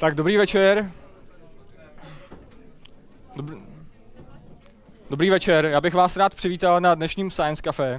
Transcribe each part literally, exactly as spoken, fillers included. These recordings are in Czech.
Tak dobrý večer. Dobrý, dobrý večer, já bych vás rád přivítal na dnešním Science Café.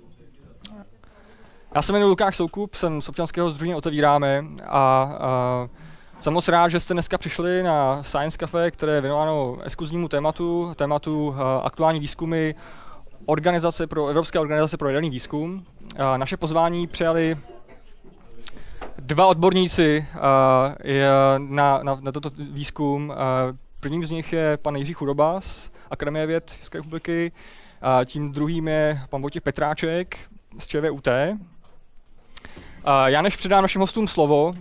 Já se jmenuji Lukáš Soukup, jsem z občanského sdružení Otevíráme a, a jsem moc rád, že jste dneska přišli na Science Café, které je věnováno exkluzivnímu tématu, tématu aktuální výzkumy organizace pro, Evropské organizace pro jaderný výzkum. A naše pozvání přijali dva odborníci uh, na, na, na toto výzkum. Uh, prvním z nich je pan Jiří Chudoba z Akademie věd České republiky, uh, tím druhým je pan Vojtěch Petráček z ČVUT. Uh, já než předám našim hostům slovo,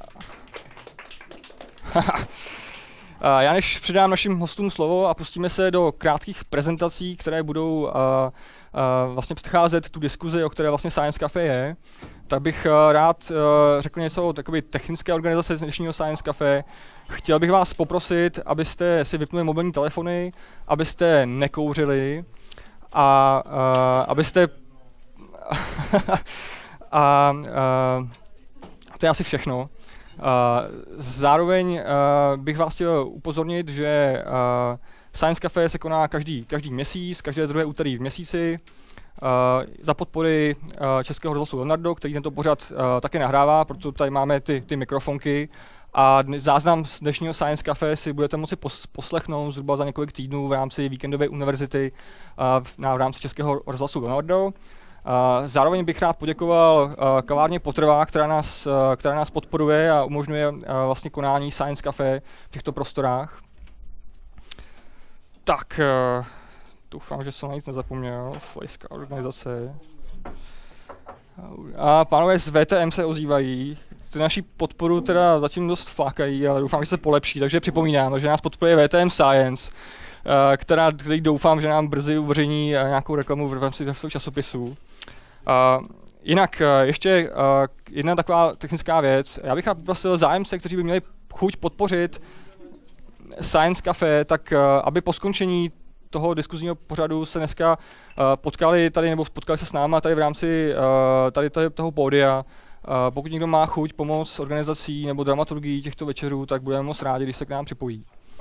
Uh, já než předám našim hostům slovo a pustíme se do krátkých prezentací, které budou uh, uh, vlastně předcházet tu diskuzi, o které vlastně Science Café je, tak bych uh, rád uh, řekl něco o takové technické organizaci dnešního Science Café. Chtěl bych vás poprosit, abyste si vypnuli mobilní telefony, abyste nekouřili a uh, abyste... a uh, to je asi všechno. Uh, zároveň uh, bych vás chtěl upozornit, že uh, Science Café se koná každý, každý měsíc, každé druhé úterý v měsíci uh, za podpory uh, Českého rozhlasu Leonardo, který tento pořad uh, také nahrává, protože tady máme ty, ty mikrofonky a dne, záznam z dnešního Science Café si budete moci pos, poslechnout zhruba za několik týdnů v rámci víkendové univerzity uh, v, na, v rámci Českého rozhlasu Leonardo. Uh, zároveň bych rád poděkoval uh, kavárně Potrvá, která nás, uh, která nás podporuje a umožňuje uh, vlastně konání Science Café v těchto prostorách. Tak, uh, doufám, že jsem na nic nezapomněl. Slejská organizace. A pánové z V T M se ozývají. Ty naši podporu teda zatím dost flákají, ale doufám, že se polepší. Takže připomínám, že nás podporuje V T M Science, Uh, která, který doufám, že nám brzy uveřejní uh, nějakou reklamu v rámci svého časopisu. Uh, jinak uh, ještě uh, jedna taková technická věc. Já bych rád poprosil zájemce, kteří by měli chuť podpořit Science Café, tak uh, aby po skončení toho diskuzního pořadu se dneska uh, potkali tady nebo potkali se s náma tady v rámci uh, tady, tady toho pódia. Uh, pokud někdo má chuť pomoct organizací nebo dramaturgií těchto večerů, tak budeme moc rádi, když se k nám připojí.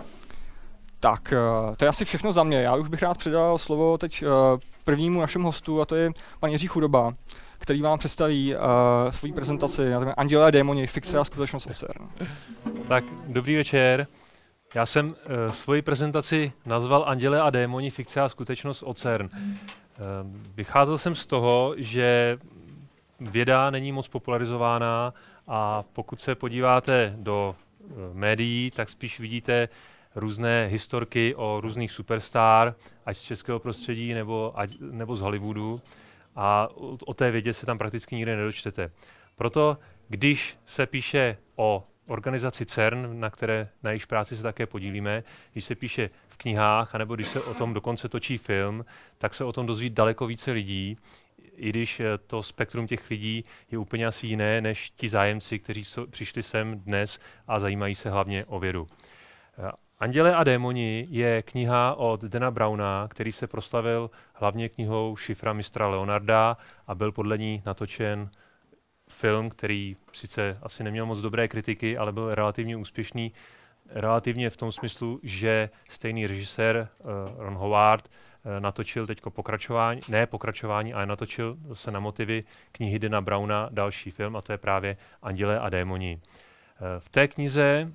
Tak, to je asi všechno za mě. Já už bych rád předal slovo teď prvnímu našemu hostu, a to je pan Jiří Chudoba, který vám představí uh, svoji prezentaci na Anděle a démoni, fikce a skutečnost od CERN. Tak, dobrý večer. Já jsem uh, svoji prezentaci nazval Anděle a démoni, fikce a skutečnost od CERN. Uh, vycházel jsem z toho, že věda není moc popularizována a pokud se podíváte do uh, médií, tak spíš vidíte různé historky o různých superstar, ať z českého prostředí nebo, ať, nebo z Hollywoodu. A o, o té vědě se tam prakticky nikde nedočtete. Proto, když se píše o organizaci CERN, na které na jejich práci se také podílíme, když se píše v knihách, anebo když se o tom dokonce točí film, tak se o tom dozví daleko více lidí, i když to spektrum těch lidí je úplně asi jiné, než ti zájemci, kteří so, přišli sem dnes a zajímají se hlavně o vědu. Anděle a démoni je kniha od Dana Browna, který se proslavil hlavně knihou Šifra mistra Leonarda a byl podle ní natočen film, který sice asi neměl moc dobré kritiky, ale byl relativně úspěšný. Relativně v tom smyslu, že stejný režisér uh, Ron Howard uh, natočil teďko pokračování, ne pokračování, ale natočil se na motivy knihy Dana Browna další film, a to je právě Anděle a démoni. Uh, v té knize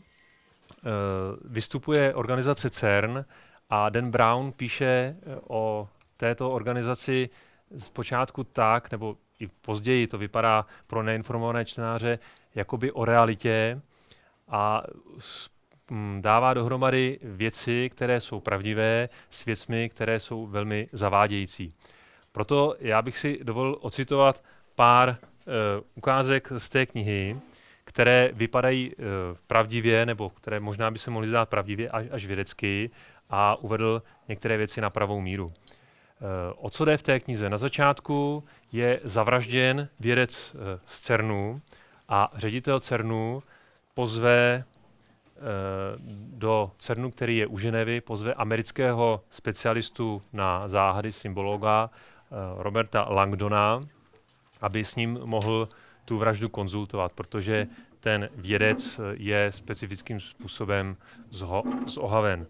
Uh, vystupuje organizace CERN a Dan Brown píše uh, o této organizaci zpočátku tak, nebo i později to vypadá pro neinformované čtenáře, jakoby o realitě a um, dává dohromady věci, které jsou pravdivé, s věcmi, které jsou velmi zavádějící. Proto já bych si dovolil ocitovat pár uh, ukázek z té knihy, které vypadají uh, pravdivě, nebo které možná by se mohly zdát pravdivě až, až vědecky, a uvedl některé věci na pravou míru. Uh, o co jde v té knize? Na začátku je zavražděn vědec uh, z CERNu a ředitel CERNu pozve uh, do CERNu, který je u Ženevy, pozve amerického specialistu na záhady, symbologa uh, Roberta Langdona, aby s ním mohl tu vraždu konzultovat, protože ten vědec je specifickým způsobem zho, zohaven.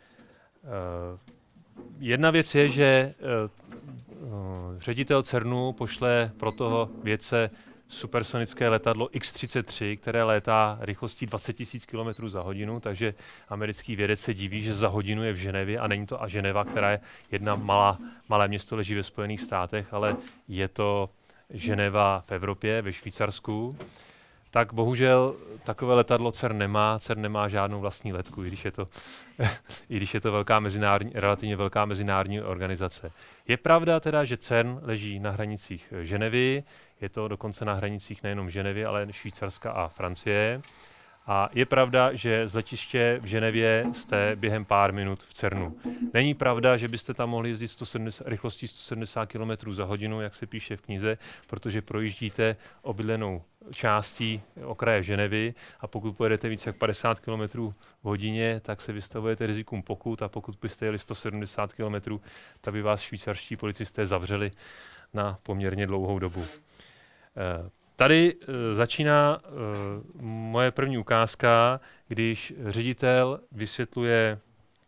Jedna věc je, že ředitel CERNu pošle pro toho vědce supersonické letadlo X třicet tři, které létá rychlostí dvacet tisíc kilometrů za hodinu, takže americký vědec se diví, že za hodinu je v Ženevě a není to a Ženeva, která je jedna malá, malé město, leží ve Spojených státech, ale je to Ženeva v Evropě, ve Švýcarsku. Tak bohužel takové letadlo CERN nemá. CERN nemá žádnou vlastní letku, i když je to, i když je to velká mezinárodní, relativně velká mezinárodní organizace. Je pravda teda, že CERN leží na hranicích Ženevy, je to dokonce na hranicích nejenom Ženevy, ale Švýcarska a Francie. A je pravda, že z letiště v Ženevě jste během pár minut v CERNu. Není pravda, že byste tam mohli jezdit sto sedmdesát, rychlostí sto sedmdesát kilometrů za hodinu, jak se píše v knize, protože projíždíte obydlenou částí okraje Ženevy a pokud pojedete více jak padesát kilometrů v hodině, tak se vystavujete rizikům pokut a pokud byste jeli sto sedmdesát kilometrů, tak by vás švýcarští policisté zavřeli na poměrně dlouhou dobu. Tady e, začíná e, moje první ukázka, když ředitel vysvětluje e,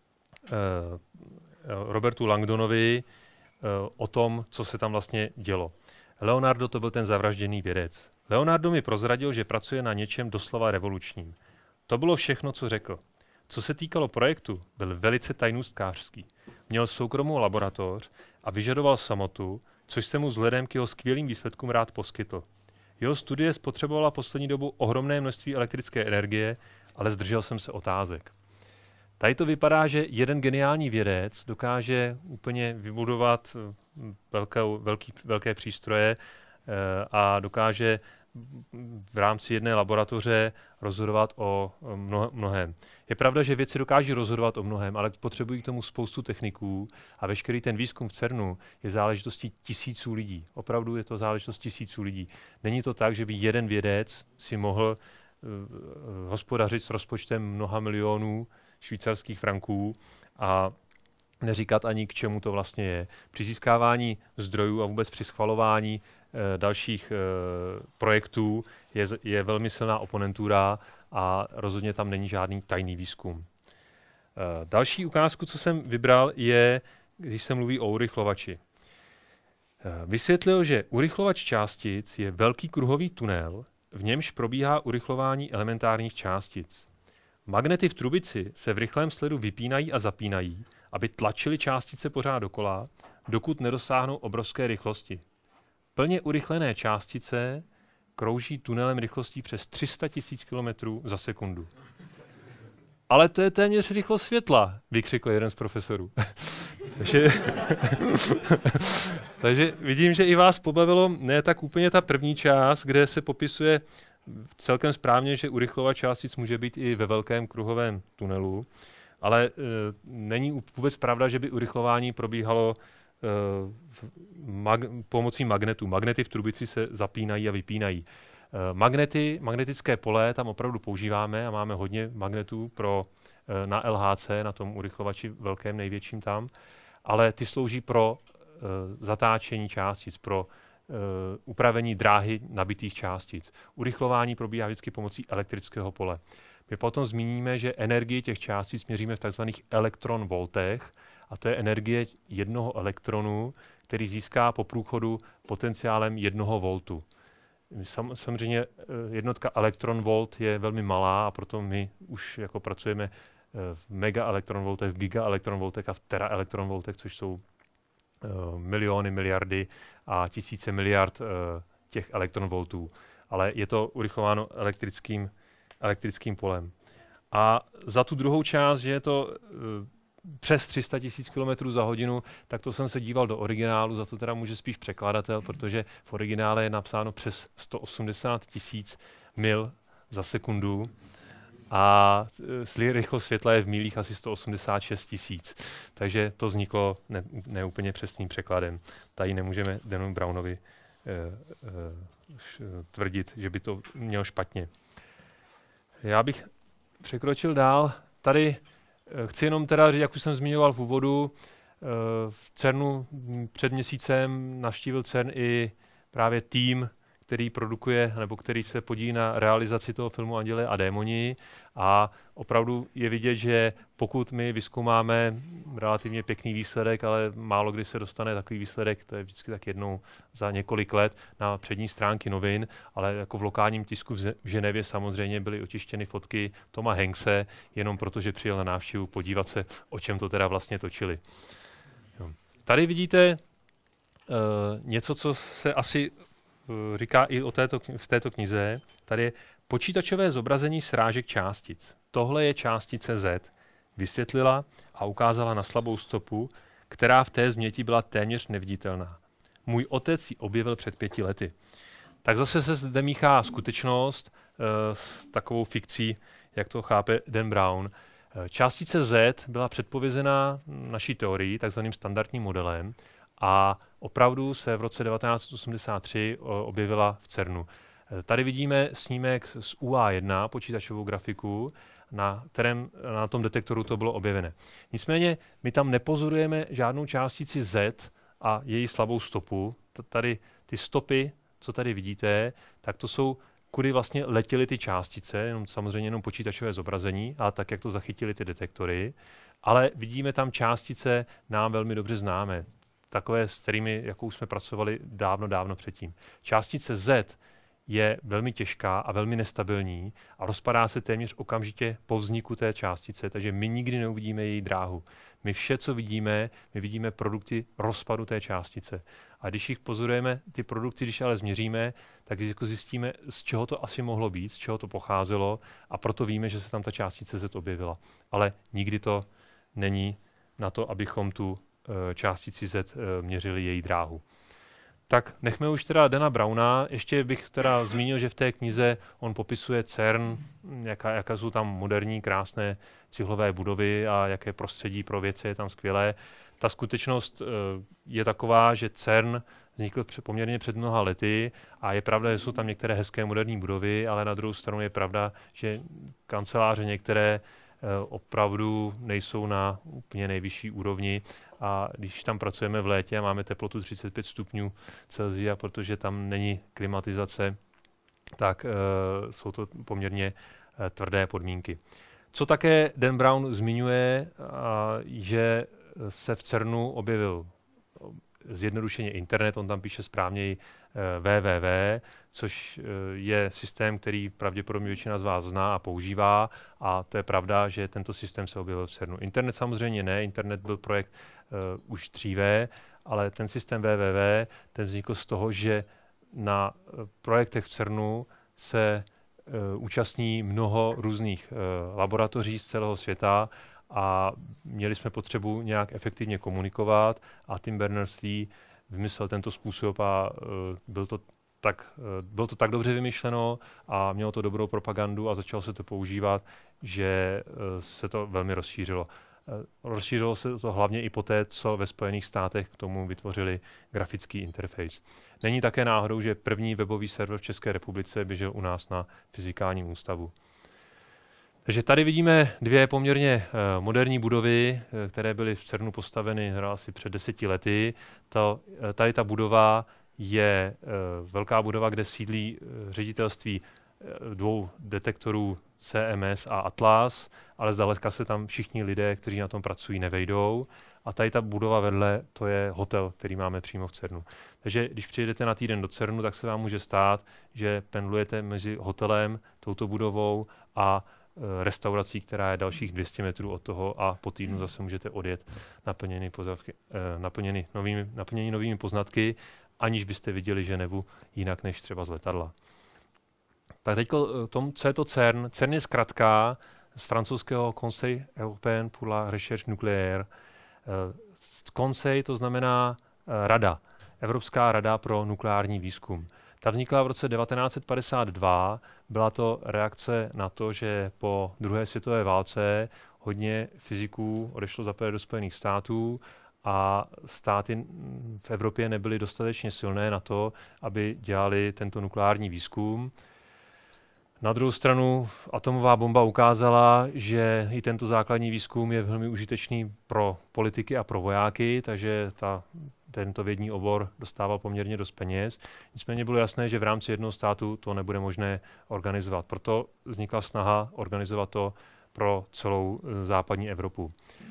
Robertu Langdonovi e, o tom, co se tam vlastně dělo. Leonardo to byl ten zavražděný vědec. Leonardo mi prozradil, že pracuje na něčem doslova revolučním. To bylo všechno, co řekl. Co se týkalo projektu, byl velice tajnůstkářský. Měl soukromou laboratoř a vyžadoval samotu, což se mu vzhledem k jeho skvělým výsledkům rád poskytl. Jeho studie spotřebovala poslední dobu ohromné množství elektrické energie, ale zdržel jsem se otázek. Tady to vypadá, že jeden geniální vědec dokáže úplně vybudovat velkou, velký, velké přístroje a dokáže v rámci jedné laboratoře rozhodovat o mnoho, mnohem. Je pravda, že vědci dokáží rozhodovat o mnohem, ale potřebují k tomu spoustu techniků a veškerý ten výzkum v CERNu je záležitostí tisíců lidí. Opravdu je to záležitost tisíců lidí. Není to tak, že by jeden vědec si mohl uh, hospodařit s rozpočtem mnoha milionů švýcarských franků a neříkat ani, k čemu to vlastně je. Při získávání zdrojů a vůbec při schvalování e, dalších e, projektů je, je velmi silná oponentura a rozhodně tam není žádný tajný výzkum. E, další ukázku, co jsem vybral, je, když se mluví o urychlovači. E, vysvětlil, že urychlovač částic je velký kruhový tunel, v němž probíhá urychlování elementárních částic. Magnety v trubici se v rychlém sledu vypínají a zapínají, aby tlačily částice pořád dokola, dokud nedosáhnou obrovské rychlosti. Plně urychlené částice krouží tunelem rychlostí přes tři sta tisíc kilometrů za sekundu. Ale to je téměř rychlost světla, vykřikl jeden z profesorů. takže, takže vidím, že i vás pobavilo ne tak úplně ta první část, kde se popisuje celkem správně, že urychlovač částic může být i ve velkém kruhovém tunelu, ale e, není vůbec pravda, že by urychlování probíhalo e, mag- pomocí magnetů. Magnety v trubici se zapínají a vypínají. E, magnety, magnetické pole tam opravdu používáme a máme hodně magnetů pro, e, na L H C, na tom urychlovači velkém, největším tam, ale ty slouží pro e, zatáčení částic, pro Uh, upravení dráhy nabitých částic. Urychlování probíhá vždycky pomocí elektrického pole. My potom zmíníme, že energii těch částic měříme v tzv. elektronvoltech a to je energie jednoho elektronu, který získá po průchodu potenciálem jednoho voltu. Sam, samozřejmě jednotka elektronvolt je velmi malá a proto my už jako pracujeme v megaelektronvoltech, v gigaelektronvoltech a v teraelektronvoltech, což jsou Uh, miliony, miliardy a tisíce miliard uh, těch elektronvoltů. Ale je to urychlováno elektrickým, elektrickým polem. A za tu druhou část, že je to uh, přes tři sta tisíc kilometrů za hodinu, tak to jsem se díval do originálu, za to teda může spíš překladatel, protože v originále je napsáno přes sto osmdesát tisíc mil za sekundu. A rychlost světla je v mílích asi sto osmdesát šest tisíc. Takže to vzniklo ne, neúplně přesným překladem. Tady nemůžeme Danu Brownovi eh, eh, tvrdit, že by to měl špatně. Já bych překročil dál. Tady eh, chci jenom teda říct, jak už jsem zmiňoval v úvodu, eh, v CERNu před měsícem navštívil CERN i právě tým, který produkuje, nebo který se podílí na realizaci toho filmu Anděle a démoni. A opravdu je vidět, že pokud my vyzkoumáme relativně pěkný výsledek, ale málo kdy se dostane takový výsledek, to je vždycky tak jednou za několik let na přední stránky novin, ale jako v lokálním tisku v Ženevě samozřejmě byly otištěny fotky Toma Hankse, jenom protože přijel na návštěvu podívat se, o čem to teda vlastně točili. Jo. Tady vidíte uh, něco, co se asi uh, říká i o této, v této knize. Tady je počítačové zobrazení srážek částic. Tohle je částice Z. Vysvětlila a ukázala na slabou stopu, která v té změti byla téměř neviditelná. Můj otec ji objevil před pěti lety. Tak zase se zde míchá skutečnost uh, s takovou fikcí, jak to chápe Dan Brown. Částice Z byla předpovězená naší teorií, takzvaným standardním modelem, a opravdu se v roce devatenáct set osmdesát tři objevila v CERNu. Tady vidíme snímek z U A jedna, počítačovou grafiku, na kterém na tom detektoru to bylo objevené. Nicméně my tam nepozorujeme žádnou částici Z a její slabou stopu. Tady ty stopy, co tady vidíte, tak to jsou, kudy vlastně letěly ty částice, jenom samozřejmě jenom počítačové zobrazení, a tak, jak to zachytili ty detektory. Ale vidíme tam částice nám velmi dobře známé, takové, s kterými, jakou jsme pracovali dávno, dávno předtím. Částice Z je velmi těžká a velmi nestabilní a rozpadá se téměř okamžitě po vzniku té částice, takže my nikdy neuvidíme její dráhu. My vše, co vidíme, my vidíme produkty rozpadu té částice. A když jich pozorujeme, ty produkty, když ale změříme, tak jako zjistíme, z čeho to asi mohlo být, z čeho to pocházelo, a proto víme, že se tam ta částice Z objevila. Ale nikdy to není na to, abychom tu e, částici Z e, měřili její dráhu. Tak nechme už teda Dana Browna. Ještě bych teda zmínil, že v té knize on popisuje CERN, jaká, jaká jsou tam moderní, krásné cihlové budovy a jaké prostředí pro vědce je tam skvělé. Ta skutečnost je taková, že CERN vznikl poměrně před mnoha lety a je pravda, že jsou tam některé hezké moderní budovy, ale na druhou stranu je pravda, že kanceláře některé opravdu nejsou na úplně nejvyšší úrovni, a když tam pracujeme v létě a máme teplotu třicet pět stupňů Celsia, protože tam není klimatizace, tak uh, jsou to poměrně uh, tvrdé podmínky. Co také Dan Brown zmiňuje, uh, že se v CERNu objevil zjednodušeně internet, on tam píše správněji uh, W W W, což uh, je systém, který pravděpodobně většina z vás zná a používá, a to je pravda, že tento systém se objevil v CERNu. Internet samozřejmě ne, internet byl projekt Uh, už dříve, ale ten systém W W W, ten vznikl z toho, že na uh, projektech v CERNu se uh, účastní mnoho různých uh, laboratoří z celého světa a měli jsme potřebu nějak efektivně komunikovat, a Tim Berners-Lee vymyslel tento způsob a uh, byl to tak, uh, bylo to tak dobře vymyšleno a mělo to dobrou propagandu a začalo se to používat, že uh, se to velmi rozšířilo. Rozšířilo se to hlavně i poté, co ve Spojených státech k tomu vytvořili grafický interface. Není také náhodou, že první webový server v České republice běžel u nás na Fyzikálním ústavu. Takže tady vidíme dvě poměrně uh, moderní budovy, uh, které byly v CERNu postaveny asi před deseti lety. To, uh, tady ta budova je uh, velká budova, kde sídlí uh, ředitelství dvou detektorů C M S a Atlas, ale zdaleka se tam všichni lidé, kteří na tom pracují, nevejdou. A tady ta budova vedle, to je hotel, který máme přímo v CERNu. Takže když přijedete na týden do CERNu, tak se vám může stát, že pendlujete mezi hotelem, touto budovou a e, restaurací, která je dalších dvě stě metrů od toho, a po týdnu zase můžete odjet naplněný, pozavky, e, naplněný, novými, naplněný novými poznatky, aniž byste viděli Ženevu jinak než třeba z letadla. Tak teď tom, co je to CERN? CERN je zkratka z francouzského Conseil européen pour la recherche nucléaire. Conseil to znamená rada, Evropská rada pro nukleární výzkum. Ta vznikla v roce devatenáct set padesát dva, byla to reakce na to, že po druhé světové válce hodně fyziků odešlo zaprvé do Spojených států a státy v Evropě nebyly dostatečně silné na to, aby dělali tento nukleární výzkum. Na druhou stranu atomová bomba ukázala, že i tento základní výzkum je velmi užitečný pro politiky a pro vojáky, takže ta tento vědní obor dostával poměrně dost peněz. Nicméně bylo jasné, že v rámci jednoho státu to nebude možné organizovat. Proto vznikla snaha organizovat to pro celou západní Evropu.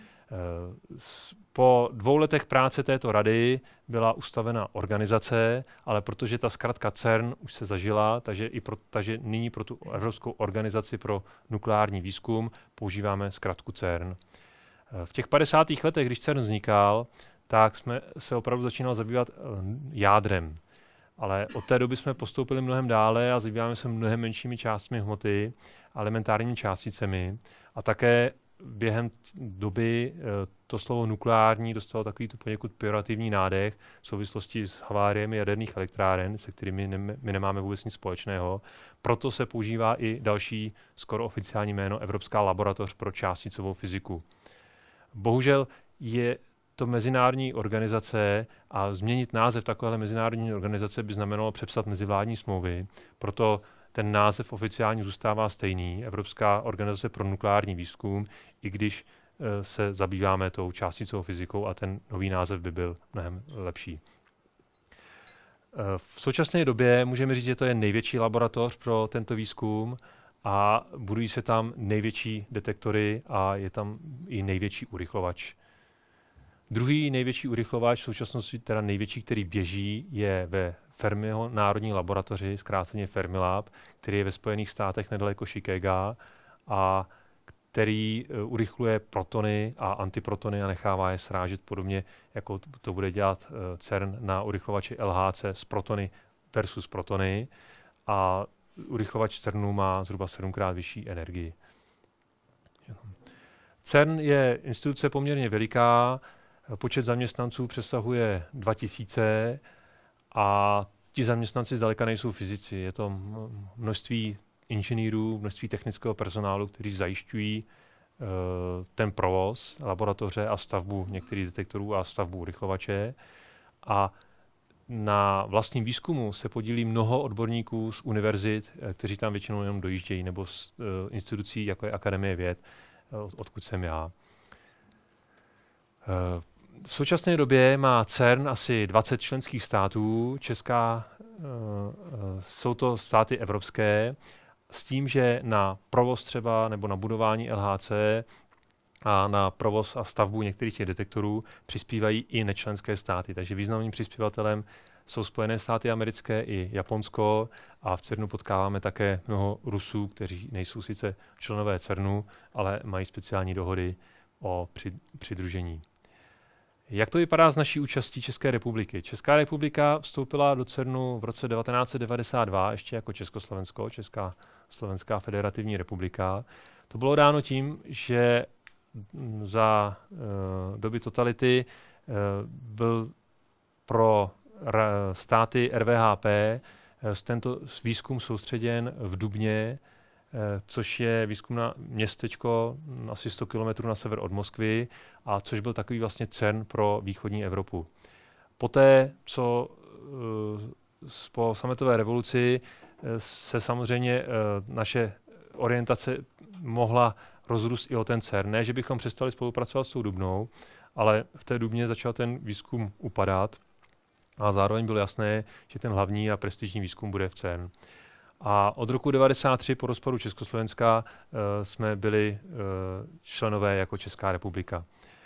Po dvou letech práce této rady byla ustavena organizace, ale protože ta zkratka CERN už se zažila, takže, i pro, takže nyní pro tu Evropskou organizaci pro nukleární výzkum používáme zkratku CERN. V těch padesátých letech, když CERN vznikal, tak jsme se opravdu začínali zabývat jádrem. Ale od té doby jsme postoupili mnohem dále a zabýváme se mnohem menšími částmi hmoty, elementárními částicemi a také během doby to slovo nukleární dostalo takový tu poněkud pejorativní nádech v souvislosti s haváriemi jaderných elektráren, se kterými ne, my nemáme vůbec nic společného. Proto se používá i další skoro oficiální jméno Evropská laboratoř pro částicovou fyziku. Bohužel je to mezinárodní organizace a změnit název takovéhle mezinárodní organizace by znamenalo přepsat mezivládní smlouvy. Proto ten název oficiálně zůstává stejný, Evropská organizace pro nukleární výzkum, i když e, se zabýváme tou částicovou fyzikou a ten nový název by byl mnohem lepší. E, v současné době můžeme říct, že to je největší laboratoř pro tento výzkum a budují se tam největší detektory a je tam i největší urychlovač. Druhý největší urychlovač, v současnosti teda největší, který běží, je ve Fermiho národní laboratoři, zkráceně Fermilab, který je ve Spojených státech nedaleko Chicaga a který urychluje protony a antiprotony a nechává je srážet podobně, jako to bude dělat CERN na urychlovači L H C s protony versus protony. A urychlovač CERNu má zhruba sedmkrát vyšší energii. CERN je instituce poměrně veliká, počet zaměstnanců přesahuje dva tisíce a ti zaměstnanci zdaleka nejsou fyzici. Je to množství inženýrů, množství technického personálu, kteří zajišťují uh, ten provoz laboratoře a stavbu některých detektorů a stavbu urychlovače. A na vlastním výzkumu se podílí mnoho odborníků z univerzit, kteří tam většinou jenom dojíždějí, nebo z uh, institucí, jako je Akademie věd, uh, odkud jsem já. Uh, V současné době má CERN asi dvacet členských států, Česká, uh, jsou to státy evropské, s tím, že na provoz třeba nebo na budování L H C a na provoz a stavbu některých těch detektorů přispívají i nečlenské státy. Takže významným přispěvatelem jsou Spojené státy americké i Japonsko a v CERNu potkáváme také mnoho Rusů, kteří nejsou sice členové CERNu, ale mají speciální dohody o přidružení. Jak to vypadá s naší účastí České republiky? Česká republika vstoupila do CERNu v roce devatenáct set devadesát dva, ještě jako Československo, Česká slovenská federativní republika. To bylo dáno tím, že za uh, doby totality uh, byl pro r- státy R V H P uh, tento výzkum soustředěn v Dubně, což je výzkumné městečko asi sto kilometrů na sever od Moskvy a což byl takový vlastně CERN pro východní Evropu. Poté, co po sametové revoluci se samozřejmě naše orientace mohla rozrůst i o ten CERN. Ne, že bychom přestali spolupracovat s tou Dubnou, ale v té Dubně začal ten výzkum upadat a zároveň bylo jasné, že ten hlavní a prestižní výzkum bude v CERN. A od roku devadesát tři po rozpadu Československa uh, jsme byli uh, členové jako Česká republika.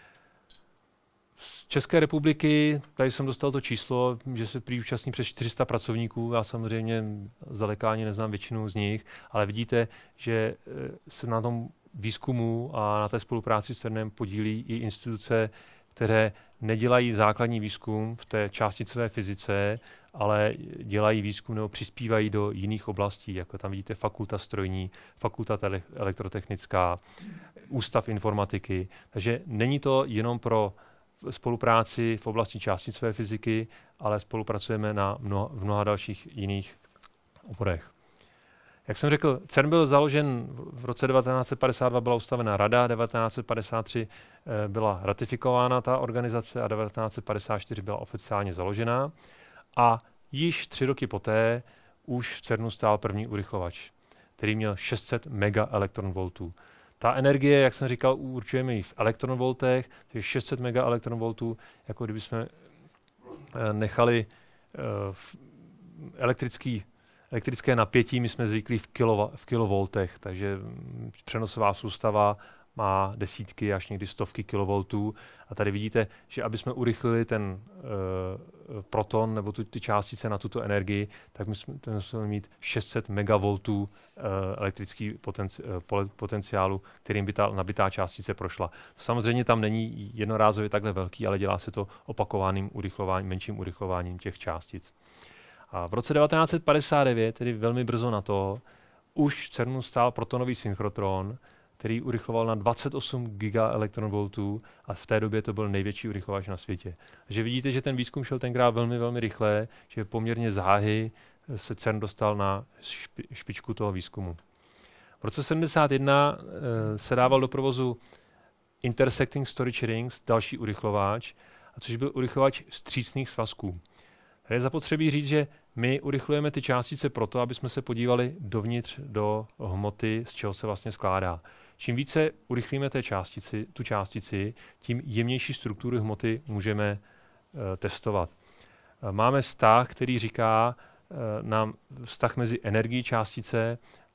Z České republiky, tady jsem dostal to číslo, že se prý účastní přes čtyři sta pracovníků, já samozřejmě zdaleka ani neznám většinu z nich, ale vidíte, že uh, se na tom výzkumu a na té spolupráci s CERNem podílí i instituce, které nedělají základní výzkum v té částicové fyzice, ale dělají výzkum nebo přispívají do jiných oblastí, jako tam vidíte fakulta strojní, fakulta tele- elektrotechnická, ústav informatiky. Takže není to jenom pro spolupráci v oblasti částicové fyziky, ale spolupracujeme na mnoha, v mnoha dalších jiných oborech. Jak jsem řekl, CERN byl založen v roce devatenáct set padesát dva, byla ustavena rada, devatenáct set padesát tři byla ratifikována ta organizace a devatenáct set padesát čtyři byla oficiálně založena. A již tři roky poté už v CERNu stál první urychlovač, který měl šest set megaelektronvoltů. Ta energie, jak jsem říkal, určujeme ji v elektronvoltech, takže šest set megaelektronvoltů, jako kdyby jsme nechali elektrický, elektrické napětí, my jsme zvyklí v, kilova, v kilovoltech, takže přenosová soustava má desítky až někdy stovky kilovoltů. A tady vidíte, že aby jsme urychlili ten uh, proton nebo tu, ty částice na tuto energii, tak my jsme, musíme mít šest set megavoltů uh, elektrický potenci, uh, potenciálu, kterým by ta nabitá částice prošla. Samozřejmě tam není jednorázově takhle velký, ale dělá se to opakovaným urychlováním, menším urychlováním těch částic. A v roce devatenáct set padesát devět, tedy velmi brzo na to, už v CERNu stál protonový synchrotron, který urychloval na dvacet osm gigaelektronvoltů a v té době to byl největší urychlovač na světě. Takže vidíte, že ten výzkum šel tenkrát velmi, velmi rychle, že poměrně záhy se CERN dostal na špi, špičku toho výzkumu. V roce sedmdesát jedna e, se dával do provozu Intersecting Storage Rings, další urychlovač, a což byl urychlovač vstřícných svazků. Tady je zapotřebí říct, že my urychlujeme ty částice proto, aby jsme se podívali dovnitř do hmoty, z čeho se vlastně skládá. Čím více urychlíme té částici, tu částici, tím jemnější struktury hmoty můžeme uh, testovat. Uh, máme vztah, který říká uh, nám vztah mezi energií částice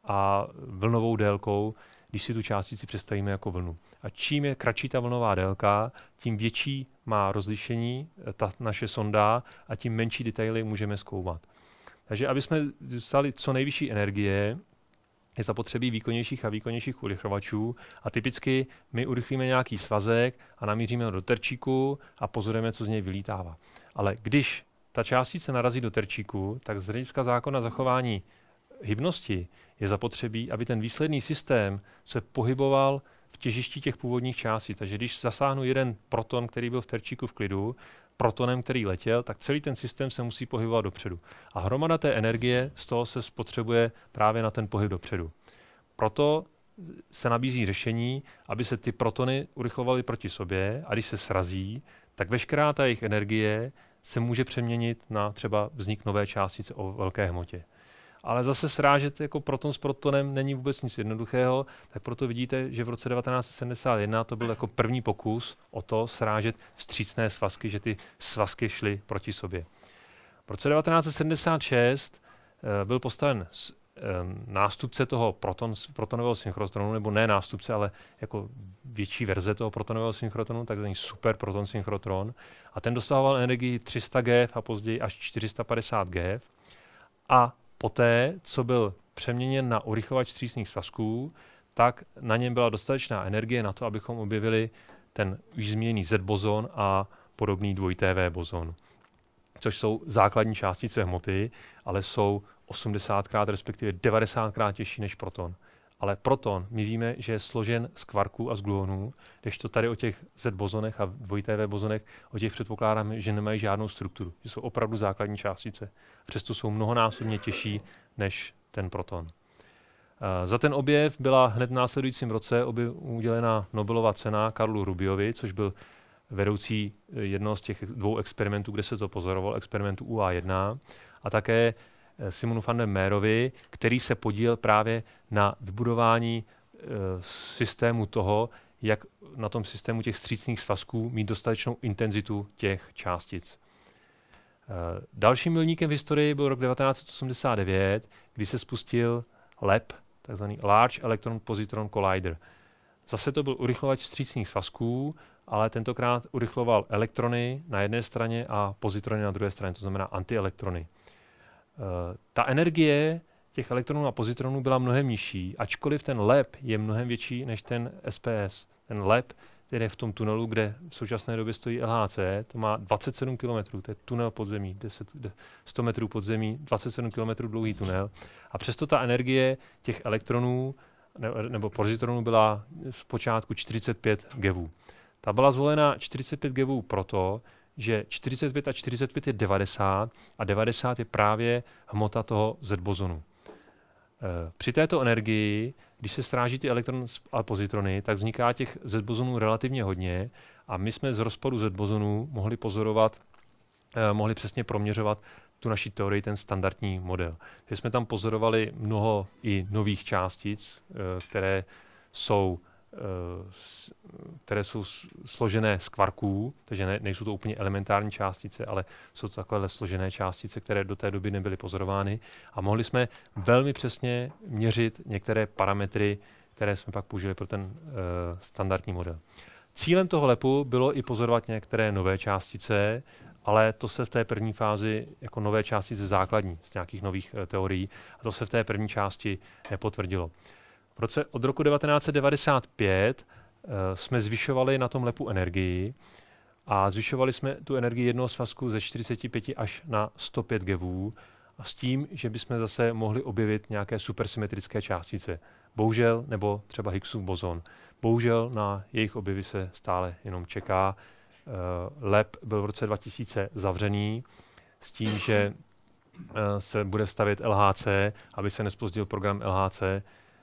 a vlnovou délkou, když si tu částici představíme jako vlnu. A čím je kratší ta vlnová délka, tím větší má rozlišení ta naše sonda a tím menší detaily můžeme zkoumat. Takže aby jsme dostali co nejvyšší energie, je zapotřebí výkonnějších a výkonnějších urychlovačů a typicky my urychlíme nějaký svazek a namíříme ho do terčíku a pozorujeme, co z něj vylítává. Ale když ta částice narazí do terčíku, tak z hlediska zákona zachování hybnosti je zapotřebí, aby ten výsledný systém se pohyboval v těžišti těch původních částic. Takže když zasáhnu jeden proton, který byl v terčíku v klidu, protonem, který letěl, tak celý ten systém se musí pohybovat dopředu. A hromada té energie z toho se spotřebuje právě na ten pohyb dopředu. Proto se nabízí řešení, aby se ty protony urychlovaly proti sobě a když se srazí, tak veškerá ta jejich energie se může přeměnit na třeba vznik nové částice o velké hmotě. Ale zase srážet jako proton s protonem není vůbec nic jednoduchého, tak proto vidíte, že v roce devatenáct set sedmdesát jedna to byl jako první pokus o to srážet vstřícné svazky, že ty svazky šly proti sobě. V roce devatenáct set sedmdesát šest uh, byl postaven s, um, nástupce toho proton, protonového synchrotronu, nebo ne nástupce, ale jako větší verze toho protonového synchrotronu, takzvaný super proton synchrotron, a ten dosahoval energii tři sta GeV a později až čtyři sta padesát GeV. A poté, co byl přeměněn na urychlovač vstřícných svazků, tak na něm byla dostatečná energie na to, abychom objevili ten už zmíněný Z-bozon a podobný dvojité V bozon, což jsou základní částice hmoty, ale jsou osmdesátkrát, respektive devadesátkrát těžší než proton. Ale proton, my víme, že je složen z kvarků a z gluonů, kdežto tady o těch Z-bozonech a dvojité V bozonech, o těch předpokládáme, že nemají žádnou strukturu, že jsou opravdu základní částice. Přesto jsou mnohonásobně těžší než ten proton. Uh, za ten objev byla hned v následujícím roce objev, udělena Nobelova cena Karlu Rubiovi, což byl vedoucí jednoho z těch dvou experimentů, kde se to pozorovalo, experimentu U A jedna, a také Simonu van der Meerovi, který se podílel právě na vybudování e, systému toho, jak na tom systému těch vstřícných svazků mít dostatečnou intenzitu těch částic. E, dalším milníkem v historii byl rok devatenáct set osmdesát devět, kdy se spustil L E P, takzvaný Large Electron Positron Collider. Zase to byl urychlovač vstřícných svazků, ale tentokrát urychloval elektrony na jedné straně a pozitrony na druhé straně, to znamená antielektrony. Uh, ta energie těch elektronů a pozitronů byla mnohem nižší, ačkoliv ten L E P je mnohem větší než ten S P S. Ten L E P, který je v tom tunelu, kde v současné době stojí L H C, to má dvacet sedm kilometrů, to je tunel podzemí, deset, sto metrů podzemí, dvacet sedm kilometrů dlouhý tunel. A přesto ta energie těch elektronů ne, nebo pozitronů byla zpočátku čtyřicet pět GeVů. Ta byla zvolena čtyřicet pět GeVů proto, že čtyřicet pět a čtyřicet pět je devadesát a devadesát je právě hmota toho Z-bozonu. E, při této energii, když se stráží ty elektrony a pozitrony, tak vzniká těch Z-bozonů relativně hodně a my jsme z rozpadu Z-bozonů mohli pozorovat, e, mohli přesně proměřovat tu naši teorii, ten standardní model. Takže jsme tam pozorovali mnoho i nových částic, e, které jsou které jsou složené z kvarků, takže ne, nejsou to úplně elementární částice, ale jsou to takové složené částice, které do té doby nebyly pozorovány. A mohli jsme velmi přesně měřit některé parametry, které jsme pak použili pro ten uh, standardní model. Cílem toho lepu bylo i pozorovat některé nové částice, ale to se v té první fázi jako nové částice základní z nějakých nových uh, teorií, a to se v té první části nepotvrdilo. V roce od roku devatenáct set devadesát pět uh, jsme zvyšovali na tom lepu energii a zvyšovali jsme tu energii jednoho svazku ze čtyřicet pět až na sto pět gevů a s tím, že bychom zase mohli objevit nějaké supersymetrické částice. Bohužel, nebo třeba Higgsův bozon. Bohužel na jejich objevy se stále jenom čeká. Uh, lab byl v roce dva tisíce zavřený s tím, že uh, se bude stavět L H C, aby se nespozdil program L H C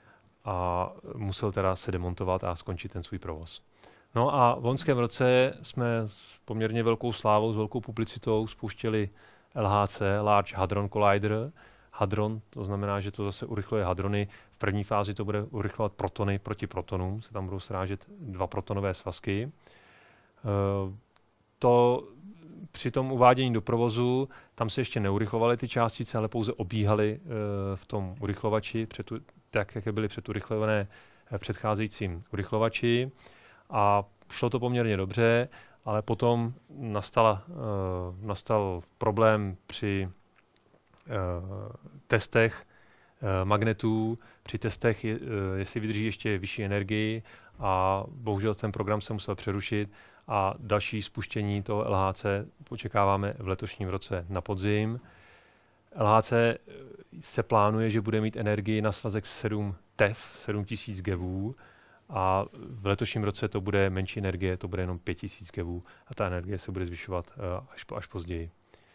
a musel teda se demontovat a skončit ten svůj provoz. No a v loňském roce jsme s poměrně velkou slávou, s velkou publicitou spouštěli L H C, Large Hadron Collider. Hadron, to znamená, že to zase urychluje hadrony. V první fázi to bude urychlovat protony proti protonům, se tam budou srážet dva protonové svazky. Uh, to při tom uvádění do provozu, tam se ještě neurychlovaly ty částice, ale pouze obíhaly uh, v tom urychlovači, před, tak jak byly předurychlované v předcházejícím urychlovači. A šlo to poměrně dobře, ale potom nastala, uh, nastal problém při uh, testech uh, magnetů, při testech, je, uh, jestli vydrží ještě vyšší energii, a bohužel ten program se musel přerušit a další spuštění toho L H C očekáváme v letošním roce na podzim. L H C se plánuje, že bude mít energii na svazek sedm T E F, sedm tisíc gevů, a v letošním roce to bude menší energie, to bude jenom pět tisíc gevů a ta energie se bude zvyšovat uh, až, až později.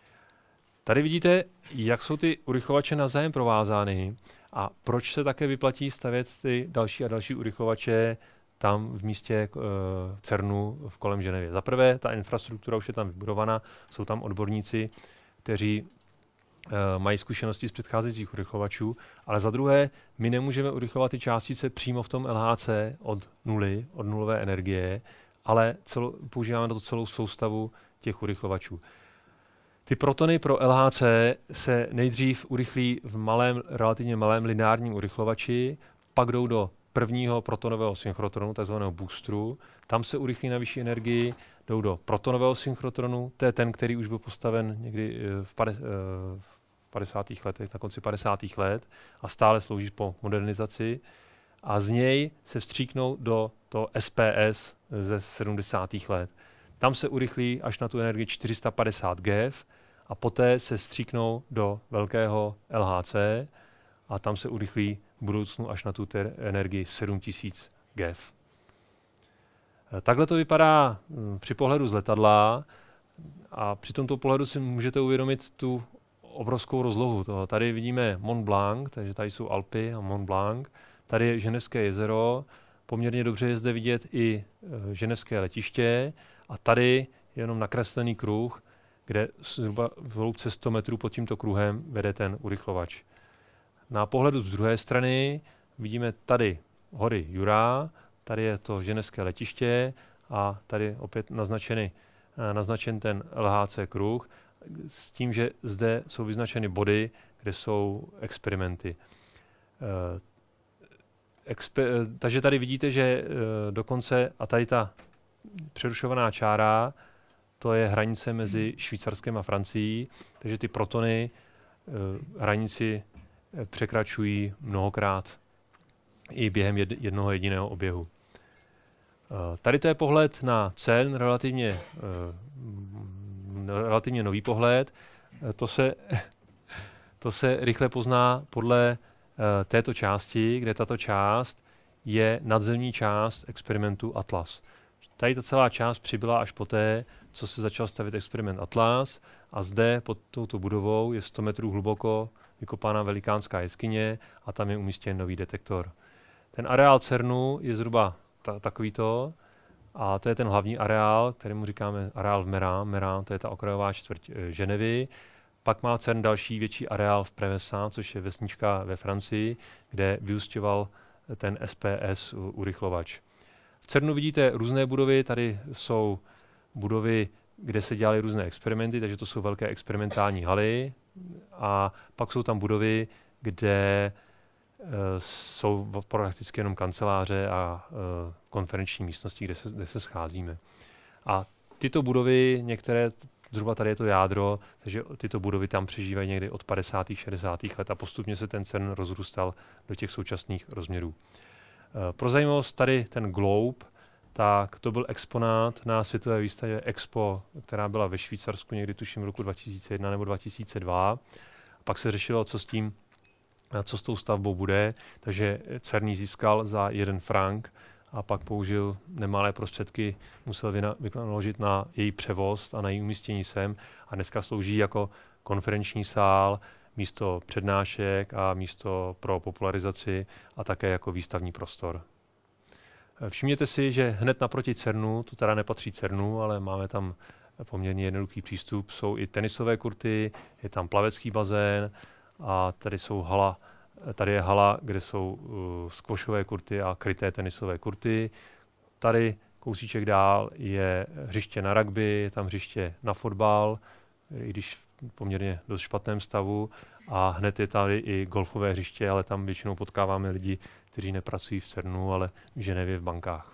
Tady vidíte, jak jsou ty urychlovače navzájem provázány a proč se také vyplatí stavět ty další a další urychlovače tam v místě uh, CERNu v kolem Ženevě. Za prvé, ta infrastruktura už je tam vybudovaná, jsou tam odborníci, kteří uh, mají zkušenosti z předcházejících urychlovačů, ale za druhé, my nemůžeme urychlovat ty částice přímo v tom L H C od nuly, od nulové energie, ale celo, používáme na to celou soustavu těch urychlovačů. Ty protony pro L H C se nejdřív urychlí v malém, relativně malém lineárním urychlovači, pak jdou do prvního protonového synchrotronu, takzvaného boosteru. Tam se urychlí na vyšší energii, jdou do protonového synchrotronu, to je ten, který už byl postaven někdy v padesátých letech, na konci padesátých let a stále slouží po modernizaci. A z něj se vstříknou do toho S P S ze sedmdesátých let. Tam se urychlí až na tu energii čtyři sta padesát gev a poté se vstříknou do velkého L H C a tam se urychlí v budoucnu až na tu ter- energii sedm tisíc gev. Takhle to vypadá při pohledu z letadla a při tomto pohledu si můžete uvědomit tu obrovskou rozlohu toho. Tady vidíme Mont Blanc, takže tady jsou Alpy a Mont Blanc. Tady je Ženevské jezero, poměrně dobře je zde vidět i ženevské letiště a tady je jenom nakreslený kruh, kde zhruba v hloubce sto metrů pod tímto kruhem vede ten urychlovač. Na pohledu z druhé strany vidíme tady hory Jura, tady je to ženevské letiště a tady opět naznačený, naznačen ten L H C kruh s tím, že zde jsou vyznačeny body, kde jsou experimenty. Exper- takže tady vidíte, že dokonce, a tady ta přerušovaná čára, to je hranice mezi Švýcarskem a Francií, takže ty protony hranici překračují mnohokrát i během jednoho jediného oběhu. Tady to je pohled na CERN, relativně, relativně nový pohled. To se, to se rychle pozná podle této části, kde tato část je nadzemní část experimentu Atlas. Tady ta celá část přibyla až poté, co se začal stavět experiment Atlas a zde pod touto budovou je sto metrů hluboko vykopána velikánská jeskyně a tam je umístěn nový detektor. Ten areál CERNu je zhruba ta, takovýto a to je ten hlavní areál, kterému říkáme areál v Meran. Meran, to je ta okrajová čtvrť Ženevy. Pak má CERN další větší areál v Prevesa, což je vesnička ve Francii, kde vyústěval ten S P S urychlovač. V CERNu vidíte různé budovy, tady jsou budovy, kde se dělaly různé experimenty, takže to jsou velké experimentální haly a pak jsou tam budovy, kde uh, jsou prakticky jenom kanceláře a uh, konferenční místnosti, kde se, kde se scházíme. A tyto budovy, některé, zhruba tady je to jádro, takže tyto budovy tam přežívají někdy od padesátých šedesátých let a postupně se ten CERN rozrůstal do těch současných rozměrů. Pro zajímavost, tady ten Globe, tak to byl exponát na světové výstavě Expo, která byla ve Švýcarsku někdy tuším v roku dva tisíce jedna nebo dva tisíce dva. Pak se řešilo, co s tím, co s tou stavbou bude, takže CERN získal za jeden frank a pak použil nemalé prostředky, musel vynaložit na její převoz a na její umístění sem a dneska slouží jako konferenční sál, místo přednášek a místo pro popularizaci a také jako výstavní prostor. Všimněte si, že hned naproti CERNu, to teda nepatří CERNu, ale máme tam poměrně jednoduchý přístup, jsou i tenisové kurty, je tam plavecký bazén a tady jsou hala, tady je hala, kde jsou uh, squashové kurty a kryté tenisové kurty. Tady kousíček dál je hřiště na rugby, je tam hřiště na fotbal, i když v poměrně dost špatném stavu. A hned je tady i golfové hřiště, ale tam většinou potkáváme lidi, kteří nepracují v CERNu, ale v Ženevě v bankách.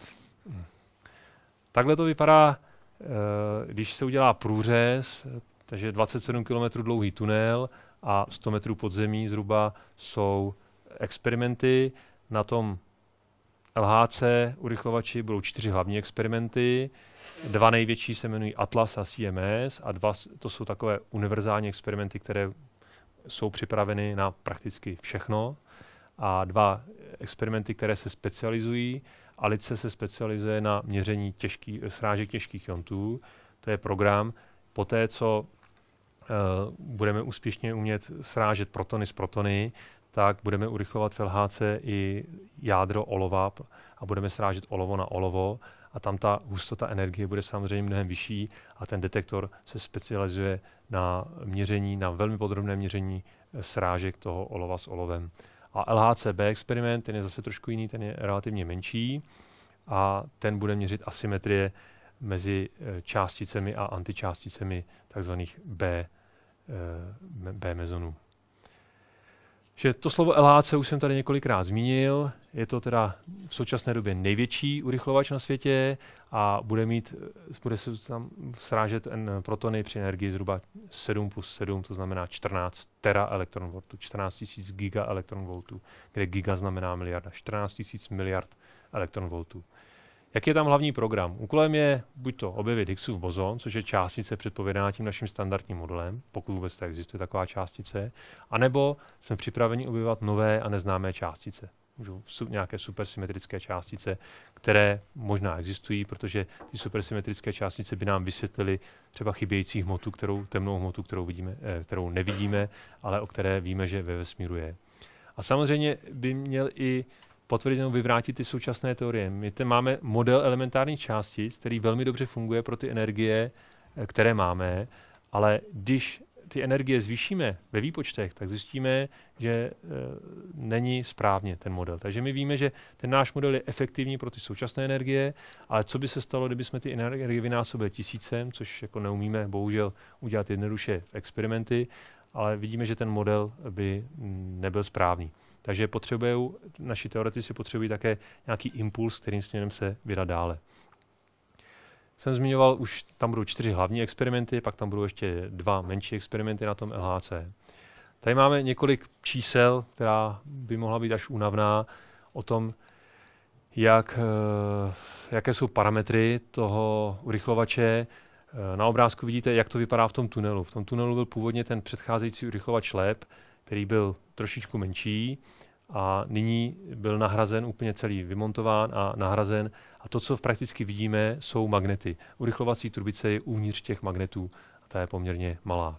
Takhle to vypadá, když se udělá průřez, takže dvacet sedm kilometrů dlouhý tunel a sto metrů pod zemí zhruba jsou experimenty. Na tom L H C urychlovači budou čtyři hlavní experimenty. Dva největší se jmenují Atlas a C M S a dva to jsou takové univerzální experimenty, které jsou připraveny na prakticky všechno. A dva experimenty, které se specializují. ALICE se specializuje na měření těžký, srážek těžkých iontů. To je program. Poté, co uh, budeme úspěšně umět srážet protony s protony, tak budeme urychlovat v L H C i jádro olova a budeme srážet olovo na olovo a tam ta hustota energie bude samozřejmě mnohem vyšší a ten detektor se specializuje na měření, na velmi podrobné měření srážek toho olova s olovem. A L H C B experiment, ten je zase trošku jiný, ten je relativně menší a ten bude měřit asymetrie mezi částicemi a antičásticemi takzvaných B, B mezonů. Že to slovo L H C už jsem tady několikrát zmínil, je to teda v současné době největší urychlovač na světě a bude mít, bude se tam srážet protony při energii zhruba sedm plus sedm, to znamená čtrnáct tera elektronvoltů, čtrnáct tisíc giga elektronvoltů, kde giga znamená miliarda, čtrnáct tisíc miliard elektronvoltů. Jaký je tam hlavní program? Úkolem je buď to objevit Higgsův bozon, což je částice předpovědaná tím naším standardním modelem, pokud vůbec tak existuje taková částice, anebo jsme připraveni objevovat nové a neznámé částice. Můžou nějaké supersymetrické částice, které možná existují, protože ty supersymetrické částice by nám vysvětlily třeba chybějící hmotu, kterou, temnou hmotu, kterou, vidíme, eh, kterou nevidíme, ale o které víme, že ve vesmíru je. A samozřejmě by měl i potvrdit nebo vyvrátit ty současné teorie. My ten máme model elementárních částic, který velmi dobře funguje pro ty energie, které máme, ale když ty energie zvýšíme ve výpočtech, tak zjistíme, že e, není správně ten model. Takže my víme, že ten náš model je efektivní pro ty současné energie, ale co by se stalo, kdyby jsme ty energie vynásobili tisícem, což jako neumíme bohužel udělat jednoduše v experimenty, ale vidíme, že ten model by nebyl správný. Takže potřebují, naši teoretici potřebují také nějaký impuls, kterým směrem se vydat dále. Jsem zmiňoval, už tam budou čtyři hlavní experimenty, pak tam budou ještě dva menší experimenty na tom L H C. Tady máme několik čísel, která by mohla být až únavná, o tom, jak, jaké jsou parametry toho urychlovače. Na obrázku vidíte, jak to vypadá v tom tunelu. V tom tunelu byl původně ten předcházející urychlovač L E P, který byl trošičku menší a nyní byl nahrazen, úplně celý vymontován a nahrazen. A to, co prakticky vidíme, jsou magnety. Urychlovací trubice je uvnitř těch magnetů a ta je poměrně malá.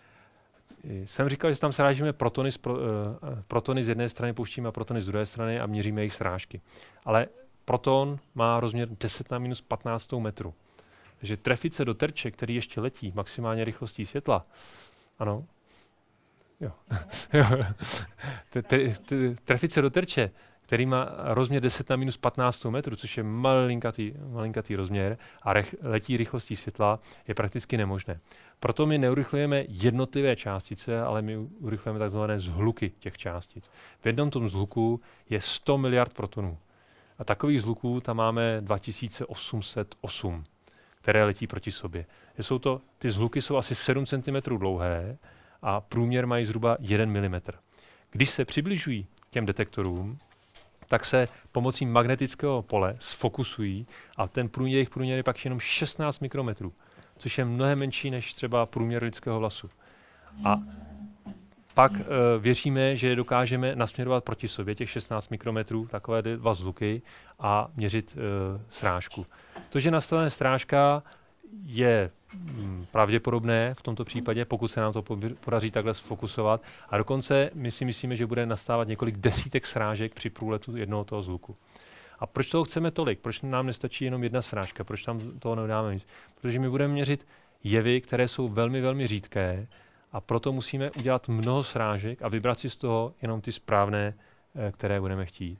Jsem říkal, že tam srážíme protony z, pro, uh, protony z jedné strany, pouštíme a protony z druhé strany a měříme jejich srážky. Ale proton má rozměr deset na minus patnáct metru. Takže trefice do terče, který ještě letí maximálně rychlostí světla, ano, jo. Trefice do terče, který má rozměr deset na minus patnáct metrů, což je malinkatý, malinkatý rozměr a rech, letí rychlostí světla, je prakticky nemožné. Proto my neurychlujeme jednotlivé částice, ale my urychlujeme takzvané zhluky těch částic. V jednom tom zhluku je sto miliard protonů. A takových zhluků tam máme dva tisíce osm set osm, které letí proti sobě. Jsou to, ty zhluky jsou asi sedm centimetrů dlouhé a průměr mají zhruba jeden milimetr. Když se přibližují těm detektorům, tak se pomocí magnetického pole sfokusují a ten průměr, jejich průměr je pak jenom šestnáct mikrometrů, což je mnohem menší než třeba průměr lidského vlasu. A pak e, věříme, že dokážeme nasměrovat proti sobě těch šestnáct mikrometrů, takové dva zhluky, a měřit e, srážku. To, že nastane srážka, je mm, pravděpodobné v tomto případě, pokud se nám to podaří takhle sfokusovat. A dokonce my si myslíme, že bude nastávat několik desítek srážek při průletu jednoho toho zhluku. A proč toho chceme tolik? Proč nám nestačí jenom jedna srážka? Proč tam toho nedáme nic? Protože my budeme měřit jevy, které jsou velmi, velmi řídké, a proto musíme udělat mnoho srážek a vybrat si z toho jenom ty správné, které budeme chtít.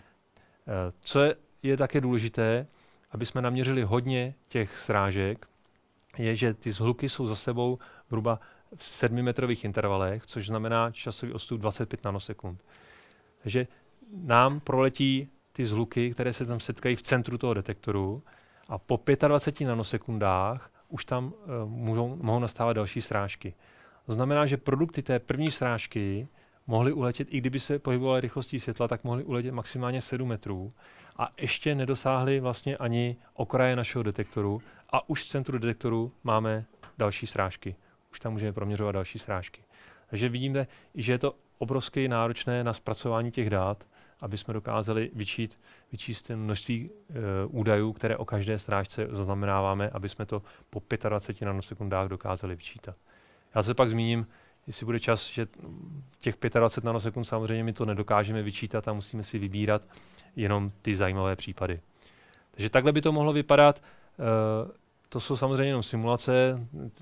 Co je, je také důležité, aby jsme naměřili hodně těch srážek, je, že ty zhluky jsou za sebou zhruba v sedmimetrových intervalech, což znamená časový odstup dvacet pět nanosekund. Takže nám proletí ty zhluky, které se tam setkají v centru toho detektoru, a po dvaceti pěti nanosekundách už tam uh, můžou, mohou nastávat další srážky. To znamená, že produkty té první srážky mohly uletět, i kdyby se pohybovaly rychlostí světla, tak mohly uletět maximálně sedm metrů a ještě nedosáhly vlastně ani okraje našeho detektoru a už v centru detektoru máme další srážky. Už tam můžeme proměřovat další srážky. Takže vidíme, že je to obrovsky náročné na zpracování těch dat, aby jsme dokázali vyčít, vyčíst množství e, údajů, které o každé srážce zaznamenáváme, aby jsme to po dvaceti pěti nanosekundách dokázali vyčítat. Já se pak zmíním, jestli bude čas, že těch dvacet pět nanosekund samozřejmě my to nedokážeme vyčítat a musíme si vybírat jenom ty zajímavé případy. Takže takhle by to mohlo vypadat. To jsou samozřejmě jenom simulace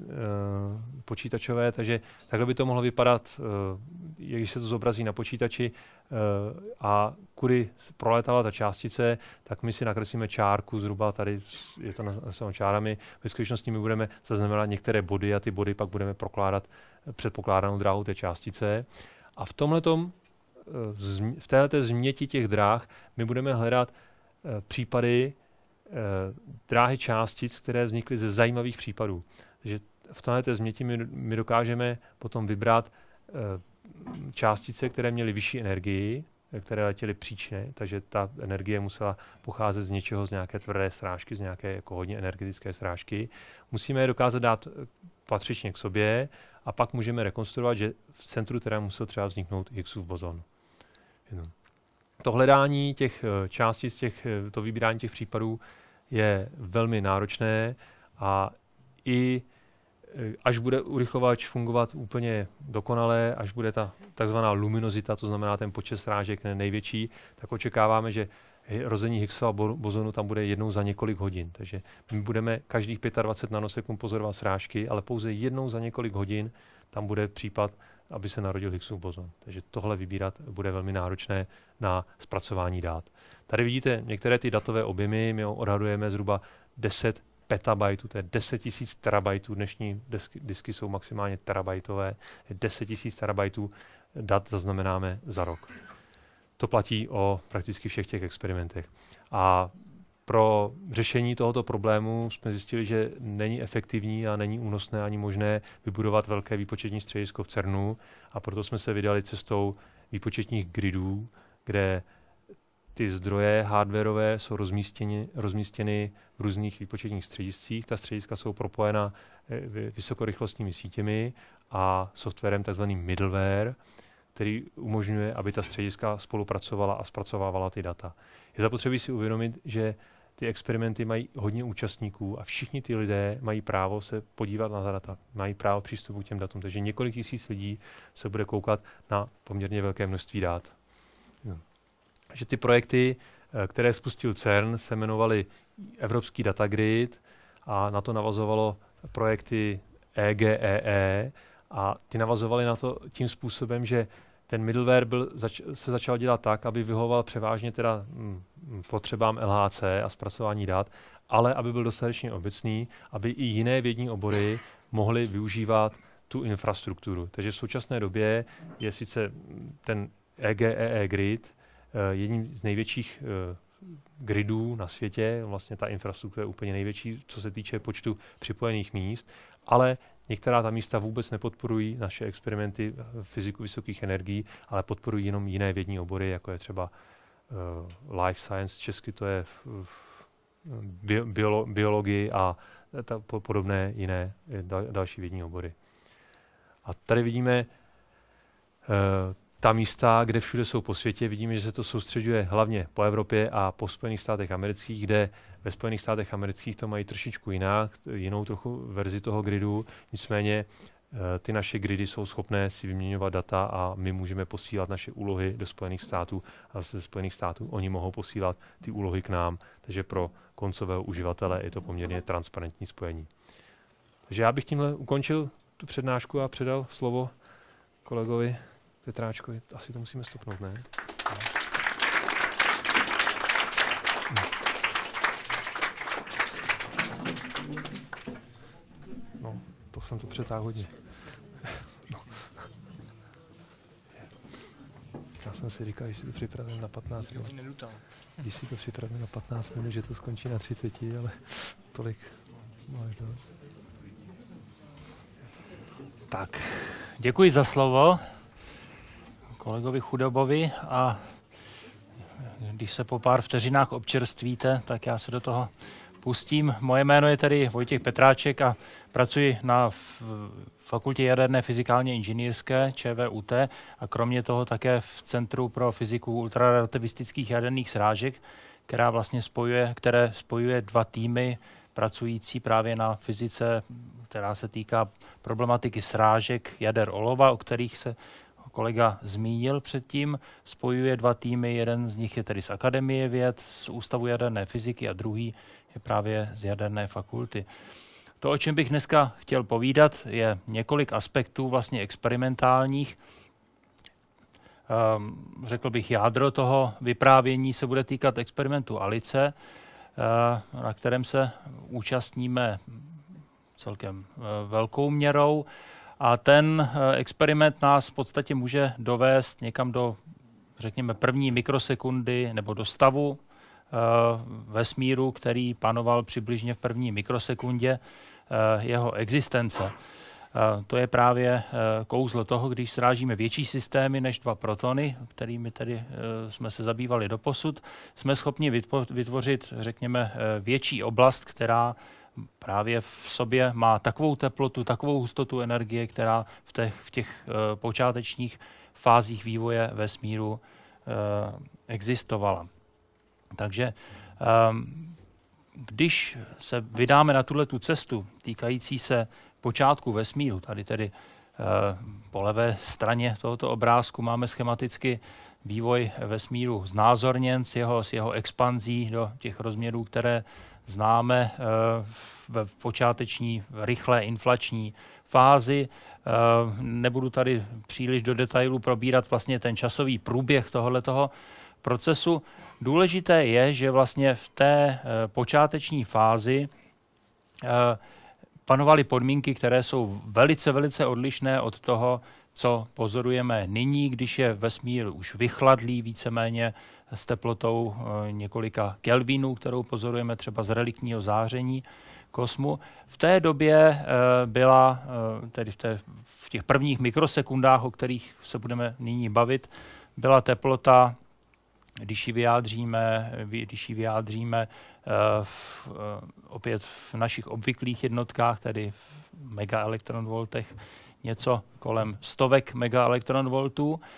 počítačové, takže takhle by to mohlo vypadat, když se to zobrazí na počítači a kudy prolétala ta částice, tak my si nakreslíme čárku, zhruba tady je to nastaveno čárami. Ve skutečnosti my budeme zaznamenat některé body a ty body pak budeme prokládat předpokládanou dráhu té částice. A v tomhletom, v této změti těch dráh my budeme hledat případy dráhy částic, které vznikly ze zajímavých případů. Takže v této změti my, my dokážeme potom vybrat částice, které měly vyšší energii, které letěly příčně, takže ta energie musela pocházet z něčeho, z nějaké tvrdé srážky, z nějaké jako hodně energetické srážky. Musíme je dokázat dát patřičně k sobě a pak můžeme rekonstruovat, že v centru teda musel třeba vzniknout Higgsův bozon. To hledání těch částic, těch, to vybírání těch případů je velmi náročné a i až bude urychlovač fungovat úplně dokonale, až bude ta takzvaná luminozita, to znamená ten počet srážek největší, tak očekáváme, že rození Higgsova bozonu tam bude jednou za několik hodin. Takže my budeme každých dvacet pět nanosekund pozorovat srážky, ale pouze jednou za několik hodin tam bude případ, aby se narodil Higgsův bozon. Takže tohle vybírat bude velmi náročné na zpracování dat. Tady vidíte některé ty datové objemy, my odhadujeme zhruba deset petabajtů, to je deset tisíc terabajtů, dnešní disky, disky jsou maximálně terabajtové, deset tisíc terabajtů dat zaznamenáme za rok. To platí o prakticky všech těch experimentech. A pro řešení tohoto problému jsme zjistili, že není efektivní a není únosné ani možné vybudovat velké výpočetní středisko v CERNu, a proto jsme se vydali cestou výpočetních gridů, kde ty zdroje hardwareové jsou rozmístěny, rozmístěny v různých výpočetních střediscích. Ta střediska jsou propojena vysokorychlostními sítěmi a softwarem tzv. Middleware, který umožňuje, aby ta střediska spolupracovala a zpracovávala ty data. Je zapotřebí si uvědomit, že ty experimenty mají hodně účastníků a všichni ty lidé mají právo se podívat na ta data, mají právo přístupu k těm datům, takže několik tisíc lidí se bude koukat na poměrně velké množství dat. No. Že ty projekty, které spustil CERN, se jmenovaly Evropský datagrid a na to navazovalo projekty E G E E a ty navazovaly na to tím způsobem, že ten middleware byl, zač, se začal dělat tak, aby vyhovoval převážně teda hm, potřebám L H C a zpracování dat, ale aby byl dostatečně obecný, aby i jiné vědní obory mohly využívat tu infrastrukturu. Takže v současné době je sice ten E G E E grid jedním z největších gridů na světě, vlastně ta infrastruktura je úplně největší, co se týče počtu připojených míst, ale některá ta místa vůbec nepodporují naše experimenty fyziku vysokých energií, ale podporují jenom jiné vědní obory, jako je třeba uh, life science, česky to je bi- biolo- biologii a ta, po, podobné jiné dal, další vědní obory. A tady vidíme uh, ta místa, kde všude jsou po světě, vidíme, že se to soustředuje hlavně po Evropě a po Spojených státech amerických, kde ve Spojených státech amerických to mají trošičku jinak, jinou trochu verzi toho gridu, nicméně ty naše gridy jsou schopné si vyměňovat data a my můžeme posílat naše úlohy do Spojených států a ze Spojených států oni mohou posílat ty úlohy k nám, takže pro koncového uživatele je to poměrně transparentní spojení. Takže já bych tímhle ukončil tu přednášku a předal slovo kolegovi Petráčkovi. Asi to musíme stopnout, ne? No, to jsem to přetáhl hodně. No. Já jsem si říkal, že si to připravím na patnáct minut. Když si to připravím na patnáct minut, že to skončí na třicet, ale tolik máš dost. Tak, děkuji za slovo kolegovi Chudobovi a když se po pár vteřinách občerstvíte, tak já se do toho pustím. Moje jméno je tedy Vojtěch Petráček a pracuji na Fakultě jaderné fyzikálně inženýrské ČVUT a kromě toho také v Centru pro fyziku ultrarelativistických jaderných srážek, která vlastně spojuje, které spojuje dva týmy pracující právě na fyzice, která se týká problematiky srážek jader olova, o kterých se kolega zmínil předtím. Spojuje dva týmy, jeden z nich je tedy z Akademie věd, z Ústavu jaderné fyziky a druhý je právě z jaderné fakulty. To, o čem bych dneska chtěl povídat, je několik aspektů vlastně experimentálních. Um, řekl bych, jádro toho vyprávění se bude týkat experimentu ALICE, uh, na kterém se účastníme celkem uh, velkou měrou. A ten uh, experiment nás v podstatě může dovést někam do, řekněme, první mikrosekundy nebo do stavu uh, vesmíru, který panoval přibližně v první mikrosekundě uh, jeho existence. Uh, to je právě uh, kouzlo toho, když srážíme větší systémy než dva protony, kterými tedy uh, jsme se zabývali doposud, jsme schopni vytvo- vytvořit, řekněme, uh, větší oblast, která právě v sobě má takovou teplotu, takovou hustotu energie, která v těch, v těch uh, počátečních fázích vývoje vesmíru uh, existovala. Takže um, když se vydáme na tuhletu cestu týkající se počátku vesmíru, tady tedy uh, po levé straně tohoto obrázku máme schematicky vývoj vesmíru znázorněn s jeho, s jeho expanzí do těch rozměrů, které známe uh, v počáteční rychlé inflační fázi. Uh, nebudu tady příliš do detailu probírat vlastně ten časový průběh tohoto procesu. Důležité je, že vlastně v té uh, počáteční fázi uh, panovaly podmínky, které jsou velice, velice odlišné od toho, co pozorujeme nyní, když je vesmír už vychladlý víceméně s teplotou uh, několika kelvinů, kterou pozorujeme třeba z reliktního záření kosmu. V té době uh, byla, uh, tedy v, té, v těch prvních mikrosekundách, o kterých se budeme nyní bavit, byla teplota, když ji vyjádříme, když ji vyjádříme uh, v, uh, opět v našich obvyklých jednotkách, tedy v megaelektronvoltech, něco kolem stovek megaelektronvoltů, uh,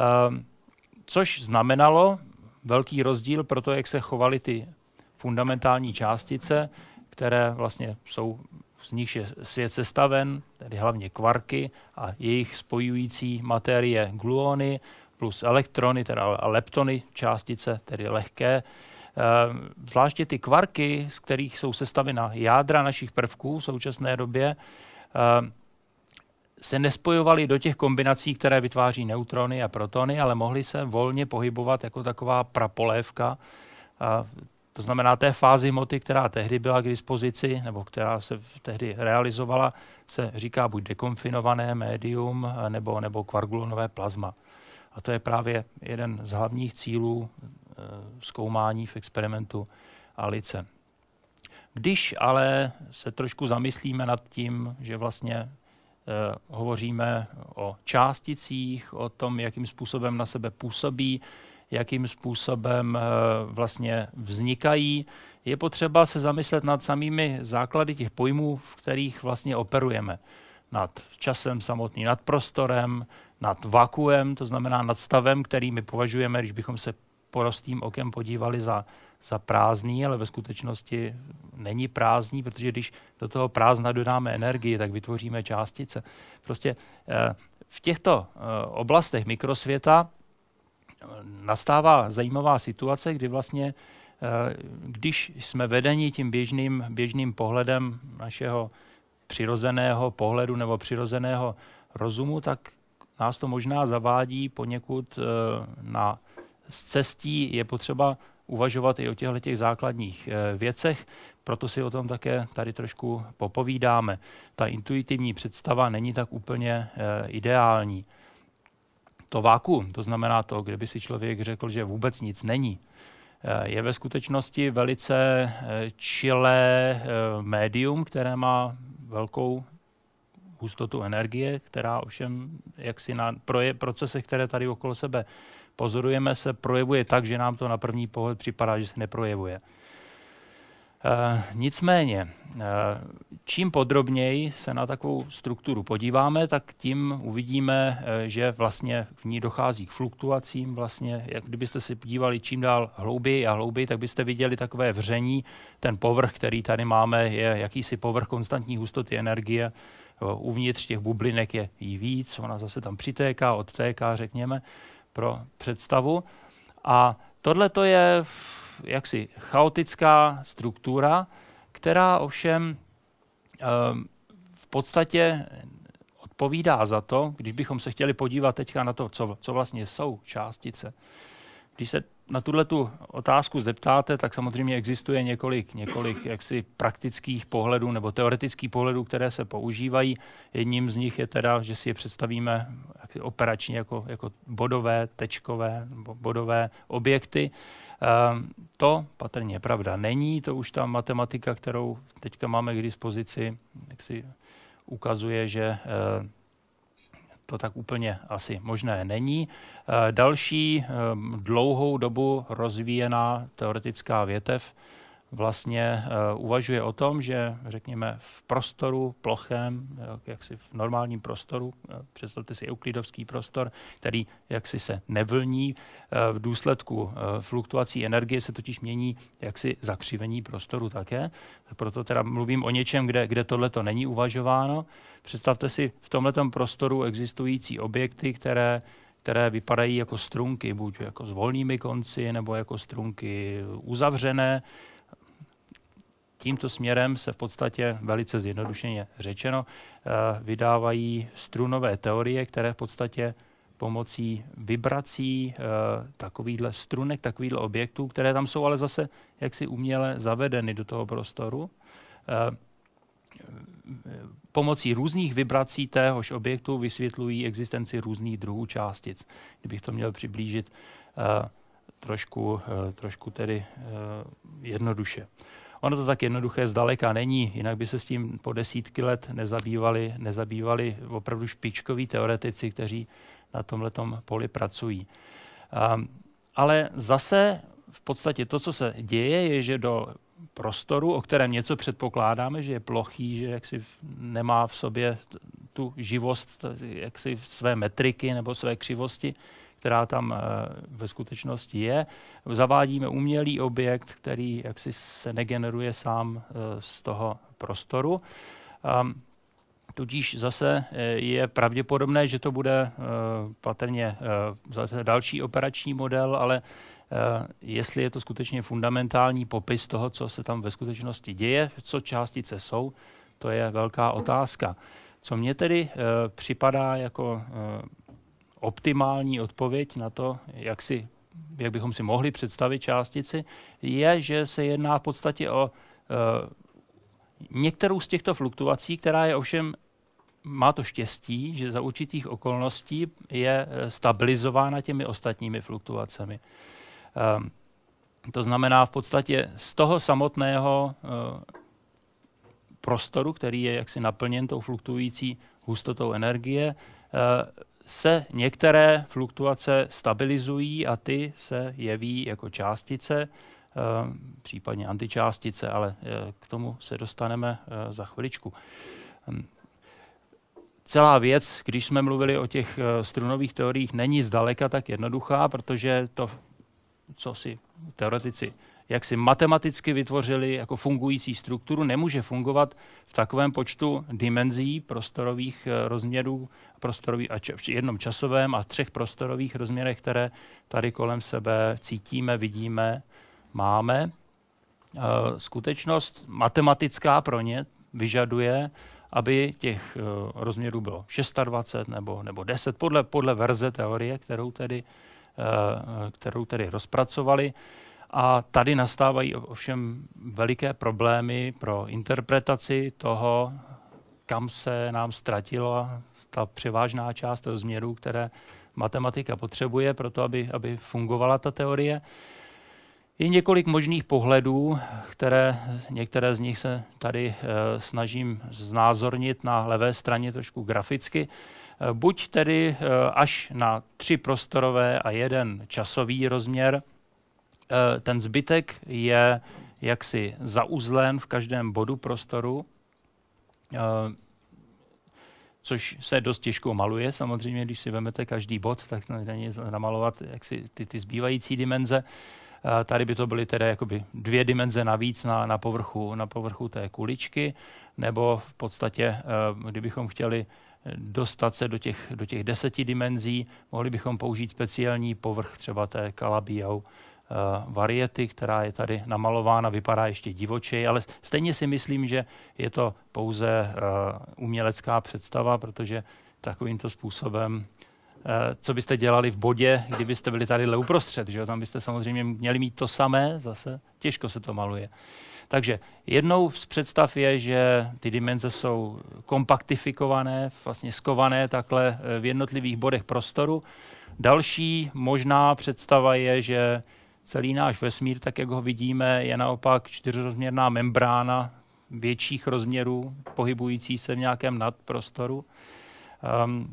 což znamenalo velký rozdíl pro to, jak se chovaly ty fundamentální částice, které vlastně jsou, z nich je svět sestaven, tedy hlavně kvarky a jejich spojující materie gluony, plus elektrony, teda a leptony, částice, tedy lehké. Zvláště ty kvarky, z kterých jsou sestavena jádra našich prvků v současné době, se nespojovali do těch kombinací, které vytváří neutrony a protony, ale mohli se volně pohybovat jako taková prapolévka. A to znamená té fázi hmoty, která tehdy byla k dispozici, nebo která se tehdy realizovala, se říká buď dekonfinované médium, nebo, nebo kvargulonové plazma. A to je právě jeden z hlavních cílů e, zkoumání v experimentu Alice. Když ale se trošku zamyslíme nad tím, že vlastně e, hovoříme o částicích, o tom, jakým způsobem na sebe působí, jakým způsobem e, vlastně vznikají, je potřeba se zamyslet nad samými základy těch pojmů, v kterých vlastně operujeme. Nad časem samotným, nad prostorem, nad vakuem, to znamená nad stavem, který my považujeme, když bychom se prostým okem podívali za, za prázdný, ale ve skutečnosti není prázdný, protože když do toho prázdna dodáme energii, tak vytvoříme částice. Prostě eh, v těchto eh, oblastech mikrosvěta nastává zajímavá situace, kdy vlastně, eh, když jsme vedeni tím běžným, běžným pohledem našeho přirozeného pohledu nebo přirozeného rozumu, tak nás to možná zavádí poněkud na cestí. Je potřeba uvažovat i o těchto těch základních věcech, proto si o tom také tady trošku popovídáme. Ta intuitivní představa není tak úplně ideální. To vákuum, to znamená to, kdyby si člověk řekl, že vůbec nic není, je ve skutečnosti velice čilé médium, které má velkou hustotu energie, která ovšem jaksi na proje, procesech, které tady okolo sebe pozorujeme, se projevuje tak, že nám to na první pohled připadá, že se neprojevuje. E, nicméně, e, čím podrobněji se na takovou strukturu podíváme, tak tím uvidíme, e, že vlastně v ní dochází k fluktuacím. Vlastně, jak kdybyste se podívali čím dál hlouběji a hlouběji, tak byste viděli takové vření. Ten povrch, který tady máme, je jakýsi povrch konstantní hustoty energie. Uvnitř těch bublinek je jí víc, ona zase tam přitéká, odtéká, řekněme, pro představu. A tohle to je jaksi chaotická struktura, která ovšem v podstatě odpovídá za to, když bychom se chtěli podívat teďka na to, co, co vlastně jsou částice. Když se na tuhletu otázku zeptáte, tak samozřejmě existuje několik, několik jaksi praktických pohledů nebo teoretických pohledů, které se používají. Jedním z nich je teda, že si je představíme operačně jako, jako bodové, tečkové nebo bodové objekty. Ehm, to patrně pravda není, to už ta matematika, kterou teďka máme k dispozici, jak si ukazuje, že ehm, to tak úplně asi možné není. Další dlouhou dobu rozvíjená teoretická větev vlastně uvažuje o tom, že řekněme v prostoru plochém, jaksi v normálním prostoru, představte si euklidovský prostor, který jaksi se nevlní, v důsledku fluktuací energie se totiž mění jaksi zakřivení prostoru také. Proto teda mluvím o něčem, kde, kde tohle to není uvažováno. Představte si v tomhletom prostoru existující objekty, které které vypadají jako strunky, buď jako s volnými konci, nebo jako strunky uzavřené. Tímto směrem se v podstatě velice zjednodušeně řečeno vydávají strunové teorie, které v podstatě pomocí vibrací takovýchhle strunek, takovýchhle objektů, které tam jsou ale zase jaksi uměle zavedeny do toho prostoru, pomocí různých vibrací téhož objektu vysvětlují existenci různých druhů částic. Kdybych to měl přiblížit uh, trošku, uh, trošku tedy uh, jednoduše. Ono to tak jednoduché zdaleka není, jinak by se s tím po desítky let nezabývali, nezabývali opravdu špičkoví teoretici, kteří na tomhletom poli pracují. Um, ale zase v podstatě to, co se děje, je, že do prostoru, o kterém něco předpokládáme, že je plochý, že jaksi nemá v sobě tu živost, jaksi své metriky nebo své křivosti, která tam ve skutečnosti je. Zavádíme umělý objekt, který jaksi se negeneruje sám z toho prostoru. Tudíž zase je pravděpodobné, že to bude patrně zase další operační model, ale jestli je to skutečně fundamentální popis toho, co se tam ve skutečnosti děje, co částice jsou, to je velká otázka. Co mně tedy e, připadá jako e, optimální odpověď na to, jak, si, jak bychom si mohli představit částici, je, že se jedná v podstatě o e, některou z těchto fluktuací, která je ovšem, má to štěstí, že za určitých okolností je stabilizována těmi ostatními fluktuacemi. E, to znamená v podstatě z toho samotného e, prostoru, který je jaksi naplněn tou fluktuující hustotou energie, se některé fluktuace stabilizují a ty se jeví jako částice, případně antičástice, ale k tomu se dostaneme za chviličku. Celá věc, když jsme mluvili o těch strunových teoriích, není zdaleka tak jednoduchá, protože to, co si teoretici jak si matematicky vytvořili jako fungující strukturu, nemůže fungovat v takovém počtu dimenzí prostorových rozměrů, prostorový, a č- v jednom časovém a třech prostorových rozměrech, které tady kolem sebe cítíme, vidíme, máme. E, skutečnost matematická pro ně vyžaduje, aby těch e, rozměrů bylo dvacet šest nebo, nebo deset, podle, podle verze teorie, kterou tedy, e, kterou tedy rozpracovali. A tady nastávají ovšem veliké problémy pro interpretaci toho, kam se nám ztratila ta převážná část rozměrů, které matematika potřebuje pro to, aby, aby fungovala ta teorie. Je několik možných pohledů, které některé z nich se tady e, snažím znázornit na levé straně trošku graficky. E, buď tedy e, až na tři prostorové a jeden časový rozměr. Ten zbytek je jaksi zauzlen v každém bodu prostoru, což se dost těžko maluje. Samozřejmě, když si vezmete každý bod, tak není namalovat jaksi ty, ty zbývající dimenze. Tady by to byly tedy jakoby dvě dimenze navíc na, na, povrchu, na povrchu té kuličky, nebo v podstatě, kdybychom chtěli dostat se do těch, do těch deseti dimenzí, mohli bychom použít speciální povrch třeba té Calabi-Yau Uh, variety, která je tady namalována, vypadá ještě divočej, ale stejně si myslím, že je to pouze uh, umělecká představa, protože takovýmto způsobem, uh, co byste dělali v bodě, kdybyste byli tady uprostřed, že jo? Tam byste samozřejmě měli mít to samé, zase těžko se to maluje. Takže jednou z představ je, že ty dimenze jsou kompaktifikované, vlastně skované takhle v jednotlivých bodech prostoru. Další možná představa je, že celý náš vesmír, tak jak ho vidíme, je naopak čtyřrozměrná membrána větších rozměrů, pohybující se v nějakém nadprostoru. Um,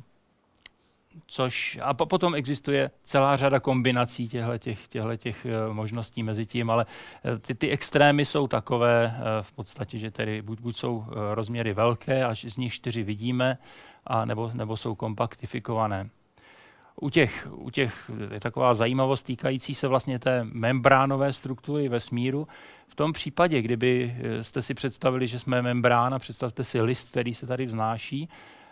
což, a potom existuje celá řada kombinací těchto možností mezi tím, ale ty, ty extrémy jsou takové v podstatě, že tedy buď, buď jsou rozměry velké, až z nich čtyři vidíme, a nebo, nebo jsou kompaktifikované. U těch, u těch je taková zajímavost týkající se vlastně té membránové struktury vesmíru. V tom případě, kdyby jste si představili, že jsme membrána, představte si list, který se tady vznáší,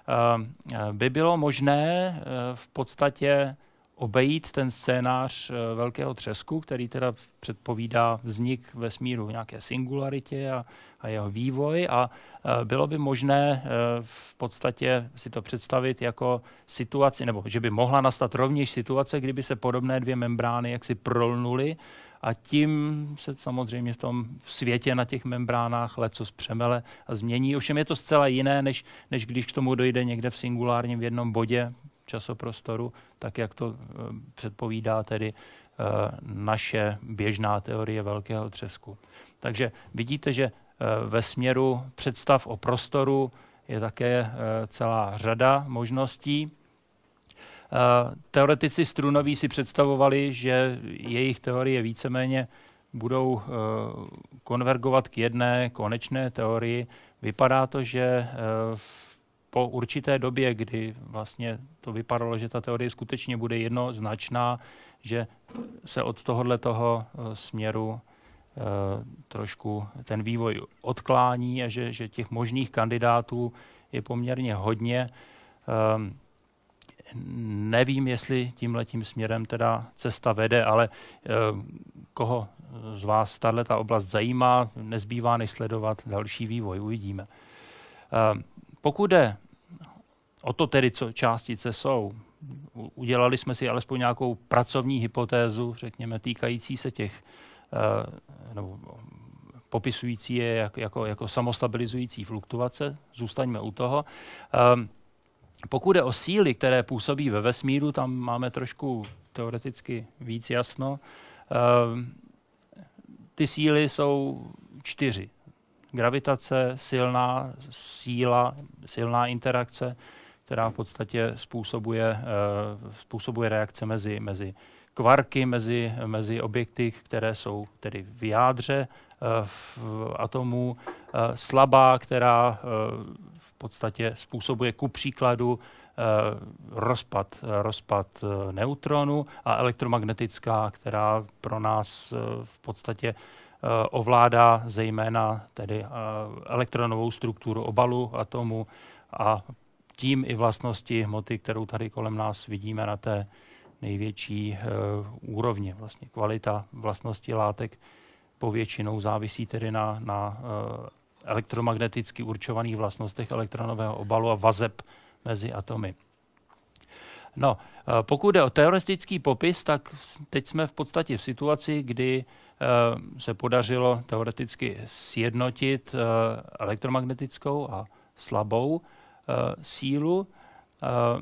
by bylo možné v podstatě obejít ten scénář velkého třesku, který teda předpovídá vznik vesmíru v nějaké singularitě a, a jeho vývoj, a bylo by možné v podstatě si to představit jako situaci, nebo že by mohla nastat rovněž situace, kdyby se podobné dvě membrány jaksi prolnuly, a tím se samozřejmě v tom světě na těch membránách lecos přemele a změní. Ovšem je to zcela jiné, než, než když k tomu dojde někde v singulárním v jednom bodě časoprostoru, tak jak to uh, předpovídá tedy uh, naše běžná teorie velkého třesku. Takže vidíte, že uh, ve směru představ o prostoru je také uh, celá řada možností. Uh, teoretici strunoví si představovali, že jejich teorie víceméně budou uh, konvergovat k jedné konečné teorii. Vypadá to, že uh, po určité době, kdy vlastně to vypadalo, že ta teorie skutečně bude jednoznačná, že se od tohohle toho směru uh, trošku ten vývoj odklání a že, že těch možných kandidátů je poměrně hodně. Um, nevím, jestli tímhletím směrem teda cesta vede, ale uh, koho z vás tato oblast zajímá, nezbývá než sledovat další vývoj, uvidíme. Uh, pokud jde o to tedy, co částice jsou. Udělali jsme si alespoň nějakou pracovní hypotézu, řekněme, týkající se těch, nebo popisující je jako, jako, jako samostabilizující fluktuace. Zůstaňme u toho. Pokud je o síly, které působí ve vesmíru, tam máme trošku teoreticky víc jasno. Ty síly jsou čtyři. Gravitace, silná síla, silná interakce, která v podstatě způsobuje, způsobuje reakce mezi, mezi kvarky, mezi, mezi objekty, které jsou tedy v jádře v atomu. Slabá, která v podstatě způsobuje ku příkladu rozpad, rozpad neutronu, a elektromagnetická, která pro nás v podstatě ovládá zejména tedy elektronovou strukturu obalu atomu a tím i vlastnosti hmoty, kterou tady kolem nás vidíme na té největší uh, úrovni. Vlastně kvalita vlastností látek povětšinou závisí tedy na, na uh, elektromagneticky určovaných vlastnostech elektronového obalu a vazeb mezi atomy. No, uh, pokud jde o teoretický popis, tak teď jsme v podstatě v situaci, kdy uh, se podařilo teoreticky sjednotit uh, elektromagnetickou a slabou uh, sílu. Uh,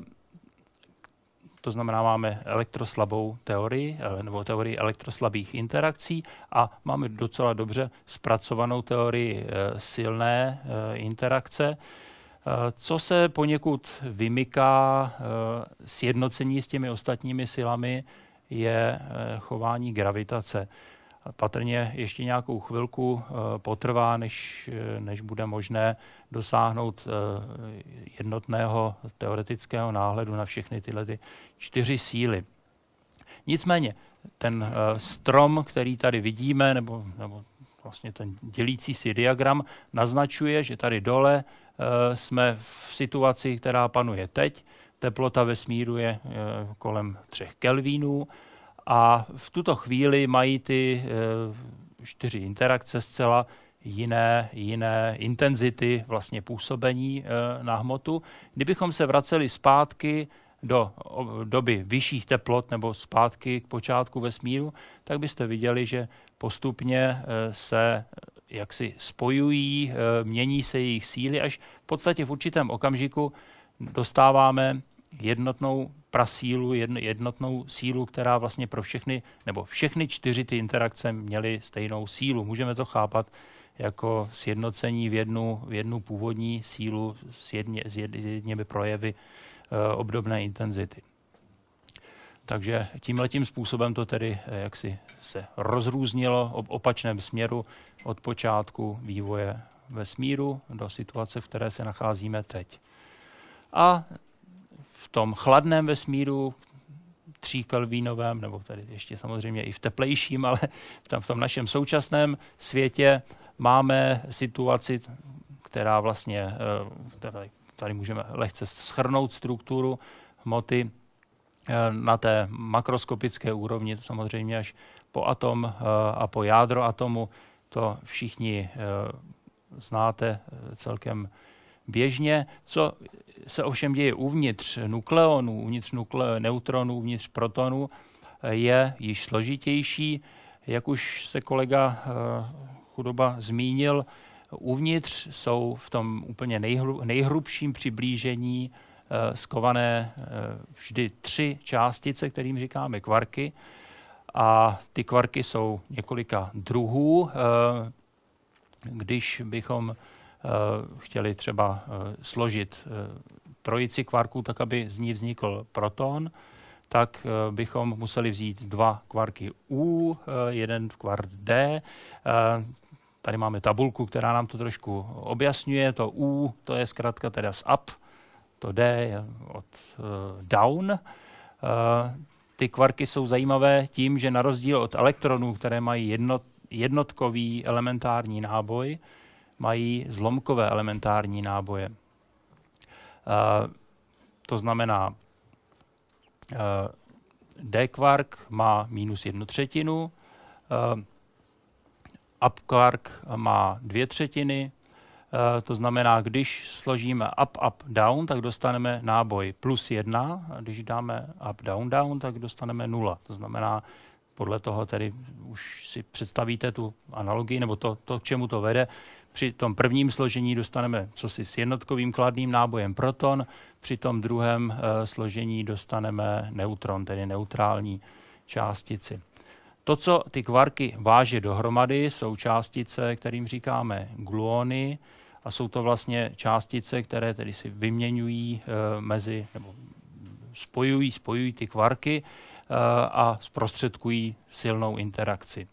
To znamená, máme elektroslabou teorii, nebo teorii elektroslabých interakcí a máme docela dobře zpracovanou teorii silné interakce, co se poněkud vymyká sjednocení s těmi ostatními silami, je chování gravitace. Patrně ještě nějakou chvilku potrvá, než, než bude možné dosáhnout jednotného teoretického náhledu na všechny tyhle ty čtyři síly. Nicméně ten strom, který tady vidíme, nebo, nebo vlastně ten dělící si diagram, naznačuje, že tady dole jsme v situaci, která panuje teď. Teplota vesmíru je kolem třech kelvínů. A v tuto chvíli mají ty e, čtyři interakce zcela jiné, jiné intenzity vlastně působení e, na hmotu. Kdybychom se vraceli zpátky do o, doby vyšších teplot nebo zpátky k počátku vesmíru, tak byste viděli, že postupně e, se jaksi spojují, e, mění se jejich síly, až v podstatě v určitém okamžiku dostáváme jednotnou prasílu, jednotnou sílu, která vlastně pro všechny, nebo všechny čtyři ty interakce měly stejnou sílu. Můžeme to chápat jako sjednocení v jednu, v jednu původní sílu s, jedně, s jedněmi projevy e, obdobné intenzity. Takže tímhletím způsobem to tedy jaksi se rozrůznilo v opačném směru od počátku vývoje vesmíru do situace, v které se nacházíme teď. A v tom chladném vesmíru, tříkelvínovém, nebo tady ještě samozřejmě i v teplejším, ale v tom, v tom našem současném světě máme situaci, která vlastně, tady, tady můžeme lehce shrnout strukturu hmoty na té makroskopické úrovni, samozřejmě až po atom a po jádro atomu. To všichni znáte celkem běžně. Co se ovšem děje uvnitř nukleonů, uvnitř nukle- neutronů, uvnitř protonů, je již složitější. Jak už se kolega Chudoba zmínil, uvnitř jsou v tom úplně nejhru, nejhrubším přiblížení skované vždy tři částice, kterým říkáme kvarky. A ty kvarky jsou několika druhů. Když bychom chtěli třeba složit trojici kvarků tak, aby z ní vznikl proton, tak bychom museli vzít dva kvarky U, jeden kvark D. Tady máme tabulku, která nám to trošku objasňuje. To U, to je zkrátka teda z up, to D je od down. Ty kvarky jsou zajímavé tím, že na rozdíl od elektronů, které mají jednot, jednotkový elementární náboj, mají zlomkové elementární náboje. Uh, to znamená, uh, D kvark má minus jednu třetinu, uh, up kvark má dvě třetiny, To znamená, když složíme up, up, down, tak dostaneme náboj plus jedna. A když dáme up, down, down, tak dostaneme nula. To znamená, podle toho tedy už si představíte tu analogii, nebo to, to k čemu to vede. Při tom prvním složení dostaneme cosi s jednotkovým kladným nábojem proton, při tom druhém e, složení dostaneme neutron, tedy neutrální částici. To, co ty kvarky váže dohromady, jsou částice, kterým říkáme gluony, a jsou to vlastně částice, které tedy si vyměňují e, mezi, nebo spojují, spojují ty kvarky e, a zprostředkují silnou interakci.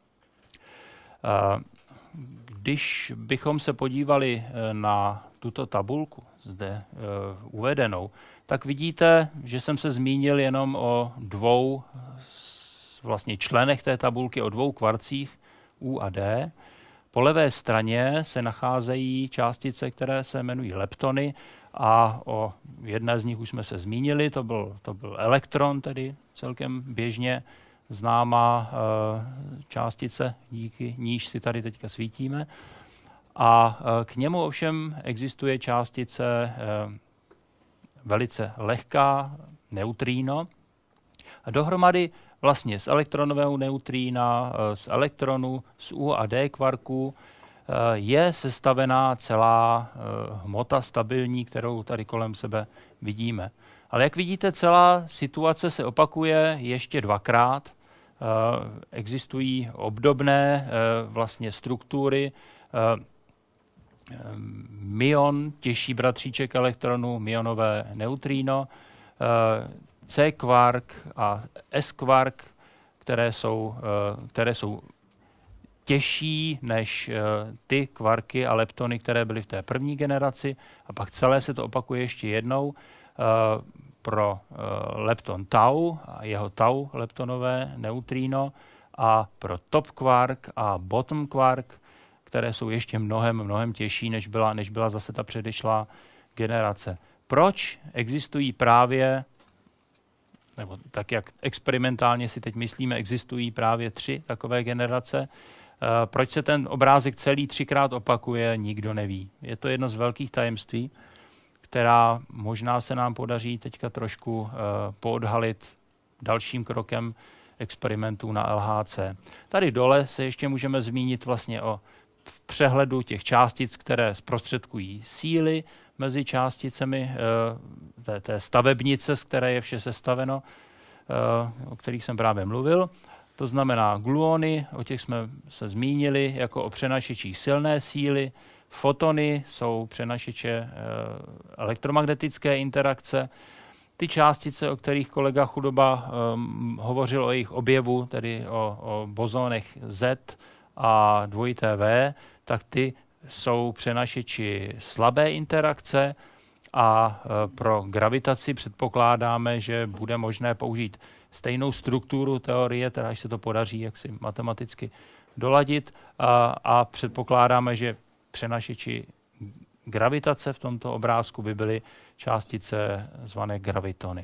E, Když bychom se podívali na tuto tabulku zde e, uvedenou, tak vidíte, že jsem se zmínil jenom o dvou vlastně členech té tabulky, o dvou kvarcích U a D. Po levé straně se nacházejí částice, které se jmenují leptony, a o jedné z nich už jsme se zmínili, to byl, to byl elektron, tedy celkem běžně známá e, částice, díky níž si tady teďka svítíme. A e, k němu ovšem existuje částice e, velice lehká, neutrino. A dohromady vlastně z elektronového neutrína, e, z elektronu, z U a D kvarků e, je sestavená celá e, hmota stabilní, kterou tady kolem sebe vidíme. Ale jak vidíte, celá situace se opakuje ještě dvakrát. Uh, existují obdobné uh, vlastně struktury. Uh, myon, těžší bratříček elektronu, myonové neutrino, uh, C kvark a S kvark, které jsou, uh, které jsou těžší než uh, ty kvarky a leptony, které byly v té první generaci. A pak celé se to opakuje ještě jednou. Uh, pro uh, lepton tau a jeho tau leptonové neutrino a pro top quark a bottom quark, které jsou ještě mnohem, mnohem těžší, než byla, než byla zase ta předešlá generace. Proč existují právě, nebo tak jak experimentálně si teď myslíme, existují právě tři takové generace? Uh, proč se ten obrázek celý třikrát opakuje, nikdo neví. Je to jedno z velkých tajemství, která možná se nám podaří teďka trošku uh, poodhalit dalším krokem experimentů na L H C. Tady dole se ještě můžeme zmínit vlastně o přehledu těch částic, které zprostředkují síly mezi částicemi uh, té, té stavebnice, z které je vše sestaveno, uh, o kterých jsem právě mluvil. To znamená gluony, o těch jsme se zmínili jako o přenašečích silné síly. Fotony jsou přenašeče e, elektromagnetické interakce. Ty částice, o kterých kolega Chudoba e, hovořil o jejich objevu, tedy o, o bozónech Z a dvojité V, tak ty jsou přenašeči slabé interakce a e, pro gravitaci předpokládáme, že bude možné použít stejnou strukturu teorie, teda až se to podaří jaksi matematicky doladit, a, a předpokládáme, že přenašeči gravitace v tomto obrázku by byly částice zvané gravitony.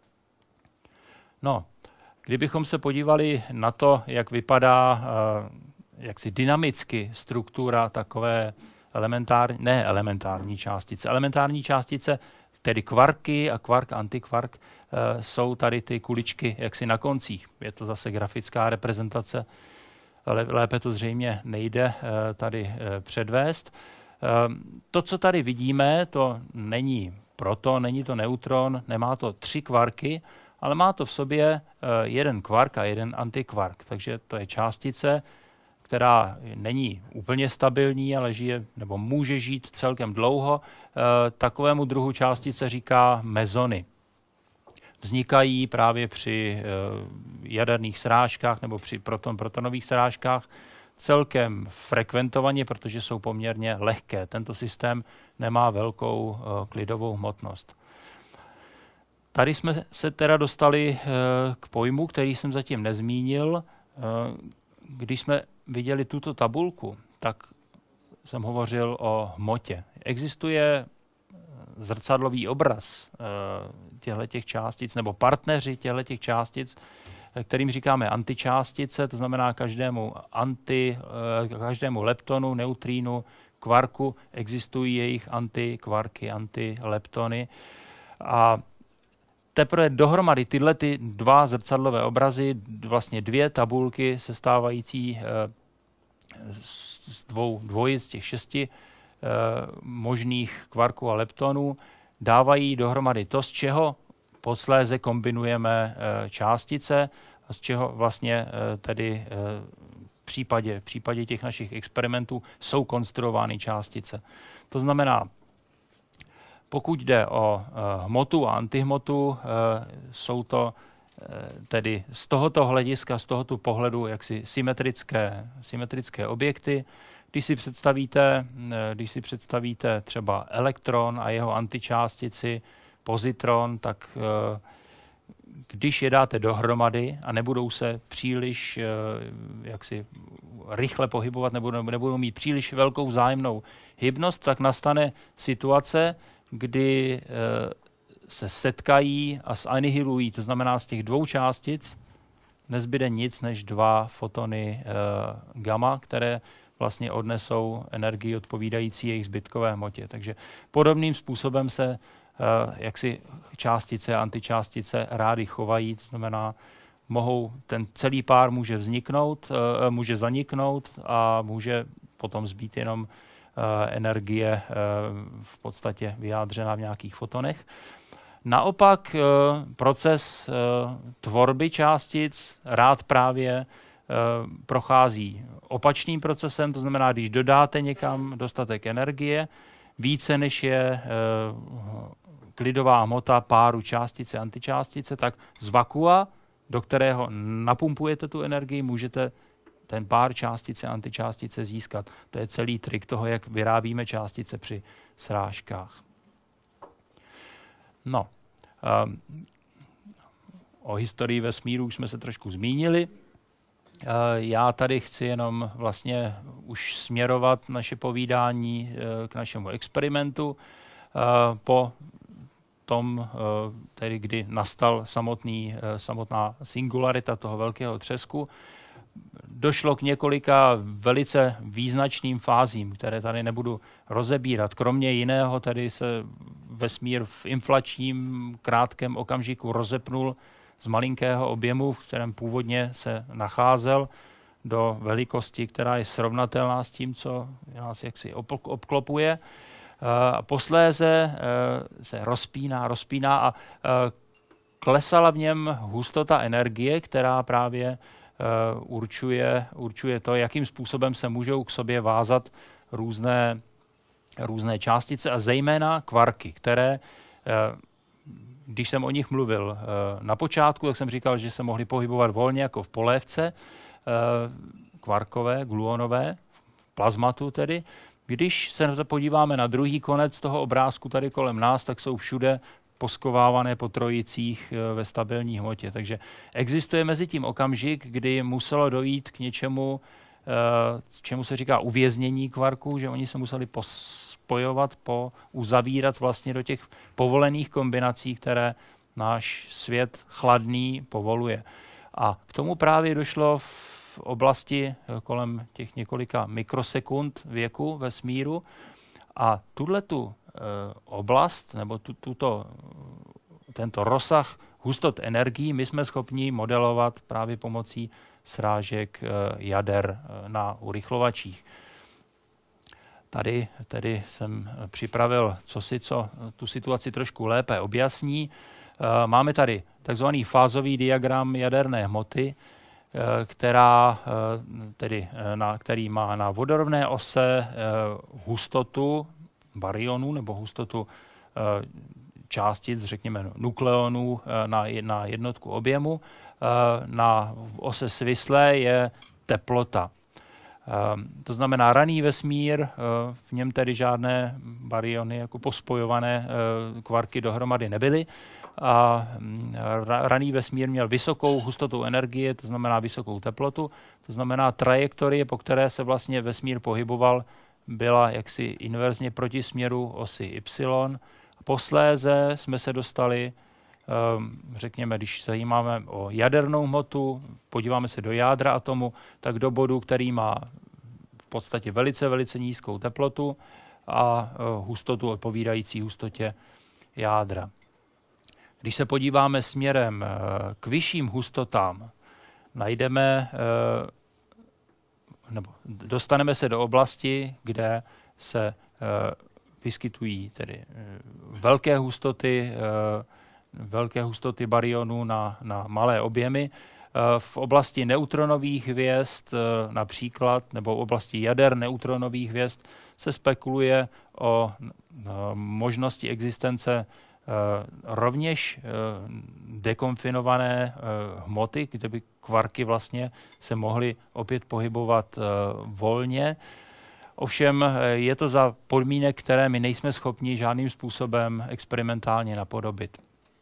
No, kdybychom se podívali na to, jak vypadá jaksi dynamicky struktura takové elementární, ne elementární částice, elementární částice, tedy kvarky a kvark, antikvark, jsou tady ty kuličky jaksi na koncích. Je to zase grafická reprezentace, lépe to zřejmě nejde tady předvést. To, co tady vidíme, to není proton, není to neutron, nemá to tři kvarky, ale má to v sobě jeden kvark a jeden antikvark. Takže to je částice, která není úplně stabilní, ale žije nebo může žít celkem dlouho. Takovému druhu částice říká mezony. Vznikají právě při jaderných srážkách nebo při proton-protonových srážkách celkem frekventovaně, protože jsou poměrně lehké. Tento systém nemá velkou klidovou hmotnost. Tady jsme se teda dostali k pojmu, který jsem zatím nezmínil. Když jsme viděli tuto tabulku, tak jsem hovořil o hmotě. Existuje zrcadlový obraz těchto částic, nebo partneři těchto částic, kterým říkáme antičástice, to znamená každému, anti, každému leptonu, neutrínu, kvarku existují jejich antikvarky, antileptony a teprve dohromady tyhle ty dva zrcadlové obrazy, vlastně dvě tabulky sestávající z dvou dvojic, z těch šesti možných kvarků a leptonů, dávají dohromady to, z čeho posléze kombinujeme částice a z čeho vlastně tedy v případě, v případě těch našich experimentů jsou konstruovány částice. To znamená, pokud jde o hmotu a antihmotu, jsou to tedy z tohoto hlediska, z tohoto pohledu jaksi symetrické, symetrické objekty. Když si představíte, když si představíte třeba elektron a jeho antičástici, pozitron, tak když je dáte dohromady a nebudou se příliš jaksi rychle pohybovat, nebudou, nebudou mít příliš velkou vzájemnou hybnost, tak nastane situace, kdy se setkají a zanihilují. To znamená, z těch dvou částic nezbyde nic než dva fotony gamma, které vlastně odnesou energii odpovídající jejich zbytkové hmotě. Takže podobným způsobem se jak si částice a antičástice rády chovají, to znamená, mohou, ten celý pár může vzniknout, může zaniknout a může potom zbýt jenom energie v podstatě vyjádřená v nějakých fotonech. Naopak proces tvorby částic rád právě prochází opačným procesem, to znamená, když dodáte někam dostatek energie, více než je klidová hmota páru částice a antičástice, tak z vakua, do kterého napumpujete tu energii, můžete ten pár částice a antičástice získat. To je celý trik toho, jak vyrábíme částice při srážkách. No, um, o historii vesmíru už jsme se trošku zmínili. Uh, já tady chci jenom vlastně už směrovat naše povídání uh, k našemu experimentu. Uh, po tom, uh, tedy kdy nastal samotný, uh, samotná singularita toho velkého třesku, došlo k několika velice význačným fázím, které tady nebudu rozebírat. Kromě jiného tady se vesmír v inflačním krátkém okamžiku rozepnul z malinkého objemu, v kterém původně se nacházel, do velikosti, která je srovnatelná s tím, co nás jaksi obklopuje. A posléze se rozpíná, rozpíná a klesala v něm hustota energie, která právě Uh, určuje, určuje to, jakým způsobem se můžou k sobě vázat různé, různé částice a zejména kvarky, které, uh, když jsem o nich mluvil uh, na počátku, tak jsem říkal, že se mohly pohybovat volně jako v polévce, uh, kvarkové, gluonové, plazmatu tedy. Když se podíváme na druhý konec toho obrázku tady kolem nás, tak jsou všude poskovávané po trojicích ve stabilní hmotě. Takže existuje mezi tím okamžik, kdy muselo dojít k něčemu, čemu se říká uvěznění kvarků, že oni se museli pospojovat, po, uzavírat vlastně do těch povolených kombinací, které náš svět chladný povoluje. A k tomu právě došlo v oblasti kolem těch několika mikrosekund věku vesmíru a tuhletu oblast nebo tu, tuto, tento rozsah hustot energií my jsme schopni modelovat právě pomocí srážek jader na urychlovačích. Tady tedy jsem připravil cosi, co tu situaci trošku lépe objasní. Máme tady takzvaný fázový diagram jaderné hmoty, která, tedy na, který má na vodorovné ose hustotu baryonů nebo hustotu e, částic, řekněme nukleonů e, na, na jednotku objemu. E, na ose svislé je teplota. E, to znamená raný vesmír, e, v něm tedy žádné baryony jako pospojované e, kvarky dohromady nebyly. A ra, raný vesmír měl vysokou hustotu energie, to znamená vysokou teplotu, to znamená trajektorie, po které se vlastně vesmír pohyboval, byla jaksi inverzně proti směru osy Y. Posléze jsme se dostali, řekněme, když zajímáme o jadernou hmotu, podíváme se do jádra atomu, tak do bodu, který má v podstatě velice, velice nízkou teplotu a hustotu odpovídající hustotě jádra. Když se podíváme směrem k vyšším hustotám, najdeme, nebo dostaneme se do oblasti, kde se vyskytují tedy velké hustoty, velké hustoty baryonů na, na malé objemy. V oblasti neutronových hvězd například, nebo v oblasti jader neutronových hvězd se spekuluje o možnosti existence rovněž dekonfinované hmoty, kde by kvarky vlastně se mohly opět pohybovat volně. Ovšem je to za podmínek, které my nejsme schopni žádným způsobem experimentálně napodobit.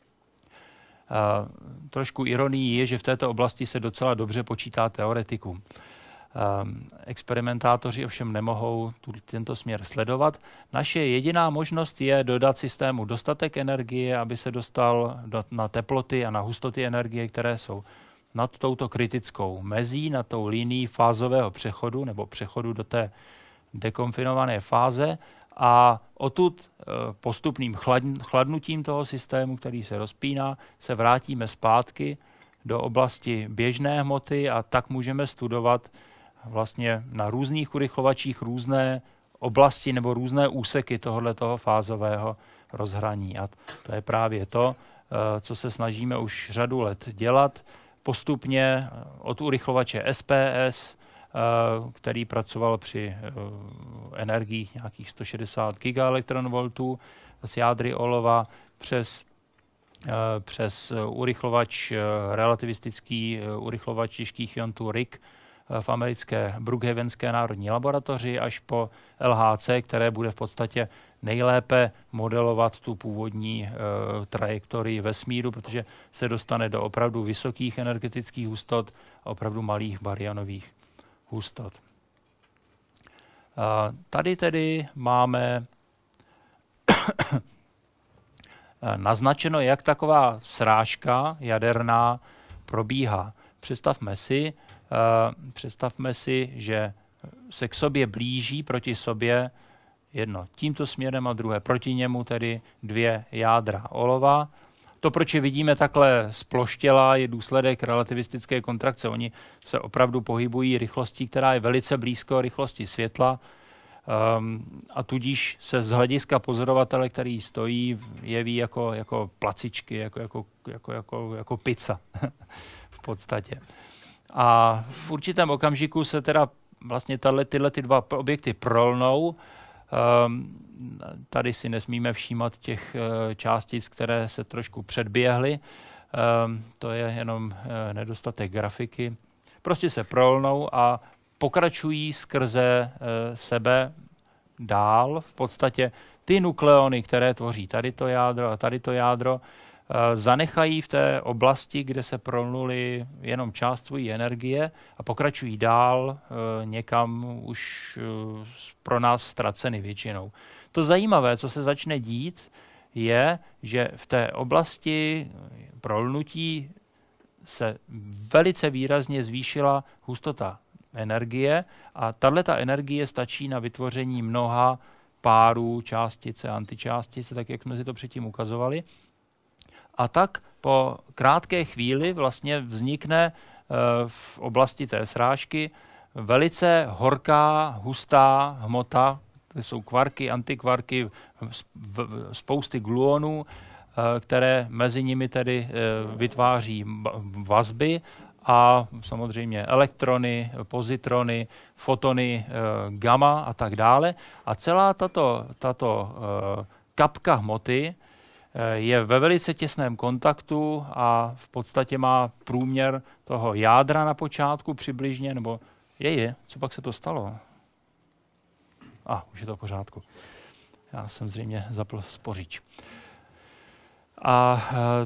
Uh, trošku ironií je, že v této oblasti se docela dobře počítá teoretikům. Uh, experimentátoři ovšem nemohou tu, tento směr sledovat. Naše jediná možnost je dodat systému dostatek energie, aby se dostal do, na teploty a na hustoty energie, které jsou nad touto kritickou mezí, nad tou linií fázového přechodu nebo přechodu do té dekonfinované fáze, a odtud postupným chladnutím toho systému, který se rozpíná, se vrátíme zpátky do oblasti běžné hmoty a tak můžeme studovat vlastně na různých urychlovačích různé oblasti nebo různé úseky tohoto fázového rozhraní. A to je právě to, co se snažíme už řadu let dělat. Postupně od urychlovače S P S, který pracoval při energiích nějakých sto šedesát gigaelektronvoltů z jádry olova, přes, přes urychlovač, relativistický urychlovač těžkých iontů R I C v americké Brookhavenské národní laboratoři až po L H C, které bude v podstatě nejlépe modelovat tu původní uh, trajektorii vesmíru, protože se dostane do opravdu vysokých energetických hustot a opravdu malých baryonových hustot. Uh, tady tedy máme naznačeno, jak taková srážka jaderná probíhá. Představme si, uh, představme si, že se k sobě blíží proti sobě jedno tímto směrem a druhé proti němu, tedy dvě jádra olova. To, proč je vidíme takhle sploštělá, je důsledek relativistické kontrakce. Oni se opravdu pohybují rychlostí, která je velice blízko rychlosti světla, um, a tudíž se z hlediska pozorovatele, který stojí, jeví jako, jako placičky, jako, jako, jako, jako, jako pizza v podstatě. A v určitém okamžiku se teda vlastně tato, tyhle ty dva objekty prolnou. Um, tady si nesmíme všímat těch uh, částic, které se trošku předběhly. Um, to je jenom uh, nedostatek grafiky. Prostě se prolnou a pokračují skrze uh, sebe dál. V podstatě ty nukleony, které tvoří tady to jádro a tady to jádro, uh, zanechají v té oblasti, kde se prolnuly, jenom část svojí energie a pokračují dál uh, někam už uh, pro nás ztraceny většinou. To zajímavé, co se začne dít, je, že v té oblasti prolnutí se velice výrazně zvýšila hustota energie a tato energie stačí na vytvoření mnoha párů částice a antičástice, tak jak jsme si to předtím ukazovali. A tak po krátké chvíli vlastně vznikne v oblasti té srážky velice horká, hustá hmota, to jsou kvarky, antikvarky, spousty gluonů, které mezi nimi tedy vytváří vazby a samozřejmě elektrony, pozitrony, fotony, gamma a tak dále. A celá tato, tato kapka hmoty je ve velice těsném kontaktu a v podstatě má průměr toho jádra na počátku přibližně, nebo je, je, co pak se to stalo? A, ah, už je to v pořádku. Já jsem zřejmě zapl spořič. A e,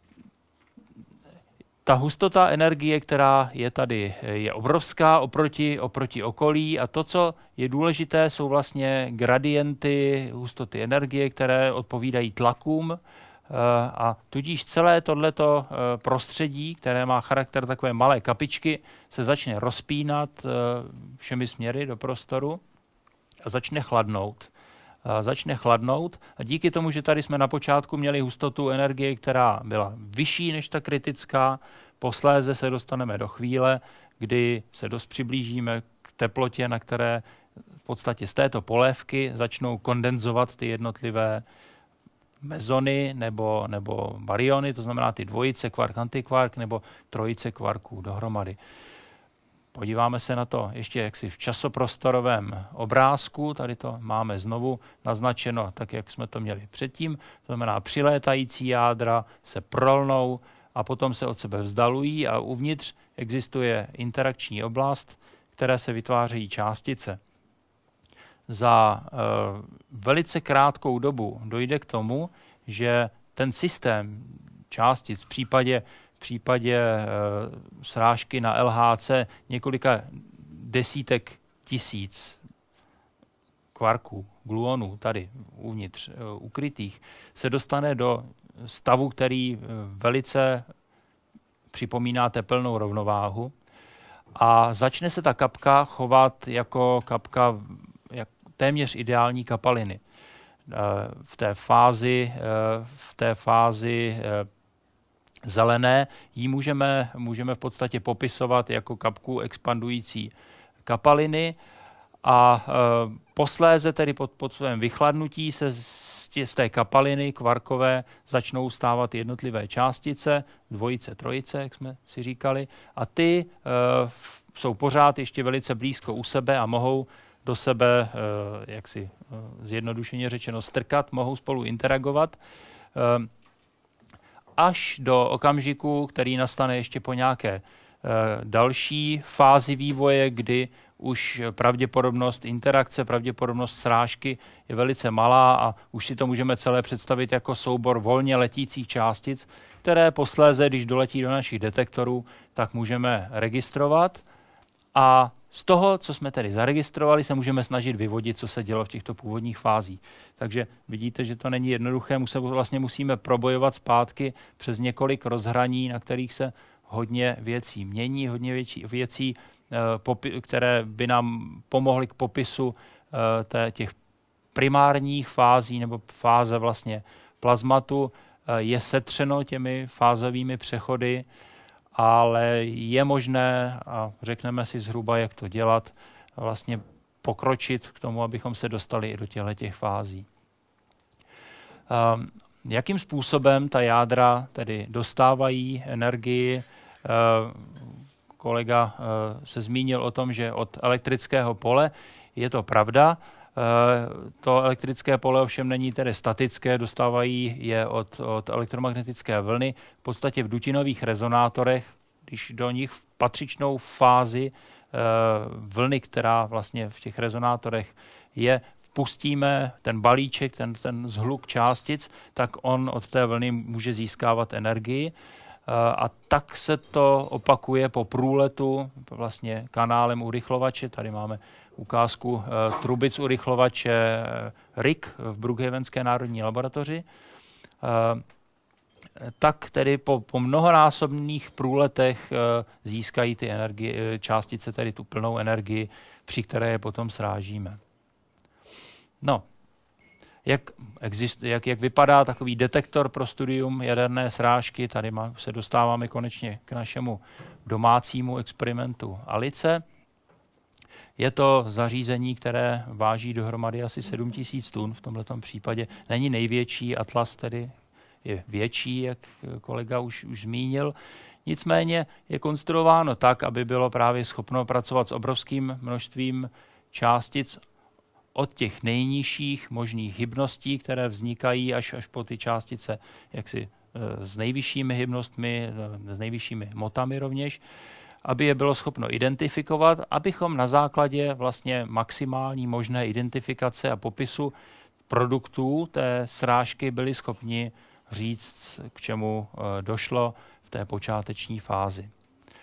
ta hustota energie, která je tady, je obrovská oproti, oproti okolí a to, co je důležité, jsou vlastně gradienty hustoty energie, které odpovídají tlakům, a tudíž celé tohleto prostředí, které má charakter takové malé kapičky, se začne rozpínat všemi směry do prostoru a začne chladnout. A začne chladnout a díky tomu, že tady jsme na počátku měli hustotu energie, která byla vyšší než ta kritická, posléze se dostaneme do chvíle, kdy se dost přiblížíme k teplotě, na které v podstatě z této polévky začnou kondenzovat ty jednotlivé mezony nebo, nebo baryony, to znamená ty dvojice kvark-antikvark nebo trojice kvarků dohromady. Podíváme se na to ještě jaksi v časoprostorovém obrázku. Tady to máme znovu naznačeno tak, jak jsme to měli předtím. To znamená, přilétající jádra se prolnou a potom se od sebe vzdalují a uvnitř existuje interakční oblast, které se vytvářejí částice. Za e, velice krátkou dobu dojde k tomu, že ten systém částic v případě v případě e, srážky na L H C několika desítek tisíc kvarků, gluonů tady uvnitř e, ukrytých, se dostane do stavu, který e, velice připomíná tepelnou rovnováhu a začne se ta kapka chovat jako kapka jak téměř ideální kapaliny. E, v té fázi, e, v té fázi e, zelené, ji můžeme, můžeme v podstatě popisovat jako kapku expandující kapaliny a e, posléze tedy pod, pod svém vychladnutí se z, tě, z té kapaliny kvarkové začnou stávat jednotlivé částice, dvojice, trojice, jak jsme si říkali, a ty e, v, jsou pořád ještě velice blízko u sebe a mohou do sebe, e, jak si e, zjednodušeně řečeno, strkat, mohou spolu interagovat. E, až do okamžiku, který nastane ještě po nějaké e, další fázi vývoje, kdy už pravděpodobnost interakce, pravděpodobnost srážky je velice malá a už si to můžeme celé představit jako soubor volně letících částic, které posléze, když doletí do našich detektorů, tak můžeme registrovat a z toho, co jsme tedy zaregistrovali, se můžeme snažit vyvodit, co se dělo v těchto původních fázích. Takže vidíte, že to není jednoduché, musíme, vlastně musíme probojovat zpátky přes několik rozhraní, na kterých se hodně věcí mění, hodně věcí, věcí, které by nám pomohly k popisu těch primárních fází nebo fáze vlastně plazmatu. Je setřeno těmi fázovými přechody, ale je možné, a řekneme si zhruba, jak to dělat, vlastně pokročit k tomu, abychom se dostali i do těchto fází. Um, jakým způsobem ta jádra tedy dostávají energii? Uh, kolega uh, se zmínil o tom, že od elektrického pole je to pravda. Uh, to elektrické pole ovšem není tedy statické, dostávají je od, od elektromagnetické vlny. V podstatě v dutinových rezonátorech, když do nich v patřičnou fázi uh, vlny, která vlastně v těch rezonátorech je, vpustíme ten balíček, ten, ten zhluk částic, tak on od té vlny může získávat energii. Uh, a tak se to opakuje po průletu vlastně kanálem urychlovače. Tady máme ukázku uh, trubic urychlovače uh, R I C v Brookhavenské národní laboratoři. Uh, tak tedy po, po mnohonásobných průletech uh, získají ty energie, částice, tedy tu plnou energii, při které je potom srážíme. No, jak, exist, jak, jak vypadá takový detektor pro studium jaderné srážky? Tady má, se dostáváme konečně k našemu domácímu experimentu ALICE. Je to zařízení, které váží dohromady asi sedm tisíc tun v tomto případě. Není největší, Atlas tedy je větší, jak kolega už, už zmínil. Nicméně je konstruováno tak, aby bylo právě schopno pracovat s obrovským množstvím částic od těch nejnižších možných hybností, které vznikají až, až po ty částice jaksi s nejvyššími hybnostmi, s nejvyššími motami rovněž, aby je bylo schopno identifikovat, abychom na základě vlastně maximální možné identifikace a popisu produktů té srážky byli schopni říct, k čemu došlo v té počáteční fázi.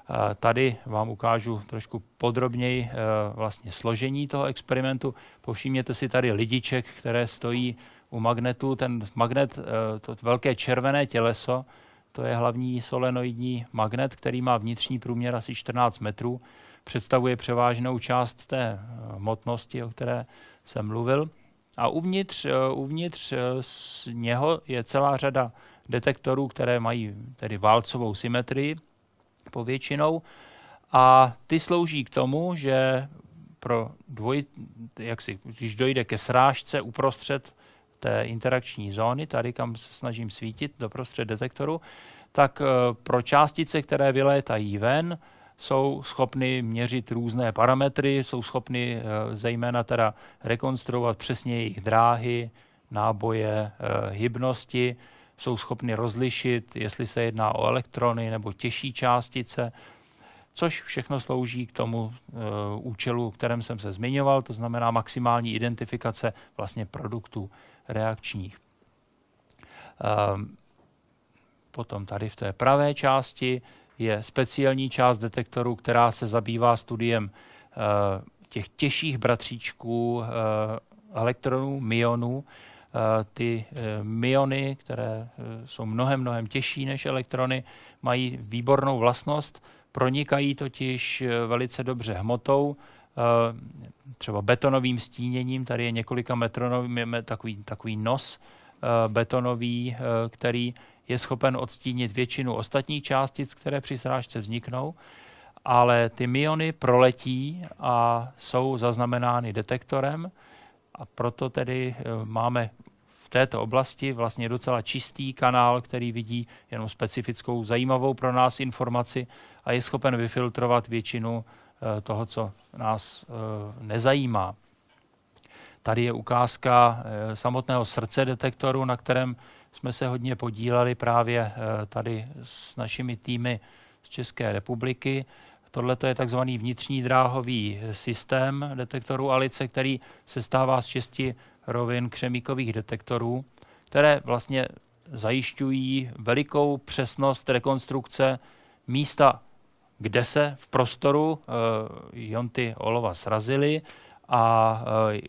Tady vám ukážu trošku podrobněji vlastně složení toho experimentu. Povšimněte si tady lidiček, které stojí u magnetu. Ten magnet, to velké červené těleso, to je hlavní solenoidní magnet, který má vnitřní průměr asi čtrnáct metrů. Představuje převážnou část té hmotnosti, o které jsem mluvil. A uvnitř, uvnitř z něho je celá řada detektorů, které mají tedy válcovou symetrii povětšinou. A ty slouží k tomu, že pro dvoj, jak si, když dojde ke srážce uprostřed té interakční zóny, tady kam se snažím svítit doprostřed detektoru, tak pro částice, které vylétají ven, jsou schopny měřit různé parametry, jsou schopny zejména teda rekonstruovat přesně jejich dráhy, náboje, hybnosti, jsou schopny rozlišit, jestli se jedná o elektrony nebo těžší částice, což všechno slouží k tomu uh, účelu, o kterém jsem se zmiňoval, to znamená maximální identifikace vlastně produktů reakčních. Um, potom tady v té pravé části je speciální část detektoru, která se zabývá studiem uh, těch těžších bratříčků uh, elektronů, myonů. Uh, ty uh, myony, které uh, jsou mnohem, mnohem těžší než elektrony, mají výbornou vlastnost, pronikají totiž uh, velice dobře hmotou, uh, třeba betonovým stíněním. Tady je několika metronový, takový, takový nos uh, betonový, uh, který je schopen odstínit většinu ostatních částic, které při srážce vzniknou, ale ty myony proletí a jsou zaznamenány detektorem a proto tedy máme v této oblasti vlastně docela čistý kanál, který vidí jenom specifickou zajímavou pro nás informaci a je schopen vyfiltrovat většinu toho, co nás nezajímá. Tady je ukázka samotného srdce detektoru, na kterém jsme se hodně podíleli právě tady s našimi týmy z České republiky. Tohle je takzvaný vnitřní dráhový systém detektoru ALICE, který se stává z šesti rovin křemíkových detektorů, které vlastně zajišťují velikou přesnost rekonstrukce místa, kde se v prostoru ionty olova srazily a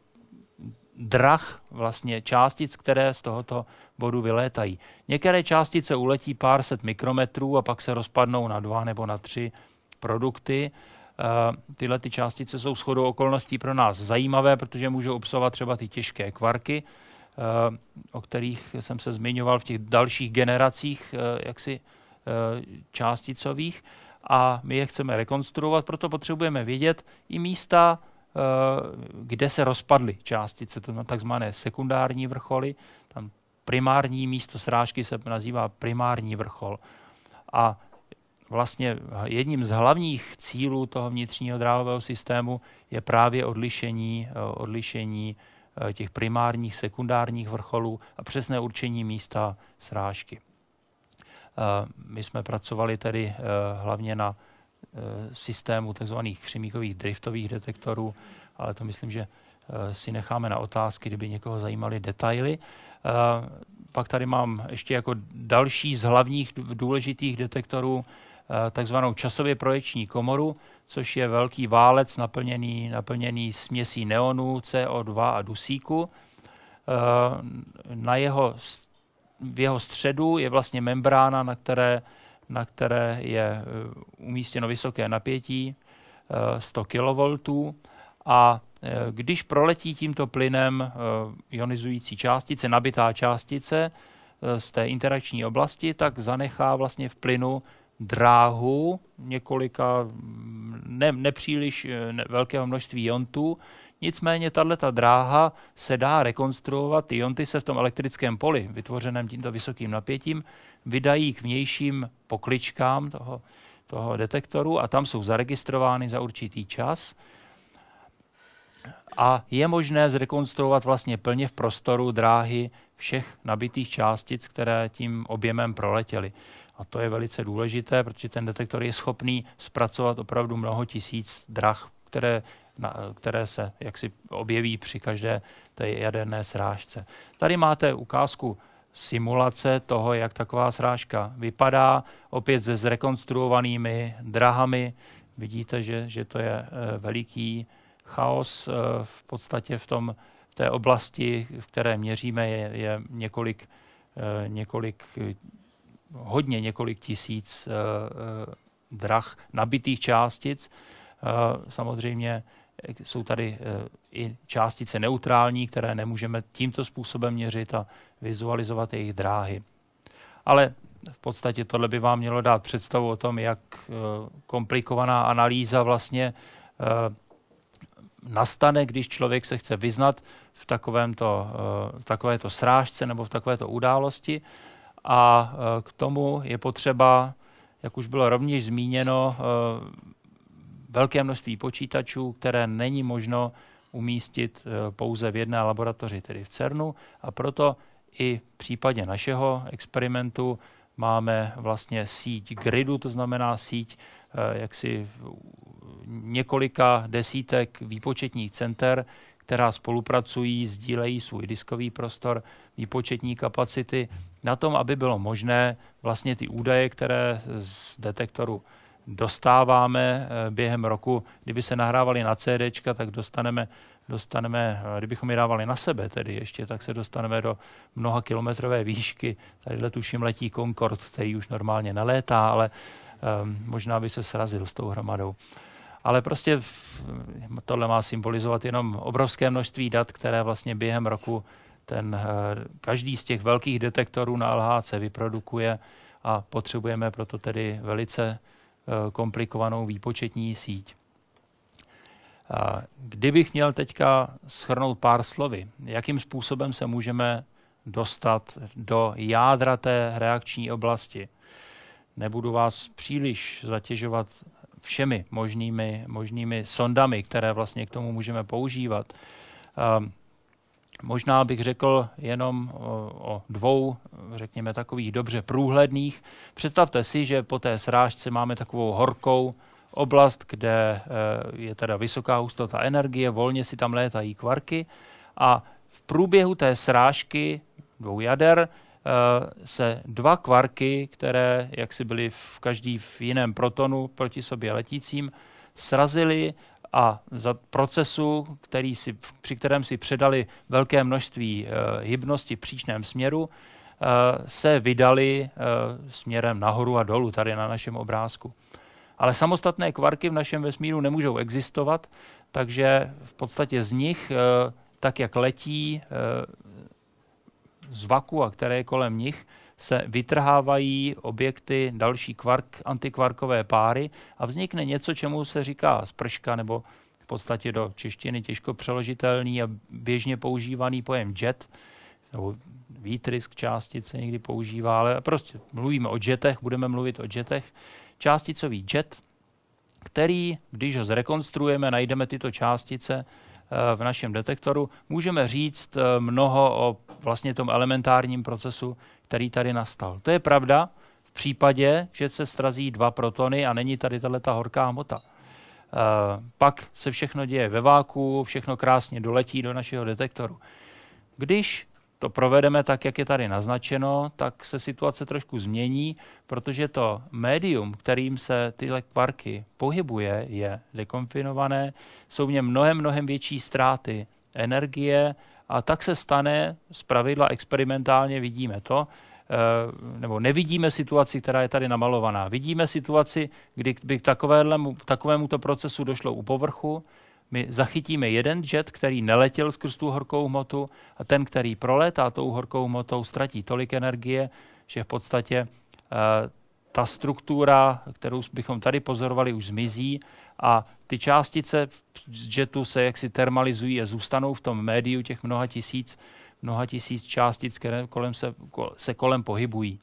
drah vlastně částic, které z tohoto bodu vylétají. Některé částice uletí pár set mikrometrů a pak se rozpadnou na dva nebo na tři produkty. Tyhle ty částice jsou shodou okolností pro nás zajímavé, protože můžou obsahovat třeba ty těžké kvarky, o kterých jsem se zmiňoval v těch dalších generacích jaksi částicových, a my je chceme rekonstruovat, proto potřebujeme vědět i místa, kde se rozpadly částice, to jsou takzvané sekundární vrcholy. Tam primární místo srážky se nazývá primární vrchol. A vlastně jedním z hlavních cílů toho vnitřního dráhového systému je právě odlišení, odlišení těch primárních, sekundárních vrcholů a přesné určení místa srážky. My jsme pracovali tedy hlavně na systému tzv. Křemíkových driftových detektorů, ale to myslím, že si necháme na otázky, kdyby někoho zajímaly detaily. Pak tady mám ještě jako další z hlavních důležitých detektorů takzvanou časově projekční komoru, což je velký válec naplněný, naplněný směsí neonů, C O dva a dusíku. Na jeho, v jeho středu je vlastně membrána, na které, na které je umístěno vysoké napětí, sto kilovoltů, a když proletí tímto plynem ionizující částice, nabitá částice z té interakční oblasti, tak zanechá vlastně v plynu dráhu několika ne, nepříliš ne, velkého množství iontů. Nicméně tato dráha se dá rekonstruovat. Ty ionty se v tom elektrickém poli, vytvořeném tímto vysokým napětím, vydají k vnějším pokličkám toho, toho detektoru a tam jsou zaregistrovány za určitý čas. A je možné zrekonstruovat vlastně plně v prostoru dráhy všech nabitých částic, které tím objemem proletěly. A to je velice důležité, protože ten detektor je schopný zpracovat opravdu mnoho tisíc drah, které, na, které se jaksi objeví při každé té jaderné srážce. Tady máte ukázku simulace toho, jak taková srážka vypadá, opět se zrekonstruovanými drahami. Vidíte, že, že to je veliký chaos v podstatě v, tom, v té oblasti, v které měříme, je, je několik, několik, hodně několik tisíc drah nabitých částic. Samozřejmě jsou tady i částice neutrální, které nemůžeme tímto způsobem měřit a vizualizovat jejich dráhy. Ale v podstatě tohle by vám mělo dát představu o tom, jak komplikovaná analýza vlastně nastane, když člověk se chce vyznat v takovémto, v takovéto srážce nebo v takovéto události. A k tomu je potřeba, jak už bylo rovněž zmíněno, velké množství počítačů, které není možno umístit pouze v jedné laboratoři, tedy v CERNu, a proto i v případě našeho experimentu máme vlastně síť gridu, to znamená síť jaksi několika desítek výpočetních center, která spolupracují, sdílejí svůj diskový prostor, výpočetní kapacity na tom, aby bylo možné vlastně ty údaje, které z detektoru dostáváme během roku, kdyby se nahrávali na CDčka, tak dostaneme, dostaneme, kdybychom je dávali na sebe tedy ještě, tak se dostaneme do mnoha kilometrové výšky. Tadyhle tuším letí Concorde, který už normálně nelétá, ale um, možná by se srazil s tou hromadou. Ale prostě tohle má symbolizovat jenom obrovské množství dat, které vlastně během roku ten, každý z těch velkých detektorů na L H C vyprodukuje a potřebujeme proto tedy velice komplikovanou výpočetní síť. Kdybych měl teďka shrnout pár slovy, jakým způsobem se můžeme dostat do jádra té reakční oblasti. Nebudu vás příliš zatěžovat všemi možnými, možnými sondami, které vlastně k tomu můžeme používat. Možná bych řekl jenom o, o dvou, řekněme, takových dobře průhledných. Představte si, že po té srážce máme takovou horkou oblast, kde je teda vysoká hustota energie, volně si tam létají kvarky a v průběhu té srážky dvou jader se dva kvarky, které jaksi byly v každý v jiném protonu proti sobě letícím, srazily a za procesu, který si, při kterém si předali velké množství e, hybnosti v příčném směru, e, se vydali e, směrem nahoru a dolů, tady na našem obrázku. Ale samostatné kvarky v našem vesmíru nemůžou existovat, takže v podstatě z nich, e, tak jak letí e, z vakua, které je kolem nich, se vytrhávají objekty, další kvark, antikvarkové páry a vznikne něco, čemu se říká sprška, nebo v podstatě do češtiny těžko přeložitelný a běžně používaný pojem jet, nebo výtrysk částice někdy používá, ale prostě mluvíme o jetech, budeme mluvit o jetech. Částicový jet, který, když ho zrekonstruujeme, najdeme tyto částice v našem detektoru, můžeme říct mnoho o vlastně tom elementárním procesu, který tady nastal. To je pravda v případě, že se srazí dva protony a není tady tato horká hmota. E, pak se všechno děje ve váku, všechno krásně doletí do našeho detektoru. Když to provedeme tak, jak je tady naznačeno, tak se situace trošku změní, protože to médium, kterým se tyhle kvarky pohybuje, je dekonfinované, jsou v něm mnohem, mnohem větší ztráty energie a tak se stane, zpravidla experimentálně vidíme to, nebo nevidíme situaci, která je tady namalovaná. Vidíme situaci, kdy by k takovémuto procesu došlo u povrchu. My zachytíme jeden jet, který neletěl skrz tu horkou hmotu a ten, který prolétá tou horkou hmotou, ztratí tolik energie, že v podstatě uh, ta struktura, kterou bychom tady pozorovali, už zmizí a ty částice z jetu se jaksi termalizují a zůstanou v tom médiu těch mnoha tisíc, mnoha tisíc částic, které kolem se, se kolem pohybují.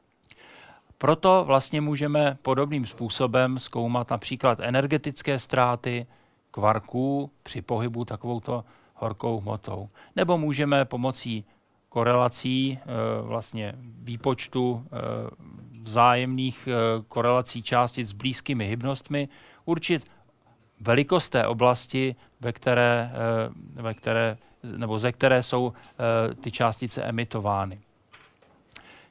Proto vlastně můžeme podobným způsobem zkoumat například energetické ztráty kvarků při pohybu takovouto horkou hmotou. Nebo můžeme pomocí korelací, vlastně výpočtu vzájemných korelací částic s blízkými hybnostmi určit velikost té oblasti, ve které, ve které, nebo ze které jsou ty částice emitovány.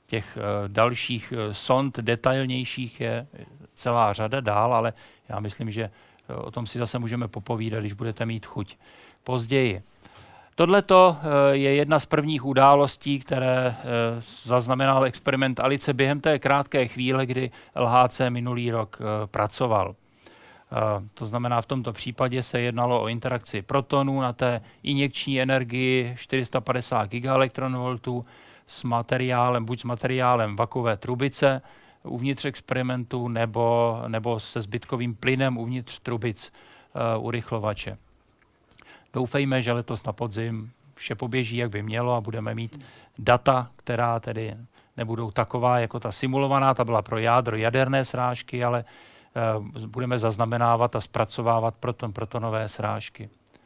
těch dalších sond detailnějších je celá řada dál, ale já myslím, že o tom si zase můžeme popovídat, když budete mít chuť později. Tohleto je jedna z prvních událostí, které zaznamenal experiment Alice během té krátké chvíle, kdy L H C minulý rok pracoval. To znamená, v tomto případě se jednalo o interakci protonů na té injekční energii čtyři sta padesát gigaelektronvoltů s materiálem, buď s materiálem vakové trubice uvnitř experimentu, nebo, nebo se zbytkovým plynem uvnitř trubic uh, urychlovače. Doufejme, že letos na podzim vše poběží, jak by mělo, a budeme mít data, která tedy nebudou taková jako ta simulovaná, ta byla pro jádro jaderné srážky, ale uh, budeme zaznamenávat a zpracovávat proton, protonové srážky.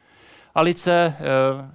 Alice, uh,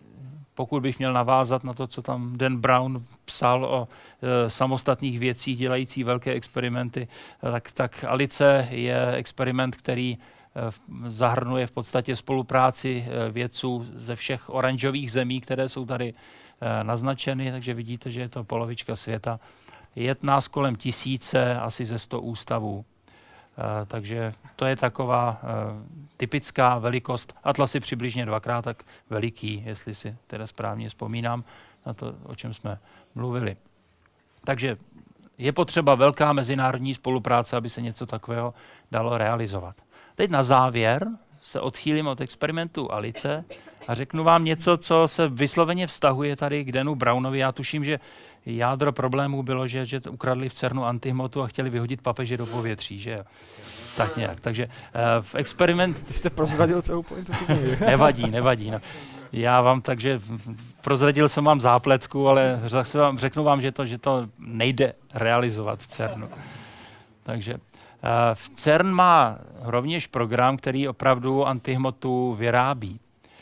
pokud bych měl navázat na to, co tam Dan Brown psal o e, samostatných věcích dělající velké experimenty, tak, tak Alice je experiment, který e, zahrnuje v podstatě spolupráci e, vědců ze všech oranžových zemí, které jsou tady e, naznačeny, takže vidíte, že je to polovička světa. Je nás kolem tisíce, asi ze sto ústavů. Uh, takže to je taková uh, typická velikost. Atlas je přibližně dvakrát tak veliký, jestli si teda správně vzpomínám na to, o čem jsme mluvili. Takže je potřeba velká mezinárodní spolupráce, aby se něco takového dalo realizovat. Teď na závěr se odchýlím od experimentu Alice a řeknu vám něco, co se vysloveně vztahuje tady k Danu Brownovi. Já tuším, že jádro problémů bylo, že, že ukradli v CERNu antihmotu a chtěli vyhodit papeže do povětří, že jo? Tak nějak. Takže uh, v experiment... Ty jste prozradil celou pointu. Nevadí, nevadí. No. Já vám takže prozradil jsem vám zápletku, ale zase vám, řeknu vám, že to, že to nejde realizovat v CERNu. Takže uh, v CERN má rovněž program, který opravdu antihmotu vyrábí,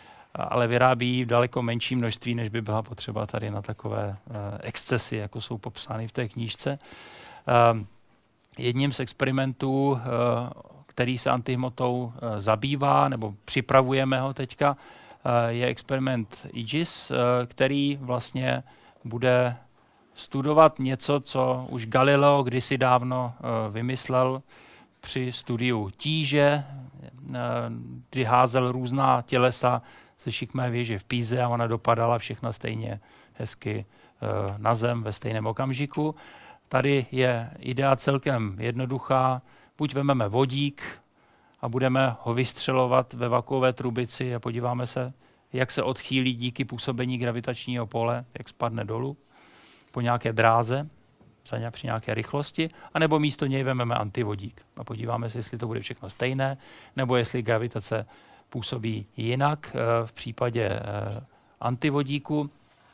ale vyrábí v daleko menší množství, než by byla potřeba tady na takové uh, excesy, jako jsou popsány v té knížce. Uh, jedním z experimentů, uh, který se antihmotou uh, zabývá, nebo připravujeme ho teďka, uh, je experiment Aegis, uh, který vlastně bude studovat něco, co už Galileo kdysi dávno uh, vymyslel při studiu tíže, uh, kdy házel různá tělesa ze šikmé věže v Píze a ona dopadala všechna stejně hezky uh, na zem ve stejném okamžiku. Tady je idea celkem jednoduchá. Buď vezmeme vodík a budeme ho vystřelovat ve vakuové trubici a podíváme se, jak se odchýlí díky působení gravitačního pole, jak spadne dolů po nějaké dráze při nějaké rychlosti, anebo místo něj vezmeme antivodík a podíváme se, jestli to bude všechno stejné, nebo jestli gravitace působí jinak v případě antivodíku.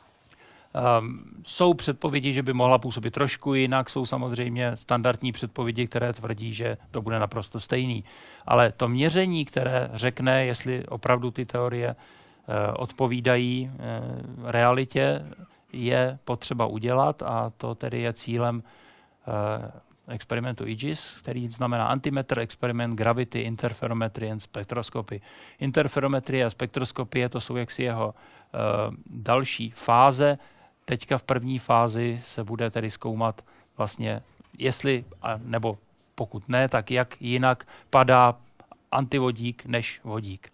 Um, jsou předpovědi, že by mohla působit trošku jinak, jsou samozřejmě standardní předpovědi, které tvrdí, že to bude naprosto stejný. Ale to měření, které řekne, jestli opravdu ty teorie uh, odpovídají uh, realitě, je potřeba udělat a to tedy je cílem uh, experimentu Aegis, který znamená Antimatter Experiment, Gravity, Interferometry and Spectroscopy. Interferometrie a spektroskopie, to jsou jaksi jeho uh, další fáze. Teďka v první fázi se bude tedy zkoumat vlastně, jestli, a nebo pokud ne, tak jak jinak padá antivodík než vodík.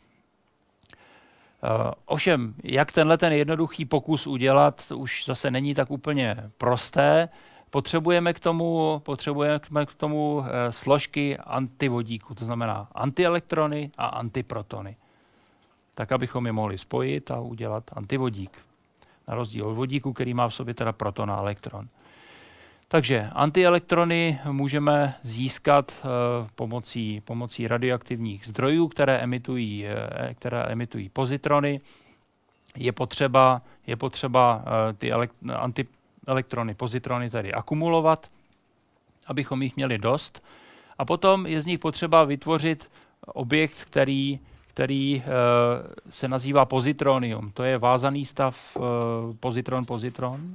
Uh, ovšem, jak tenhle ten jednoduchý pokus udělat, už zase není tak úplně prosté. Potřebujeme k tomu, potřebujeme k tomu uh, složky antivodíku, to znamená antielektrony a antiprotony. Tak, abychom je mohli spojit a udělat antivodík. Na rozdíl od vodíku, který má v sobě teda proton a elektron. Takže antielektrony můžeme získat uh, pomocí, pomocí radioaktivních zdrojů, které emitují, uh, které emitují pozitrony. Je potřeba, je potřeba uh, ty elekt- antielektrony, pozitrony tedy akumulovat, abychom jich měli dost. A potom je z nich potřeba vytvořit objekt, který který uh, se nazývá pozitronium. To je vázaný stav uh, pozitron-pozitron,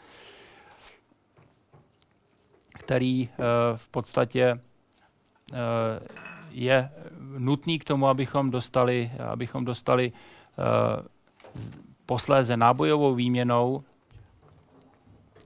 který uh, v podstatě uh, je nutný k tomu, abychom dostali, abychom dostali uh, posléze nábojovou výměnou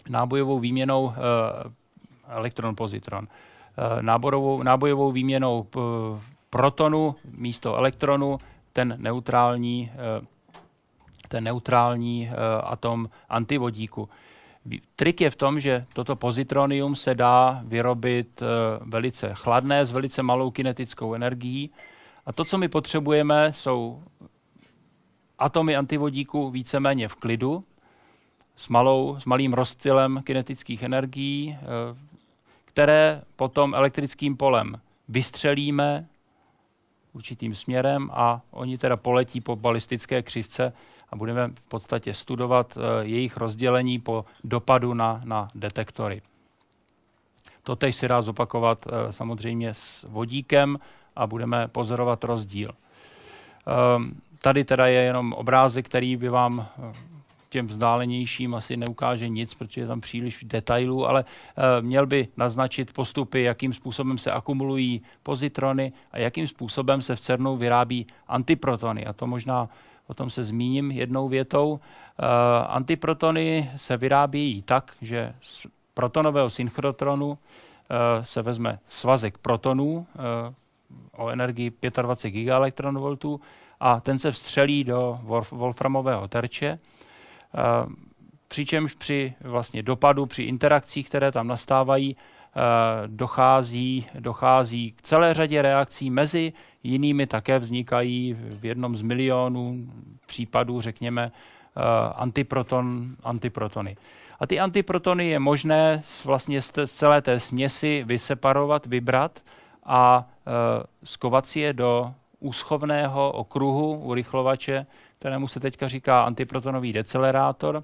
nábojovou výměnou elektron-pozitron, náborovou, nábojovou výměnou protonu místo elektronu, ten neutrální, ten neutrální atom antivodíku. Trik je v tom, že toto pozitronium se dá vyrobit velice chladné s velice malou kinetickou energií. A to, co my potřebujeme, jsou atomy antivodíku víceméně v klidu, s, malou, s malým rozptylem kinetických energií, které potom elektrickým polem vystřelíme určitým směrem a oni teda poletí po balistické křivce a budeme v podstatě studovat jejich rozdělení po dopadu na, na detektory. Totež si dá zopakovat samozřejmě s vodíkem a budeme pozorovat rozdíl. Tady teda je jenom obrázek, který by vám těm vzdálenějším asi neukáže nic, protože je tam příliš detailů, ale e, měl by naznačit postupy, jakým způsobem se akumulují pozitrony a jakým způsobem se v CERNu vyrábí antiprotony. A to možná o tom se zmíním jednou větou. E, antiprotony se vyrábějí tak, že z protonového synchrotronu e, se vezme svazek protonů e, o energii dvacet pět gigaelektronvoltů a ten se vstřelí do wolframového terče. Uh, přičemž při vlastně dopadu, při interakcích, které tam nastávají, uh, dochází, dochází k celé řadě reakcí. Mezi jinými také vznikají v jednom z milionů případů, řekněme, uh, antiproton, antiprotony. A ty antiprotony je možné z, vlastně z, z celé té směsi vyseparovat, vybrat a uh, skovat si je do úschovného okruhu urychlovače, kterému se teďka říká antiprotonový decelerátor.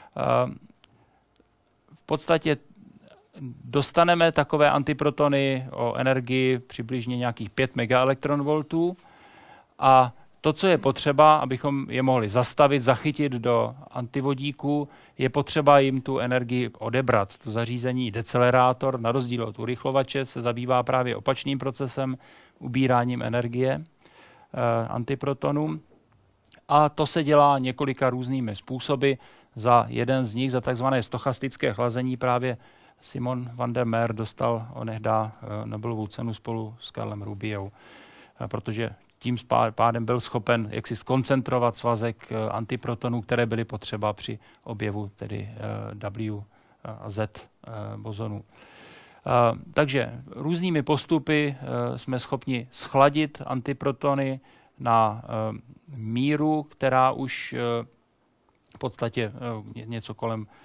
V podstatě dostaneme takové antiprotony o energii přibližně nějakých pět megaelektronvoltů a to, co je potřeba, abychom je mohli zastavit, zachytit do antivodíku, je potřeba jim tu energii odebrat. To zařízení decelerátor, na rozdíl od urychlovače, se zabývá právě opačným procesem, ubíráním energie eh, antiprotonů. A to se dělá několika různými způsoby. Za jeden z nich, za takzvané stochastické chlazení, právě Simon van der Meer dostal onehdá Nobelovu cenu spolu s Karlem Rubiou, protože tím pádem byl schopen jaksi skoncentrovat svazek antiprotonů, které byly potřeba při objevu tedy W a Z bozonů. Takže různými postupy jsme schopni schladit antiprotony na uh, míru, která už uh, v podstatě uh, něco kolem uh,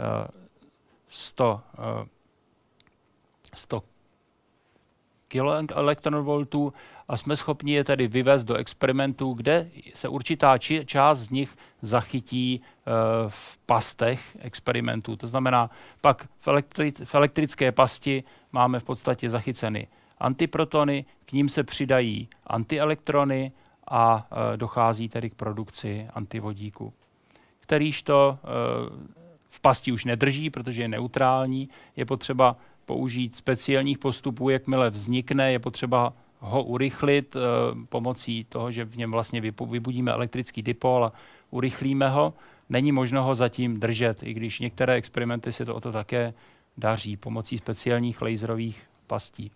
sto, uh, sto kiloelektronvoltů a jsme schopni je tedy vyvést do experimentů, kde se určitá či, část z nich zachytí uh, v pastech experimentů. To znamená, pak v, elektri- v elektrické pasti máme v podstatě zachyceny antiprotony, k ním se přidají antielektrony a e, dochází tedy k produkci antivodíku, kterýž to e, v pasti už nedrží, protože je neutrální. Je potřeba použít speciálních postupů, jakmile vznikne, je potřeba ho urychlit e, pomocí toho, že v něm vlastně vybudíme elektrický dipol a urychlíme ho. Není možno ho zatím držet, i když některé experimenty se to o to také daří pomocí speciálních laserových pastí.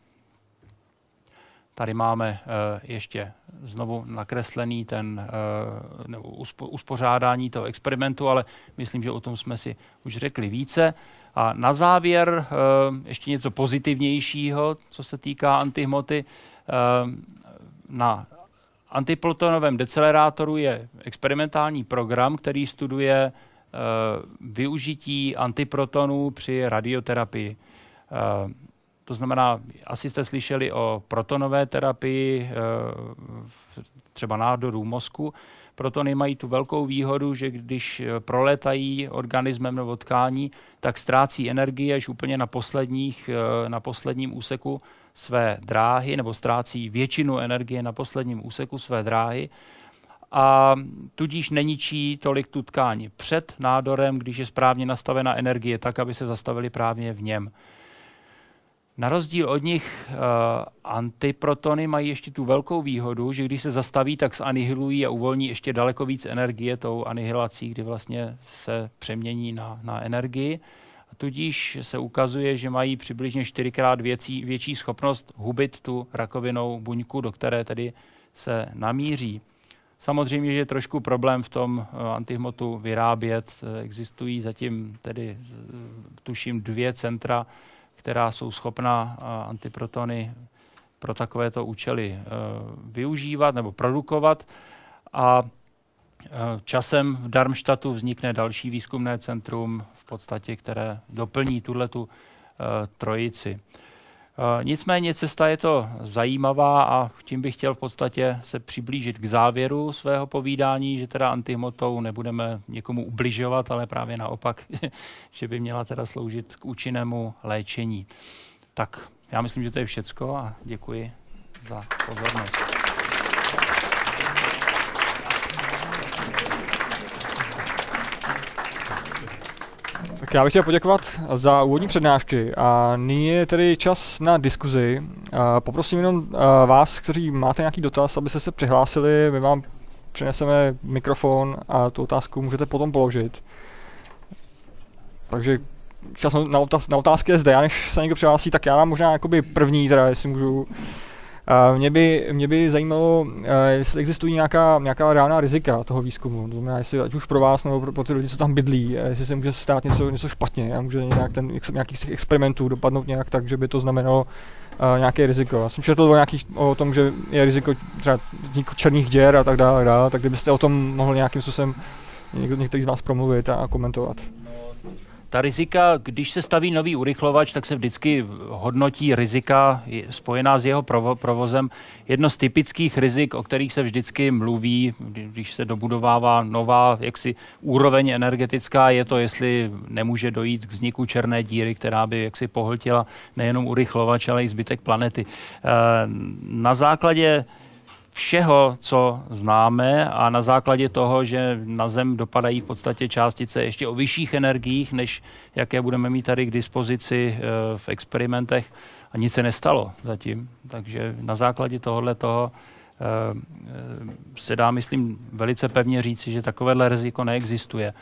Tady máme uh, ještě znovu nakreslený ten uh, nebo uspo, uspořádání toho experimentu, ale myslím, že o tom jsme si už řekli více. A na závěr uh, ještě něco pozitivnějšího, co se týká antihmoty. Uh, na antiprotonovém decelerátoru je experimentální program, který studuje uh, využití antiprotonů při radioterapii. Uh, To znamená, asi jste slyšeli o protonové terapii, třeba nádorů mozku. Protony mají tu velkou výhodu, že když prolétají organismem nebo tkání, tak ztrácí energie až úplně na, posledních, na posledním úseku své dráhy, nebo ztrácí většinu energie na posledním úseku své dráhy a tudíž neničí tolik tu tkání před nádorem, když je správně nastavena energie, tak, aby se zastavili právě v něm. Na rozdíl od nich uh, antiprotony mají ještě tu velkou výhodu, že když se zastaví, tak zanihilují a uvolní ještě daleko víc energie tou anihilací, kdy vlastně se přemění na, na energii. tudíž se ukazuje, že mají přibližně čtyřikrát větší, větší schopnost hubit tu rakovinou buňku, do které tedy se namíří. Samozřejmě, že je trošku problém v tom antihmotu vyrábět. Existují zatím tedy, tuším, dvě centra, která jsou schopna antiprotony pro takovéto účely využívat nebo produkovat. A časem v Darmstadtu vznikne další výzkumné centrum, v podstatě, které doplní tuhletu trojici. Nicméně cesta je to zajímavá a tím bych chtěl v podstatě se přiblížit k závěru svého povídání, že teda antihmotou nebudeme někomu ubližovat, ale právě naopak, že by měla teda sloužit k účinnému léčení. Tak já myslím, že to je všecko a děkuji za pozornost. Tak já bych chtěl poděkovat za úvodní přednášky a nyní je tedy čas na diskuzi. Poprosím jenom vás, kteří máte nějaký dotaz, abyste se přihlásili, my vám přineseme mikrofon a tu otázku můžete potom položit. Takže čas na, otáz, na otázky je zde, a než se někdo přihlásí, tak já mám možná jakoby první, teda, jestli můžu. Uh, mě, by, mě by zajímalo, uh, jestli existují nějaká, nějaká reálná rizika toho výzkumu. To znamená, jestli ať už pro vás nebo pro, pro ty lidi, co tam bydlí, jestli se může stát něco, něco špatně a může nějak ten, nějaký z těch experimentů dopadnout nějak tak, že by to znamenalo uh, nějaké riziko. Já jsem četl o, nějakých, o tom, že je riziko třeba vzniku černých děr a tak dále, dále, tak kdybyste o tom mohl nějakým způsobem někdo, některý z vás promluvit a, a komentovat. Ta rizika, když se staví nový urychlovač, tak se vždycky hodnotí rizika spojená s jeho provo- provozem. Jedno z typických rizik, o kterých se vždycky mluví, když se dobudovává nová jaksi úroveň energetická, je to, jestli nemůže dojít k vzniku černé díry, která by jaksi pohltila nejenom urychlovač, ale i zbytek planety. Na základě všeho, co známe a na základě toho, že na Zem dopadají v podstatě částice ještě o vyšších energiích, než jaké budeme mít tady k dispozici v experimentech, a nic se nestalo zatím. Takže na základě tohohle toho se dá, myslím, velice pevně říci, že takovéhle riziko neexistuje.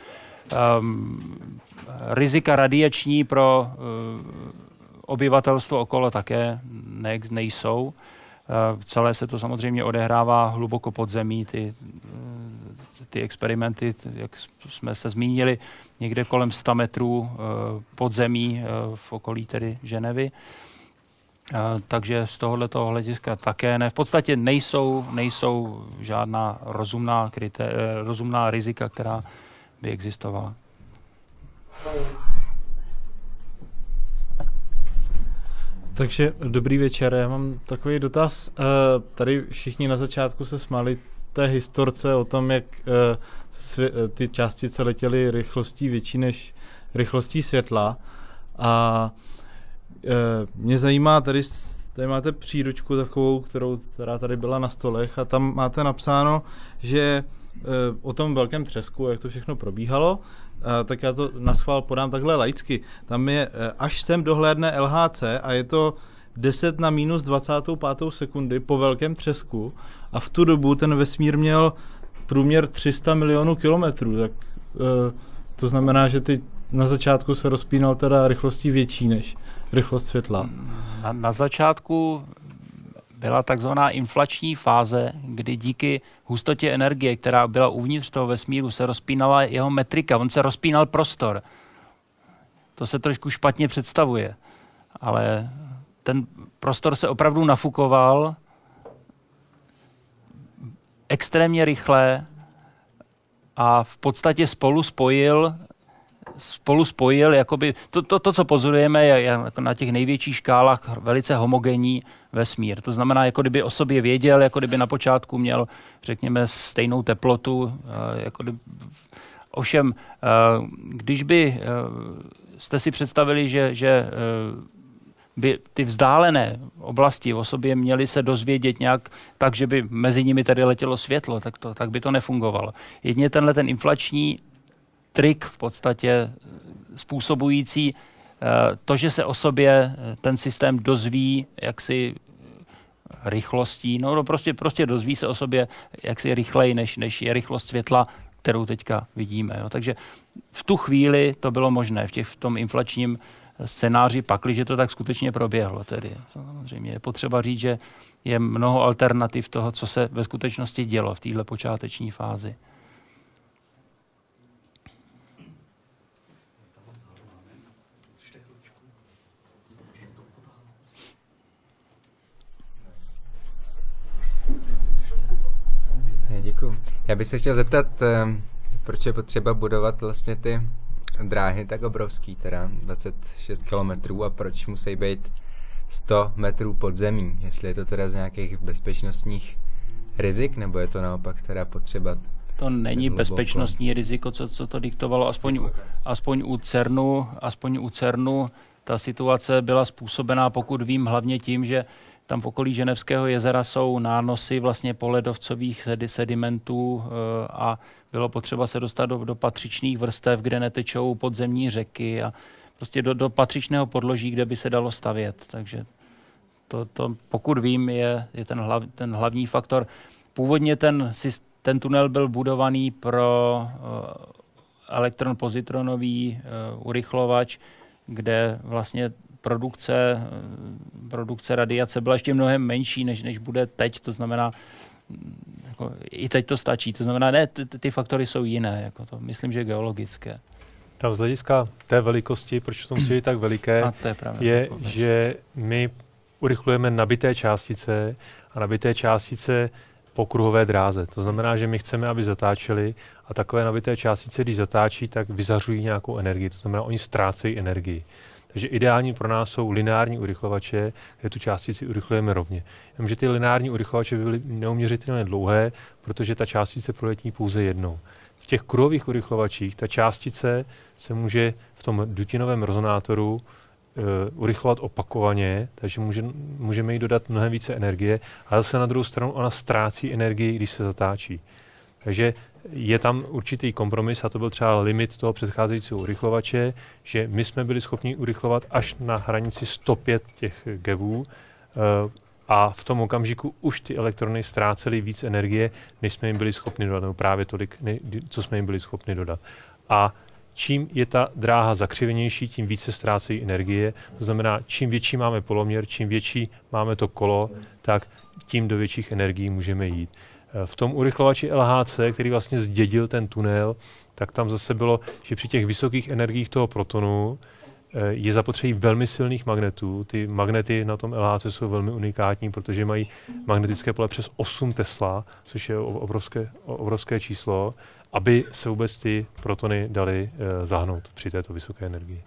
Rizika radiační pro obyvatelstvo okolo také ne, nejsou. Celé se to samozřejmě odehrává hluboko pod zemí, ty, ty experimenty, jak jsme se zmínili, někde kolem sto metrů pod zemí v okolí tedy Ženevy. Takže z tohoto hlediska také ne. V podstatě nejsou, nejsou žádná rozumná, kryté, rozumná rizika, která by existovala. Takže dobrý večer, já mám takový dotaz. Tady všichni na začátku se smáli té historce o tom, jak ty částice letěly rychlostí větší než rychlostí světla. A mě zajímá, tady, tady máte příručku takovou, kterou, která tady byla na stolech, a tam máte napsáno, že o tom velkém třesku, jak to všechno probíhalo, tak já to naschvál podám takhle laicky. Tam je, až sem dohlédne L H C a je to deset na minus dvacet pět sekundy po velkém třesku a v tu dobu ten vesmír měl průměr tři sta milionů kilometrů, tak to znamená, že ty na začátku se rozpínal teda rychlostí větší než rychlost světla. Na, na začátku byla takzvaná inflační fáze, kdy díky hustotě energie, která byla uvnitř toho vesmíru, se rozpínala jeho metrika, on se rozpínal prostor. To se trošku špatně představuje, ale ten prostor se opravdu nafukoval extrémně rychle a v podstatě spolu spojil spolu spojil, jakoby, to, to, to, co pozorujeme, je, je na těch největších škálách velice homogenní vesmír. To znamená, jako kdyby o sobě věděl, jako kdyby na počátku měl, řekněme, stejnou teplotu. Jako kdyby... Ovšem, když by jste si představili, že, že by ty vzdálené oblasti o sobě měly se dozvědět nějak tak, že by mezi nimi tady letělo světlo, tak, to, tak by to nefungovalo. Jedině tenhle ten inflační trik v podstatě způsobující to, že se o sobě ten systém dozví jaksi rychlostí, no, no prostě, prostě dozví se o sobě jaksi rychleji, než, než je rychlost světla, kterou teďka vidíme. Jo. Takže v tu chvíli to bylo možné v, těch, v tom inflačním scénáři, pakliže to tak skutečně proběhlo. Tedy. Samozřejmě je potřeba říct, že je mnoho alternativ toho, co se ve skutečnosti dělo v této počáteční fázi. Děkuji. Já bych se chtěl zeptat, proč je potřeba budovat vlastně ty dráhy tak obrovský, teda dvacet šest kilometrů, a proč musí být sto metrů pod zemí, jestli je to teda z nějakých bezpečnostních rizik, nebo je to naopak teda potřeba? To není bezpečnostní riziko, co, co to diktovalo, aspoň, aspoň u CERNu, aspoň u CERNu ta situace byla způsobená, pokud vím, hlavně tím, že tam v okolí Ženevského jezera jsou nánosy vlastně poledovcových sedimentů a bylo potřeba se dostat do, do patřičných vrstev, kde netečou podzemní řeky a prostě do, do patřičného podloží, kde by se dalo stavět. Takže to, to pokud vím, je, je ten, hlav, ten hlavní faktor. Původně ten, ten tunel byl budovaný pro elektron-pozitronový urychlovač, kde vlastně produkce, produkce radiace byla ještě mnohem menší, než, než bude teď. To znamená, jako, i teď to stačí. To znamená, ne, ty, ty faktory jsou jiné. Jako to, myslím, že geologické. Tam z hlediska té velikosti, proč to musí být tak veliké, a to je, pravda, je, že my urychlujeme nabité částice a nabité částice po kruhové dráze. To znamená, že my chceme, aby zatáčely a takové nabité částice, když zatáčí, tak vyzařují nějakou energii. To znamená, oni ztrácejí energii. Takže ideální pro nás jsou lineární urychlovače, kde tu částici urychlujeme rovně. Jenomže ty lineární urychlovače by byly neuměřitelně dlouhé, protože ta částice proletí pouze jednou. V těch kruhových urychlovačích ta částice se může v tom dutinovém rezonátoru uh, urychlovat opakovaně, takže může, můžeme jí dodat mnohem více energie, ale zase na druhou stranu ona ztrácí energii, když se zatáčí. Takže je tam určitý kompromis a to byl třeba limit toho předcházejícího urychlovače, že my jsme byli schopni urychlovat až na hranici sto pět těch gevů a v tom okamžiku už ty elektrony ztrácely víc energie, než jsme jim byli schopni dodat, nebo právě tolik, co jsme jim byli schopni dodat. A čím je ta dráha zakřivenější, tím více ztrácejí energie. To znamená, čím větší máme poloměr, čím větší máme to kolo, tak tím do větších energií můžeme jít. V tom urychlovači L H C, který vlastně zdědil ten tunel, tak tam zase bylo, že při těch vysokých energiích toho protonu je zapotřebí velmi silných magnetů. Ty magnety na tom L H C jsou velmi unikátní, protože mají magnetické pole přes osm Tesla, což je obrovské, obrovské číslo, aby se vůbec ty protony daly zahnout při této vysoké energii.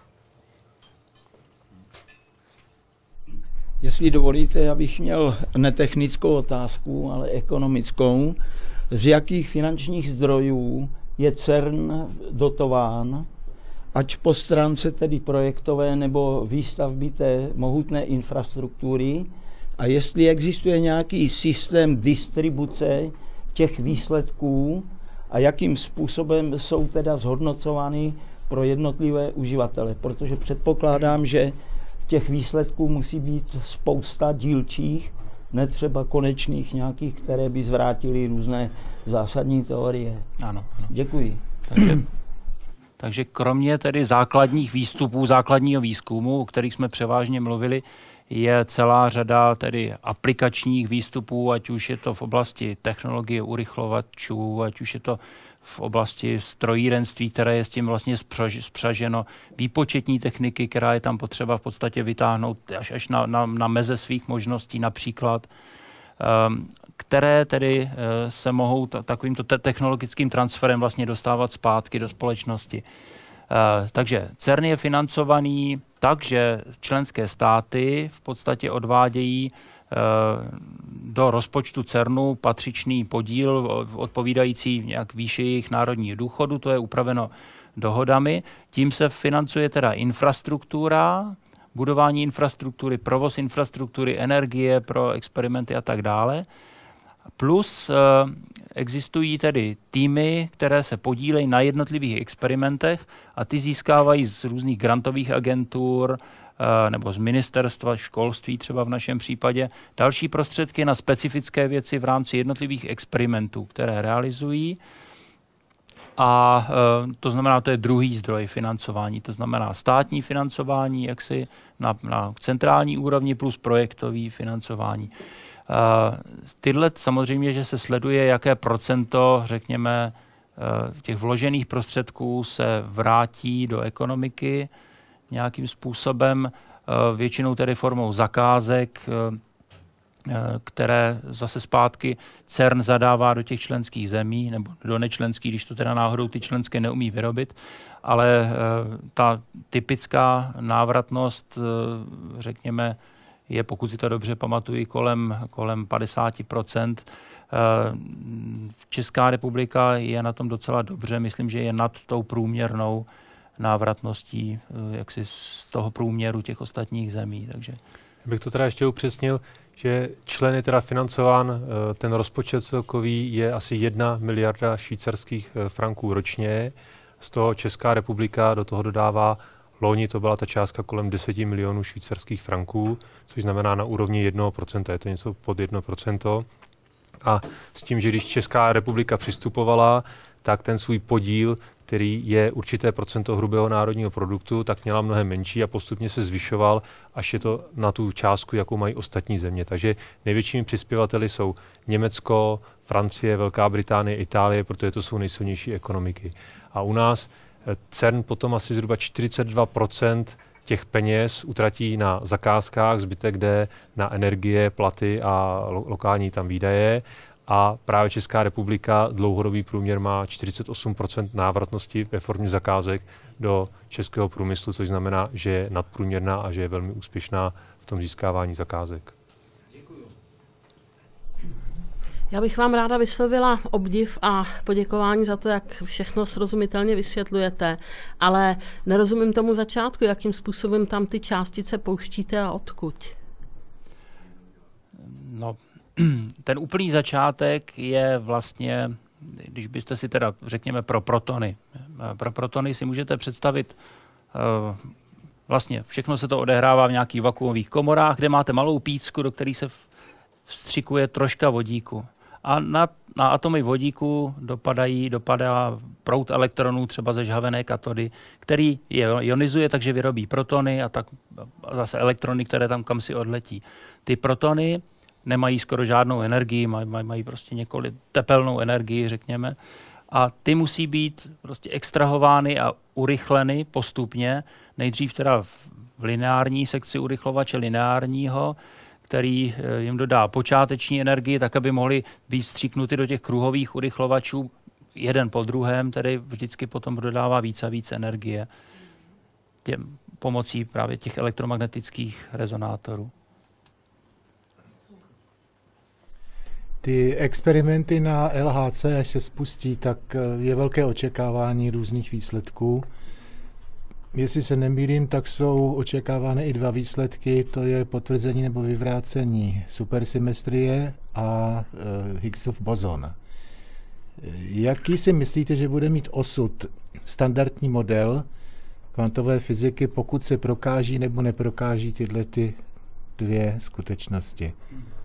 Jestli dovolíte, abych měl netechnickou otázku, ale ekonomickou. Z jakých finančních zdrojů je CERN dotován, ať po stránce tedy projektové nebo výstavby té mohutné infrastruktury, a jestli existuje nějaký systém distribuce těch výsledků a jakým způsobem jsou teda zhodnocovány pro jednotlivé uživatele, protože předpokládám, že těch výsledků musí být spousta dílčích, ne třeba konečných nějakých, které by zvrátily různé zásadní teorie. Ano, ano. Děkuji. Takže, takže kromě tedy základních výstupů, základního výzkumu, o kterých jsme převážně mluvili, je celá řada tedy aplikačních výstupů, ať už je to v oblasti technologie urychlovačů, ať už je to v oblasti strojírenství, které je s tím vlastně spřaženo, výpočetní techniky, která je tam potřeba v podstatě vytáhnout až, až na, na, na meze svých možností například, um, které tedy uh, se mohou t- takovýmto te- technologickým transferem vlastně dostávat zpátky do společnosti. Uh, takže CERN je financovaný tak, že členské státy v podstatě odvádějí do rozpočtu CERNu patřičný podíl odpovídající nějak výši jejich národního důchodu, to je upraveno dohodami. Tím se financuje teda infrastruktura, budování infrastruktury, provoz infrastruktury, energie pro experimenty a tak dále. Plus existují tedy týmy, které se podílejí na jednotlivých experimentech a ty získávají z různých grantových agentur nebo z ministerstva školství třeba v našem případě další prostředky na specifické věci v rámci jednotlivých experimentů, které realizují. A e, to znamená, to je druhý zdroj financování, to znamená státní financování, jaksi na, na centrální úrovni plus projektový financování. E, tyhle samozřejmě, že se sleduje, jaké procento, řekněme, e, těch vložených prostředků se vrátí do ekonomiky nějakým způsobem, e, většinou tedy formou zakázek, e, které zase zpátky CERN zadává do těch členských zemí, nebo do nečlenských, když to teda náhodou ty členské neumí vyrobit, ale ta typická návratnost, řekněme, je, pokud si to dobře pamatuju, kolem, kolem padesát procent. Česká republika je na tom docela dobře, myslím, že je nad tou průměrnou návratností jaksi z toho průměru těch ostatních zemí. Takže bych to teda ještě upřesnil, že člen je teda financován, ten rozpočet celkový je asi jedna miliarda švýcarských franků ročně. Z toho Česká republika do toho dodává, loni to byla ta částka kolem deset milionů švýcarských franků, což znamená na úrovni jednoho procenta, je to něco pod jedno procento. A s tím, že když Česká republika přistupovala, tak ten svůj podíl, který je určité procento hrubého národního produktu, tak měla mnohem menší a postupně se zvyšoval, až je to na tu částku, jakou mají ostatní země. Takže největšími přispěvateli jsou Německo, Francie, Velká Británie, Itálie, protože to jsou nejsilnější ekonomiky. A u nás CERN potom asi zhruba čtyřicet dva procent těch peněz utratí na zakázkách, zbytek jde na energie, platy a lo- lokální tam výdaje. A právě Česká republika dlouhodobý průměr má čtyřicet osm procent návratnosti ve formě zakázek do českého průmyslu, což znamená, že je nadprůměrná a že je velmi úspěšná v tom získávání zakázek. Děkuji. Já bych vám ráda vyslovila obdiv a poděkování za to, jak všechno srozumitelně vysvětlujete, ale nerozumím tomu začátku, jakým způsobem tam ty částice pouštíte a odkud. No, ten úplný začátek je vlastně, když byste si teda, řekněme, pro protony. Pro protony si můžete představit, vlastně všechno se to odehrává v nějakých vakuumových komorách, kde máte malou pícku, do které se vstřikuje troška vodíku. A na, na atomy vodíku dopadají, dopadá proud elektronů třeba ze žhavené katody, který je ionizuje, takže vyrobí protony a, tak, a zase elektrony, které tam kam si odletí. Ty protony nemají skoro žádnou energii, mají, mají prostě několik tepelnou energii, řekněme, a ty musí být prostě extrahovány a urychleny postupně, nejdřív teda v lineární sekci urychlovače lineárního, který jim dodá počáteční energii, tak aby mohli být vstříknuty do těch kruhových urychlovačů jeden po druhém, tedy vždycky potom dodává víc a víc energie těm pomocí právě těch elektromagnetických rezonátorů. Ty experimenty na L H C, až se spustí, tak je velké očekávání různých výsledků. Jestli se nemýlím, tak jsou očekávány i dva výsledky, to je potvrzení nebo vyvrácení supersymetrie a e, Higgsův bozon. Jaký si myslíte, že bude mít osud standardní model kvantové fyziky, pokud se prokáží nebo neprokáží tyhle ty dvě skutečnosti?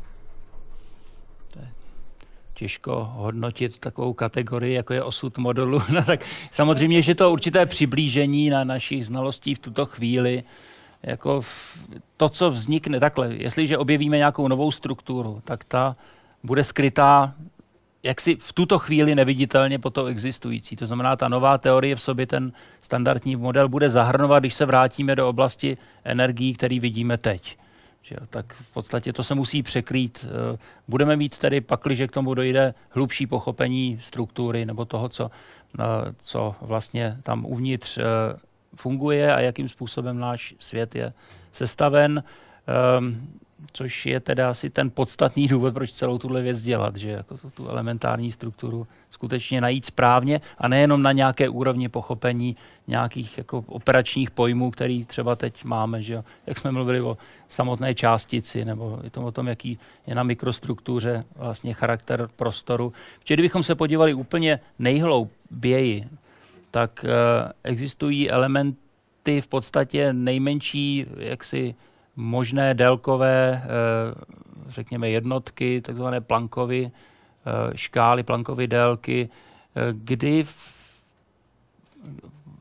Těžko hodnotit takovou kategorii, jako je osud modelu. No, tak samozřejmě, že to určité přiblížení na našich znalostí v tuto chvíli, jako to, co vznikne takhle, jestliže objevíme nějakou novou strukturu, tak ta bude skrytá jaksi v tuto chvíli neviditelně po to existující. To znamená, ta nová teorie v sobě ten standardní model bude zahrnovat, když se vrátíme do oblasti energií, který vidíme teď. Tak v podstatě to se musí překrýt. Budeme mít tedy pakliže k tomu dojde hlubší pochopení struktury nebo toho, co, co vlastně tam uvnitř funguje a jakým způsobem náš svět je sestaven, což je teda asi ten podstatný důvod, proč celou tuhle věc dělat, že jako tu, tu elementární strukturu skutečně najít správně a nejenom na nějaké úrovni pochopení nějakých jako operačních pojmů, který třeba teď máme, že jo? Jak jsme mluvili o samotné částici nebo i tom, o tom, jaký je na mikrostruktuře vlastně charakter prostoru. Protože kdybychom se podívali úplně nejhlouběji, tak uh, existují elementy v podstatě nejmenší jaksi možné délkové, řekněme, jednotky, takzvané Planckovy škály, Planckovy délky, kdy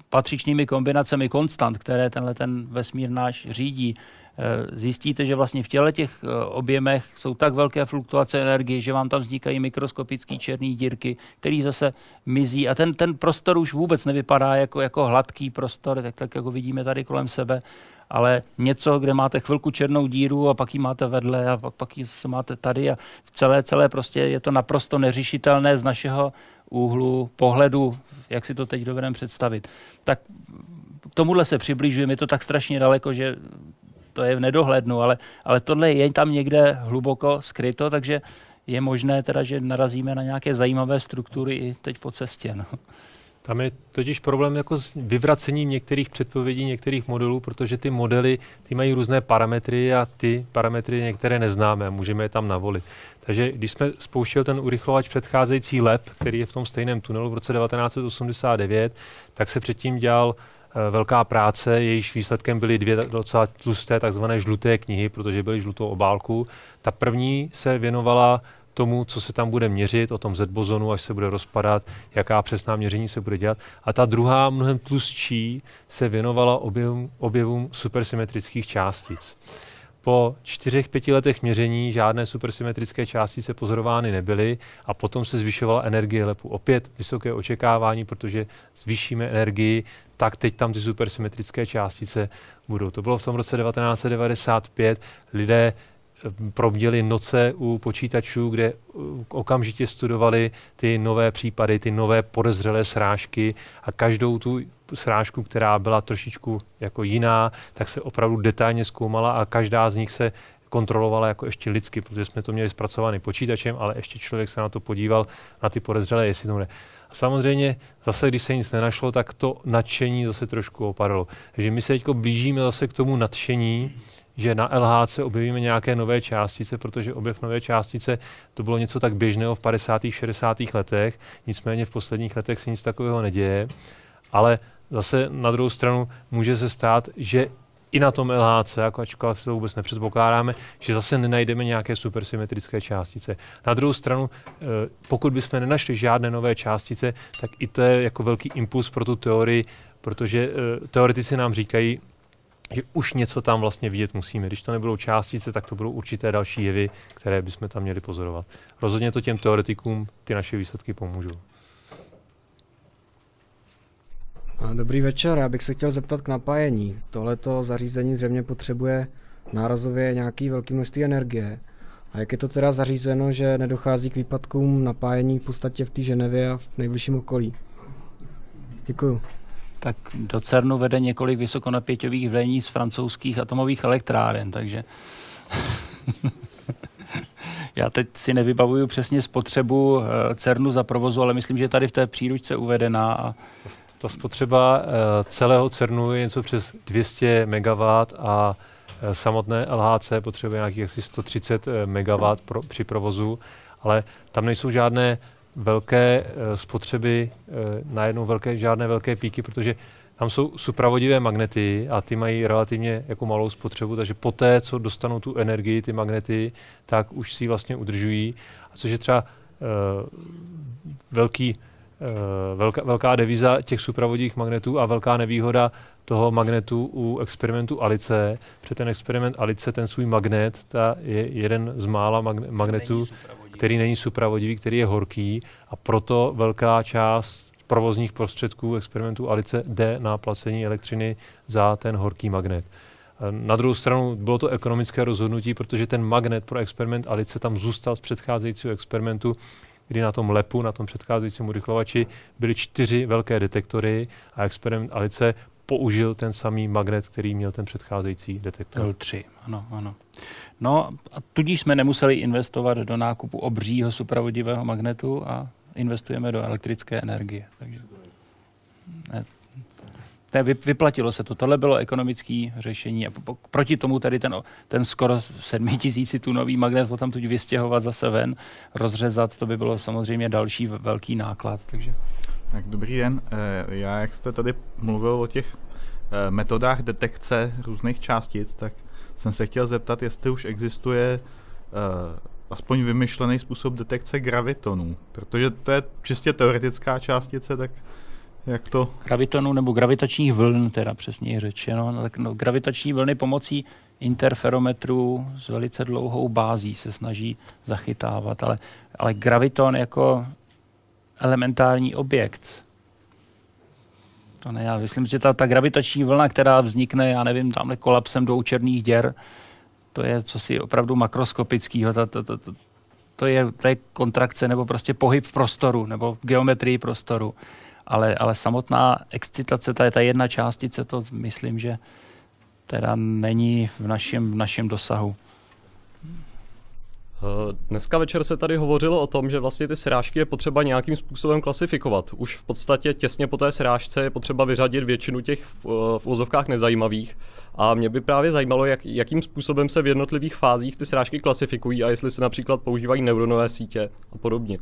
patřičnými kombinacemi konstant, které tenhle ten vesmír náš řídí, zjistíte, že vlastně v těle těch objemech jsou tak velké fluktuace energie, že vám tam vznikají mikroskopické černé dírky, které zase mizí a ten, ten prostor už vůbec nevypadá jako, jako hladký prostor, tak, tak jako vidíme tady kolem sebe, ale něco, kde máte chvilku černou díru a pak ji máte vedle a pak, pak ji se máte tady a celé, celé prostě je to naprosto neřešitelné z našeho úhlu pohledu, jak si to teď dovedeme představit. Tak k tomuhle se přibližujeme, je to tak strašně daleko, že to je v nedohlednu, ale, ale tohle je tam někde hluboko skryto, takže je možné teda, že narazíme na nějaké zajímavé struktury i teď po cestě. No. Tam je totiž problém jako s vyvracením některých předpovědí, některých modelů, protože ty modely ty mají různé parametry a ty parametry některé neznáme a můžeme je tam navolit. Takže když jsme spouštěli ten urychlovač předcházející L E P, který je v tom stejném tunelu v roce devatenáct set osmdesát devět, tak se předtím dělal velká práce, jejíž výsledkem byly dvě docela tlusté takzvané žluté knihy, protože byly žlutou obálku. Ta první se věnovala tomu, co se tam bude měřit, o tom Z-bozonu, až se bude rozpadat, jaká přesná měření se bude dělat. A ta druhá, mnohem tlustší, se věnovala objevům, objevům supersymetrických částic. Po čtyřech, pěti letech měření žádné supersymetrické částice pozorovány nebyly a potom se zvyšovala energie L E P u. Opět vysoké očekávání, protože zvýšíme energii, tak teď tam ty supersymetrické částice budou. To bylo v tom roce devatenáct set devadesát pět. Lidé probděli noce u počítačů, kde okamžitě studovali ty nové případy, ty nové podezřelé srážky a každou tu srážku, která byla trošičku jako jiná, tak se opravdu detailně zkoumala a každá z nich se kontrolovala jako ještě lidsky, protože jsme to měli zpracovaný počítačem, ale ještě člověk se na to podíval, na ty podezřelé, jestli to ne. A samozřejmě zase, když se nic nenašlo, tak to nadšení zase trošku opadalo. Takže my se teď blížíme zase k tomu nadšení, že na L H C objevíme nějaké nové částice, protože objev nové částice to bylo něco tak běžného v padesátých šedesátých letech, nicméně v posledních letech se nic takového neděje, ale zase na druhou stranu může se stát, že i na tom L H C, jako ačkoliv se to vůbec nepředpokládáme, že zase nenajdeme nějaké supersymetrické částice. Na druhou stranu, pokud bychom nenašli žádné nové částice, tak i to je jako velký impuls pro tu teorii, protože teoretici nám říkají, že už něco tam vlastně vidět musíme. Když to nebudou částice, tak to budou určité další jevy, které bychom tam měli pozorovat. Rozhodně to těm teoretikům ty naše výsledky pomůžou. Dobrý večer, já bych se chtěl zeptat k napájení. Tohleto zařízení zřejmě potřebuje nárazově nějaký velké množství energie. A jak je to teda zařízeno, že nedochází k výpadkům napájení v podstatě v té Ženevě a v nejbližším okolí? Děkuju. Tak do CERNu vede několik vysokonapěťových vlení z francouzských atomových elektráren, takže já teď si nevybavuju přesně spotřebu CERNu za provozu, ale myslím, že je tady v té příručce uvedená. A ta spotřeba celého CERNu je něco přes dvě stě megawatt a samotné L H C potřebuje nějakých asi sto třicet megawatt pro, při provozu, ale tam nejsou žádné velké spotřeby, najednou velké, žádné velké píky, protože tam jsou supravodivé magnety a ty mají relativně jako malou spotřebu, takže poté, co dostanou tu energii, ty magnety, tak už si ji vlastně udržují. A což je třeba uh, velký, uh, velká, velká devíza těch supravodivých magnetů a velká nevýhoda toho magnetu u experimentu Alice. Protože ten experiment Alice, ten svůj magnet, ta je jeden z mála magne- magnetů, který není supravodivý, který je horký a proto velká část provozních prostředků experimentu Alice jde na placení elektřiny za ten horký magnet. Na druhou stranu bylo to ekonomické rozhodnutí, protože ten magnet pro experiment Alice tam zůstal z předcházejícího experimentu, kdy na tom L E P u, na tom předcházejícím urychlovači, byly čtyři velké detektory a experiment Alice použil ten samý magnet, který měl ten předcházející detektor. L tři, ano, ano. No a tudíž jsme nemuseli investovat do nákupu obřího supravodivého magnetu a investujeme do elektrické energie. Takže ne, ne, vyplatilo se to. Tohle bylo ekonomické řešení a proti tomu tady ten, ten skoro sedmitisícitunový magnet potom tu vystěhovat zase ven, rozřezat, to by bylo samozřejmě další velký náklad. Takže. Tak dobrý den. Já, jak jste tady mluvil o těch metodách detekce různých částic, tak jsem se chtěl zeptat, jestli už existuje uh, aspoň vymyšlený způsob detekce gravitonů, protože to je čistě teoretická částice, tak Jak to? Gravitonu nebo gravitačních vln, teda přesněji řečeno. No, tak no, gravitační vlny pomocí interferometrů s velice dlouhou bází se snaží zachytávat, ale, ale graviton jako elementární objekt, to ne, já myslím, že ta, ta gravitační vlna, která vznikne, já nevím, tamhle kolapsem dvou černých děr, to je cosi opravdu makroskopického, to, to, to, to, to, je, to je kontrakce nebo prostě pohyb v prostoru nebo v geometrii prostoru. Ale, ale samotná excitace, ta je ta jedna částice, to myslím, že teda není v našem, v našem dosahu. Dneska večer se tady hovořilo o tom, že vlastně ty srážky je potřeba nějakým způsobem klasifikovat. Už v podstatě těsně po té srážce je potřeba vyřadit většinu těch v uvozovkách nezajímavých. A mě by právě zajímalo, jak, jakým způsobem se v jednotlivých fázích ty srážky klasifikují a jestli se například používají neuronové sítě a podobně.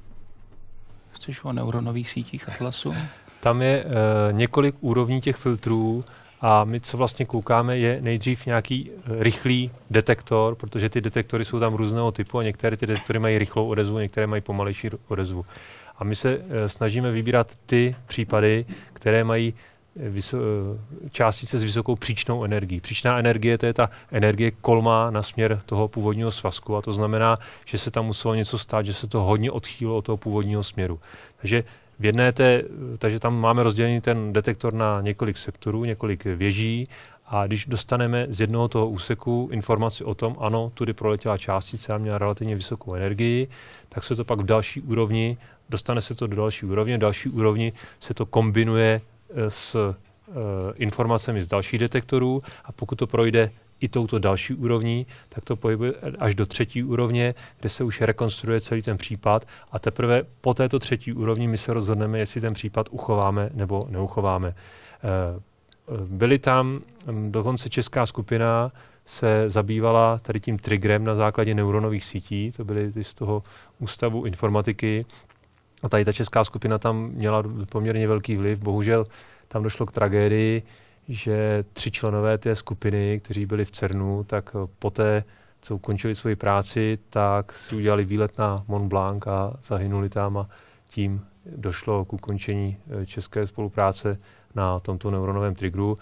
Chceš o neuronových sítích Atlasu? Tam je uh, několik úrovní těch filtrů a my, co vlastně koukáme, je nejdřív nějaký rychlý detektor, protože ty detektory jsou tam různého typu a některé ty detektory mají rychlou odezvu, některé mají pomalejší odezvu. A my se uh, snažíme vybírat ty případy, které mají vyso- částice s vysokou příčnou energií. Příčná energie, to je ta energie kolmá na směr toho původního svazku a to znamená, že se tam muselo něco stát, že se to hodně odchýlilo od toho původního směru. Takže v jedné té, takže tam máme rozdělený ten detektor na několik sektorů, několik věží a když dostaneme z jednoho toho úseku informaci o tom, ano, tudy proletěla částice a měla relativně vysokou energii, tak se to pak v další úrovni, dostane se to do další úrovně, v další úrovni se to kombinuje s uh, informacemi z dalších detektorů a pokud to projde i touto další úrovní, tak to pohybuje až do třetí úrovně, kde se už rekonstruuje celý ten případ a teprve po této třetí úrovni my se rozhodneme, jestli ten případ uchováme nebo neuchováme. Uh, byly tam, um, dokonce česká skupina se zabývala tady tím triggerem na základě neuronových sítí, to byly ty z toho ústavu informatiky. A tady ta česká skupina tam měla poměrně velký vliv. Bohužel tam došlo k tragédii, že tři členové té skupiny, kteří byli v CERNu, tak poté, co ukončili svoji práci, tak si udělali výlet na Mont Blanc a zahynuli tam a tím došlo k ukončení české spolupráce na tomto neuronovém triggeru.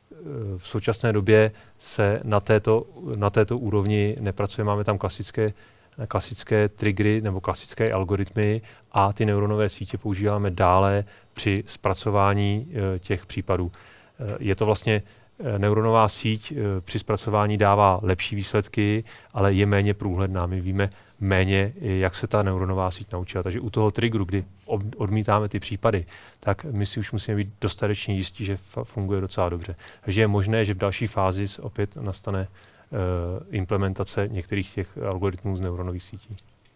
V současné době se na této, na této úrovni nepracuje, máme tam klasické klasické triggery nebo klasické algoritmy a ty neuronové sítě používáme dále při zpracování e, těch případů. E, je to vlastně e, neuronová síť e, při zpracování dává lepší výsledky, ale je méně průhledná. My víme méně, jak se ta neuronová síť naučila. Takže u toho triggeru, kdy ob, odmítáme ty případy, tak my si už musíme být dostatečně jistí, že fa- funguje docela dobře. Takže je možné, že v další fázi opět nastane implementace některých těch algoritmů z neuronových sítí.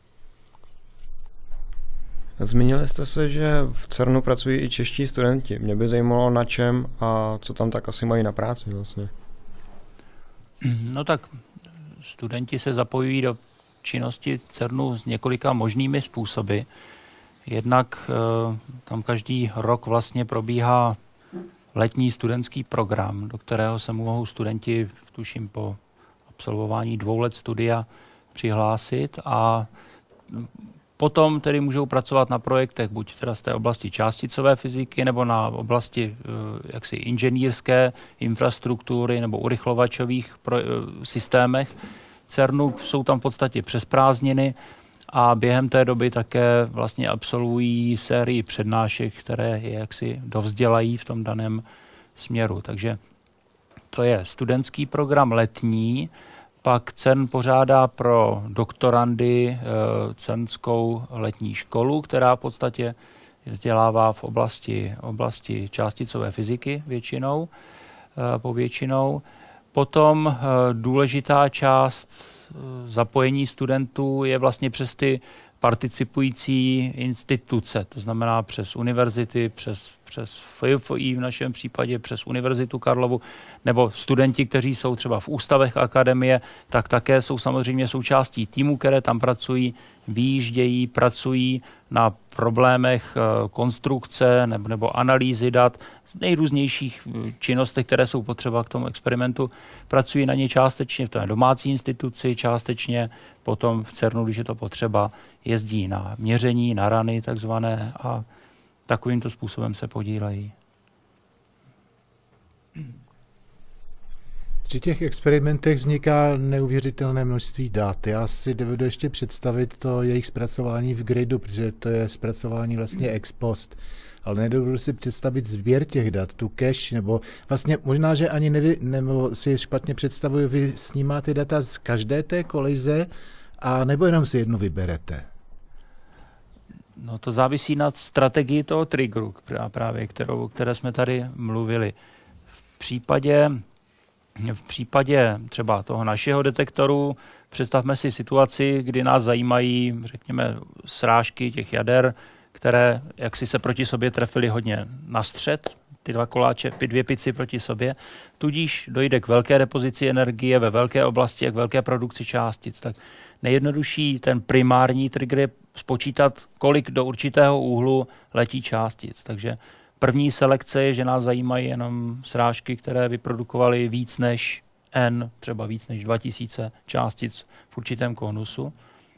Zmínili jste se, že v CERNu pracují i čeští studenti. Mě by zajímalo, na čem a co tam tak asi mají na práci vlastně. No tak studenti se zapojují do činnosti CERNu s několika možnými způsoby. Jednak tam každý rok vlastně probíhá letní studentský program, do kterého se mohou studenti, tuším, po absolvování dvou let studia přihlásit a potom tedy můžou pracovat na projektech buď teda z té oblasti částicové fyziky nebo na oblasti jaksi inženýrské infrastruktury nebo urychlovačových pro, systémech CERNu. Jsou tam v podstatě přes prázdniny a během té doby také vlastně absolvují sérii přednášek, které je jaksi dovzdělají v tom daném směru. Takže to je studentský program letní, pak CERN pořádá pro doktorandy e, CERNskou letní školu, která v podstatě vzdělává v oblasti, oblasti částicové fyziky většinou, e, povětšinou. Potom e, důležitá část e, zapojení studentů je vlastně přes ty participující instituce, to znamená přes univerzity, přes, přes F F I v našem případě, přes Univerzitu Karlovu, nebo studenti, kteří jsou třeba v ústavech akademie, tak také jsou samozřejmě součástí týmů, které tam pracují, výjíždějí, pracují na problémech konstrukce nebo, nebo analýzy dat, z nejrůznějších činnostech, které jsou potřeba k tomu experimentu. Pracují na ně částečně v té domácí instituci, částečně potom v CERNu, když je to potřeba, jezdí na měření, na rany takzvané a takovýmto způsobem se podílejí. Při těch experimentech vzniká neuvěřitelné množství dat. Já si dovedu ještě představit to jejich zpracování v gridu, protože to je zpracování vlastně ex post. Ale nedovedu si představit sběr těch dat, tu cache, nebo vlastně možná, že ani nevy, nebo si špatně představuju, vy snímáte data z každé té kolize, a nebo jenom si jednu vyberete? No to závisí na strategii toho triggeru, právě kterou, které jsme tady mluvili. V případě V případě třeba toho našeho detektoru představme si situaci, kdy nás zajímají, řekněme, srážky těch jader, které jaksi se proti sobě trefily hodně na střed, ty dva koláče, ty dvě pici proti sobě, tudíž dojde k velké depozici energie ve velké oblasti a k velké produkci částic. Tak nejjednodušší ten primární trigger je spočítat, kolik do určitého úhlu letí částic. Takže první selekce je, že nás zajímají jenom srážky, které vyprodukovaly víc než N, třeba víc než dva tisíce částic v určitém konusu.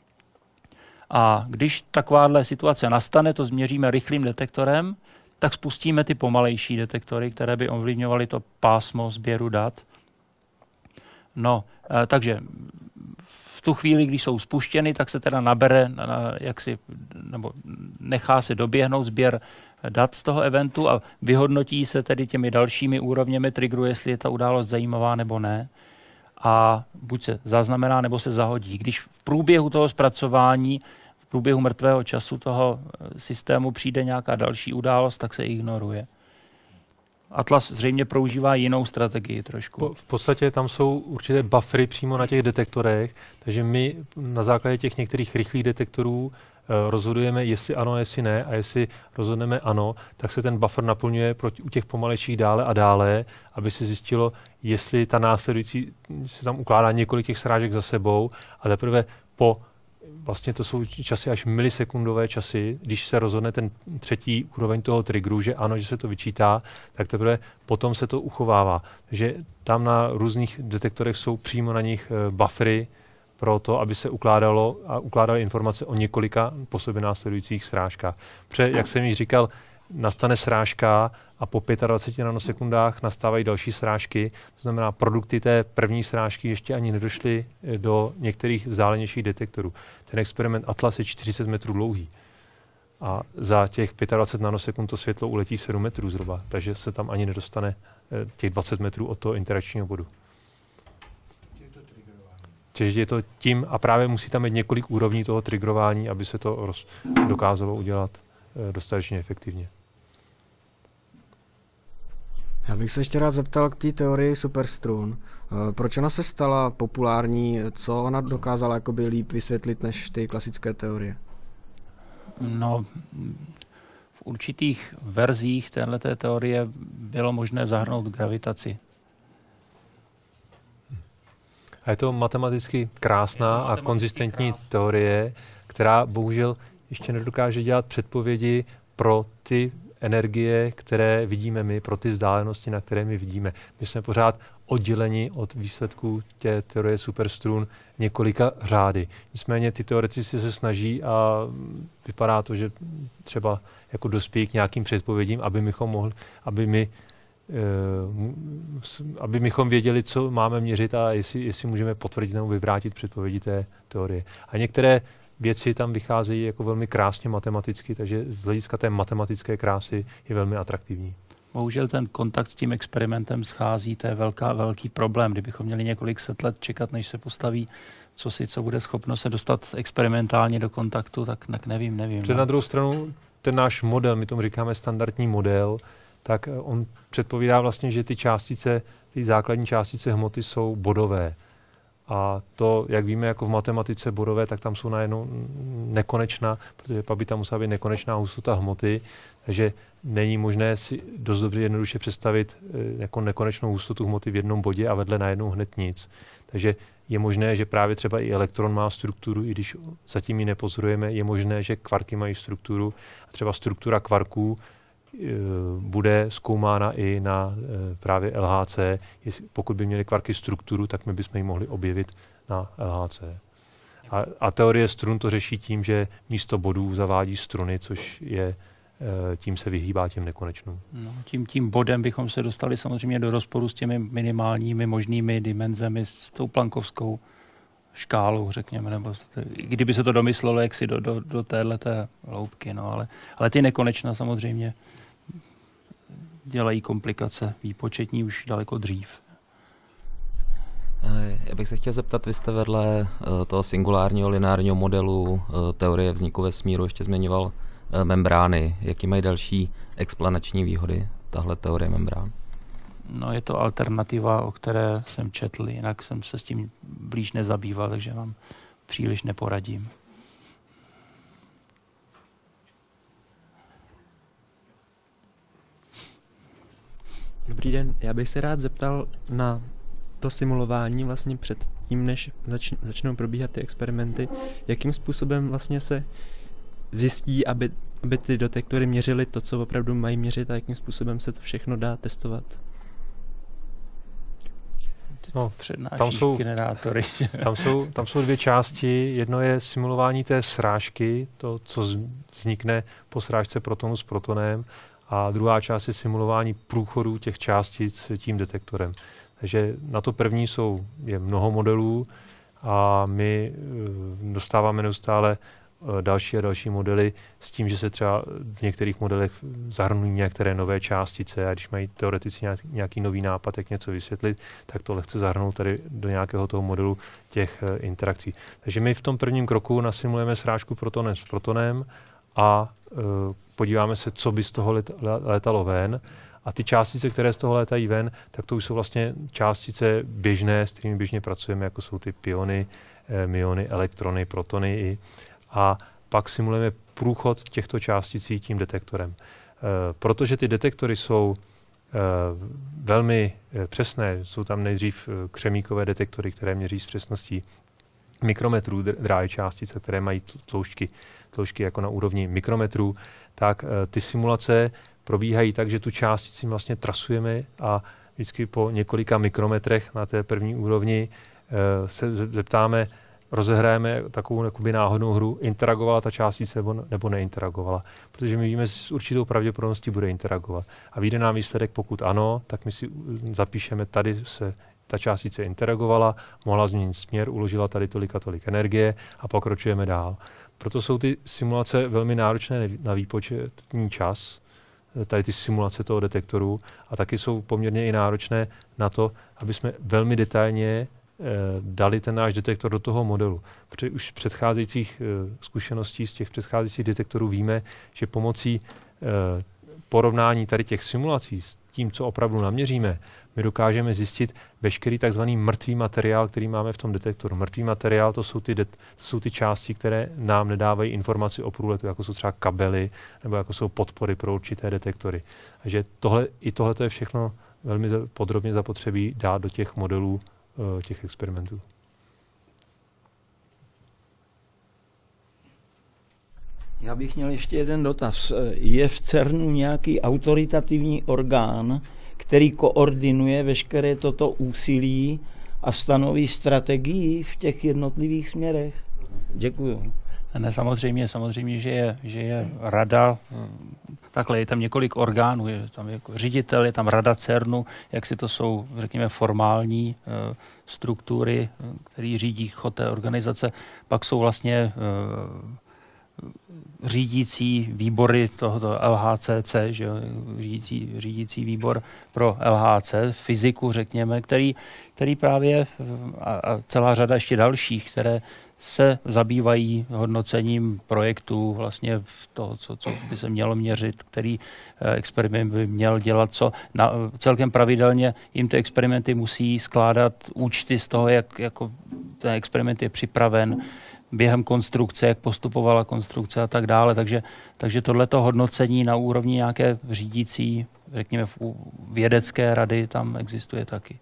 A když takováhle situace nastane, to změříme rychlým detektorem, tak spustíme ty pomalejší detektory, které by ovlivňovaly to pásmo sběru dat. No, takže v tu chvíli, když jsou spuštěny, tak se teda nabere, jak si, nebo nechá se doběhnout sběr dat z toho eventu a vyhodnotí se tedy těmi dalšími úrovněmi triggeru, jestli je ta událost zajímavá nebo ne. A buď se zaznamená, nebo se zahodí. Když v průběhu toho zpracování, v průběhu mrtvého času toho systému přijde nějaká další událost, tak se ignoruje. Atlas zřejmě používá jinou strategii trošku. V podstatě tam jsou určité buffery přímo na těch detektorech, takže my na základě těch některých rychlých detektorů rozhodujeme, jestli ano, jestli ne, a jestli rozhodneme ano, tak se ten buffer naplňuje proti, u těch pomalejších dále a dále, aby se zjistilo, jestli ta následující se tam ukládá několik těch srážek za sebou a teprve po, vlastně to jsou časy až milisekundové časy, když se rozhodne ten třetí úroveň toho triggeru, že ano, že se to vyčítá, tak teprve potom se to uchovává. Takže tam na různých detektorech jsou přímo na nich buffery pro to, aby se ukládalo a ukládaly informace o několika po sobě následujících srážkách. Protože, jak jsem již říkal, nastane srážka a po dvaceti pěti nanosekundách nastávají další srážky. To znamená, produkty té první srážky ještě ani nedošly do některých vzdálenějších detektorů. Ten experiment Atlas je čtyřicet metrů dlouhý. A za těch dvacet pět nanosekund to světlo uletí sedm metrů zhruba. Takže se tam ani nedostane těch dvacet metrů od toho interakčního bodu. Takže je to tím a právě musí tam mít několik úrovní toho triggerování, aby se to roz, dokázalo udělat e, dostatečně efektivně. Já bych se ještě rád zeptal k té teorii superstrun. E, proč ona se stala populární? Co ona dokázala jakoby líp vysvětlit než ty klasické teorie? No, v určitých verzích téhleté teorie bylo možné zahrnout gravitaci. A je to matematicky krásná a konzistentní teorie, která bohužel ještě nedokáže dělat předpovědi pro ty energie, které vidíme my, pro ty vzdálenosti, na které my vidíme. My jsme pořád odděleni od výsledků té teorie superstrun několika řády. Nicméně ty teoretici se snaží a vypadá to, že třeba jako dospějí k nějakým předpovědím, aby mychom mohli, aby my aby bychom věděli, co máme měřit a jestli, jestli můžeme potvrdit nebo vyvrátit předpovědi té teorie. A některé věci tam vycházejí jako velmi krásně matematicky, takže z hlediska té matematické krásy je velmi atraktivní. Bohužel ten kontakt s tím experimentem schází, to je velká, velký problém. Kdybychom měli několik set let čekat, než se postaví, co si, co bude schopno se dostat experimentálně do kontaktu, tak, tak nevím, nevím. Před na druhou stranu ten náš model, my tomu říkáme standardní model, tak on předpovídá vlastně, že ty částice, ty základní částice hmoty jsou bodové. A to, jak víme, jako v matematice bodové, tak tam jsou najednou nekonečná, protože pak by tam musela být nekonečná hustota hmoty, takže není možné si dost dobře jednoduše představit jako nekonečnou hustotu hmoty v jednom bodě a vedle najednou hned nic. Takže je možné, že právě třeba i elektron má strukturu, i když zatím ji nepozorujeme, je možné, že kvarky mají strukturu a třeba struktura kvarků bude zkoumána i na právě L H C. Pokud by měly kvarky strukturu, tak my bychom ji mohli objevit na L H C. A, a teorie strun to řeší tím, že místo bodů zavádí struny, což je tím se vyhýbá těm nekonečným. No, tím, tím bodem bychom se dostali samozřejmě do rozporu s těmi minimálními možnými dimenzemi, s tou plankovskou škálou, řekněme, nebo kdyby se to domyslelo jaksi do, do, do téhleté hloubky, no, ale, ale ty nekonečná samozřejmě dělají komplikace výpočetní už daleko dřív. Já bych se chtěl zeptat, vy jste vedle toho singulárního lineárního modelu teorie vzniku vesmíru ještě zmiňoval membrány. Jaký mají další explanační výhody tahle teorie membrán? No, je to alternativa, o které jsem četl, jinak jsem se s tím blíž nezabýval, takže vám příliš neporadím. Dobrý den, já bych se rád zeptal na to simulování vlastně před tím, než zač- začnou probíhat ty experimenty. Jakým způsobem vlastně se zjistí, aby, aby ty detektory měřily to, co opravdu mají měřit, a jakým způsobem se to všechno dá testovat? No, tam jsou, generátory. Tam jsou, tam jsou dvě části. Jedno je simulování té srážky, to, co vznikne po srážce protonu s protonem, a druhá část je simulování průchodu těch částic tím detektorem. Takže na to první jsou, je mnoho modelů a my dostáváme neustále další a další modely s tím, že se třeba v některých modelech zahrnují některé nové částice, a když mají teoreticky nějaký nový nápad, jak něco vysvětlit, tak to lehce zahrnout tady do nějakého toho modelu těch interakcí. Takže my v tom prvním kroku nasimulujeme srážku protonem s protonem a e, podíváme se, co by z toho let, letalo ven. A ty částice, které z toho létají ven, tak to už jsou vlastně částice běžné, s kterými běžně pracujeme, jako jsou ty piony, e, myony, elektrony, protony i. A pak simulujeme průchod těchto částicí tím detektorem. E, protože ty detektory jsou e, velmi e, přesné, jsou tam nejdřív křemíkové detektory, které měří s přesností mikrometrů dráhy částice, které mají tloušťky, tloušťky jako na úrovni mikrometrů, tak e, ty simulace probíhají tak, že tu částici vlastně trasujeme a vždycky po několika mikrometrech na té první úrovni e, se zeptáme, rozehrajeme takovou jakoby náhodnou hru, interagovala ta částice nebo, nebo neinteragovala. Protože my víme, že s určitou pravděpodobností bude interagovat. A vyjde nám výsledek, pokud ano, tak my si zapíšeme, tady se ta částice interagovala, mohla změnit směr, uložila tady tolik a tolik energie a pokročujeme dál. Proto jsou ty simulace velmi náročné na výpočetní čas, tady ty simulace toho detektoru, a taky jsou poměrně i náročné na to, aby jsme velmi detailně dali ten náš detektor do toho modelu. Protože už z předcházejících zkušeností, z těch předcházejících detektorů víme, že pomocí porovnání tady těch simulací s tím, co opravdu naměříme, my dokážeme zjistit veškerý takzvaný mrtvý materiál, který máme v tom detektoru. Mrtvý materiál, to jsou ty, det, to jsou ty části, které nám nedávají informaci o průletu, jako jsou třeba kabely nebo jako jsou podpory pro určité detektory. Takže tohle, i tohle je všechno velmi podrobně zapotřebí dát do těch modelů těch experimentů. Já bych měl ještě jeden dotaz. Je v CERNu nějaký autoritativní orgán, který koordinuje veškeré toto úsilí a stanoví strategii v těch jednotlivých směrech? Děkuju. Ne, samozřejmě, samozřejmě, že je, že je rada, takhle je tam několik orgánů, je tam jako ředitel, je tam rada CERNu, jak si to jsou, řekněme, formální e, struktury, které řídí chod té organizace, pak jsou vlastně e, řídící výbory tohoto L H C C, že jo, řídící, řídící výbor pro L H C, fyziku, řekněme, který, který právě a, a celá řada ještě dalších, které se zabývají hodnocením projektů, vlastně toho, co, co by se mělo měřit, který experiment by měl dělat, co na, celkem pravidelně jim ty experimenty musí skládat účty z toho, jak jako ten experiment je připraven, během konstrukce, jak postupovala konstrukce a tak dále. Takže, takže tohleto hodnocení na úrovni nějaké řídící, řekněme, vědecké rady tam existuje taky.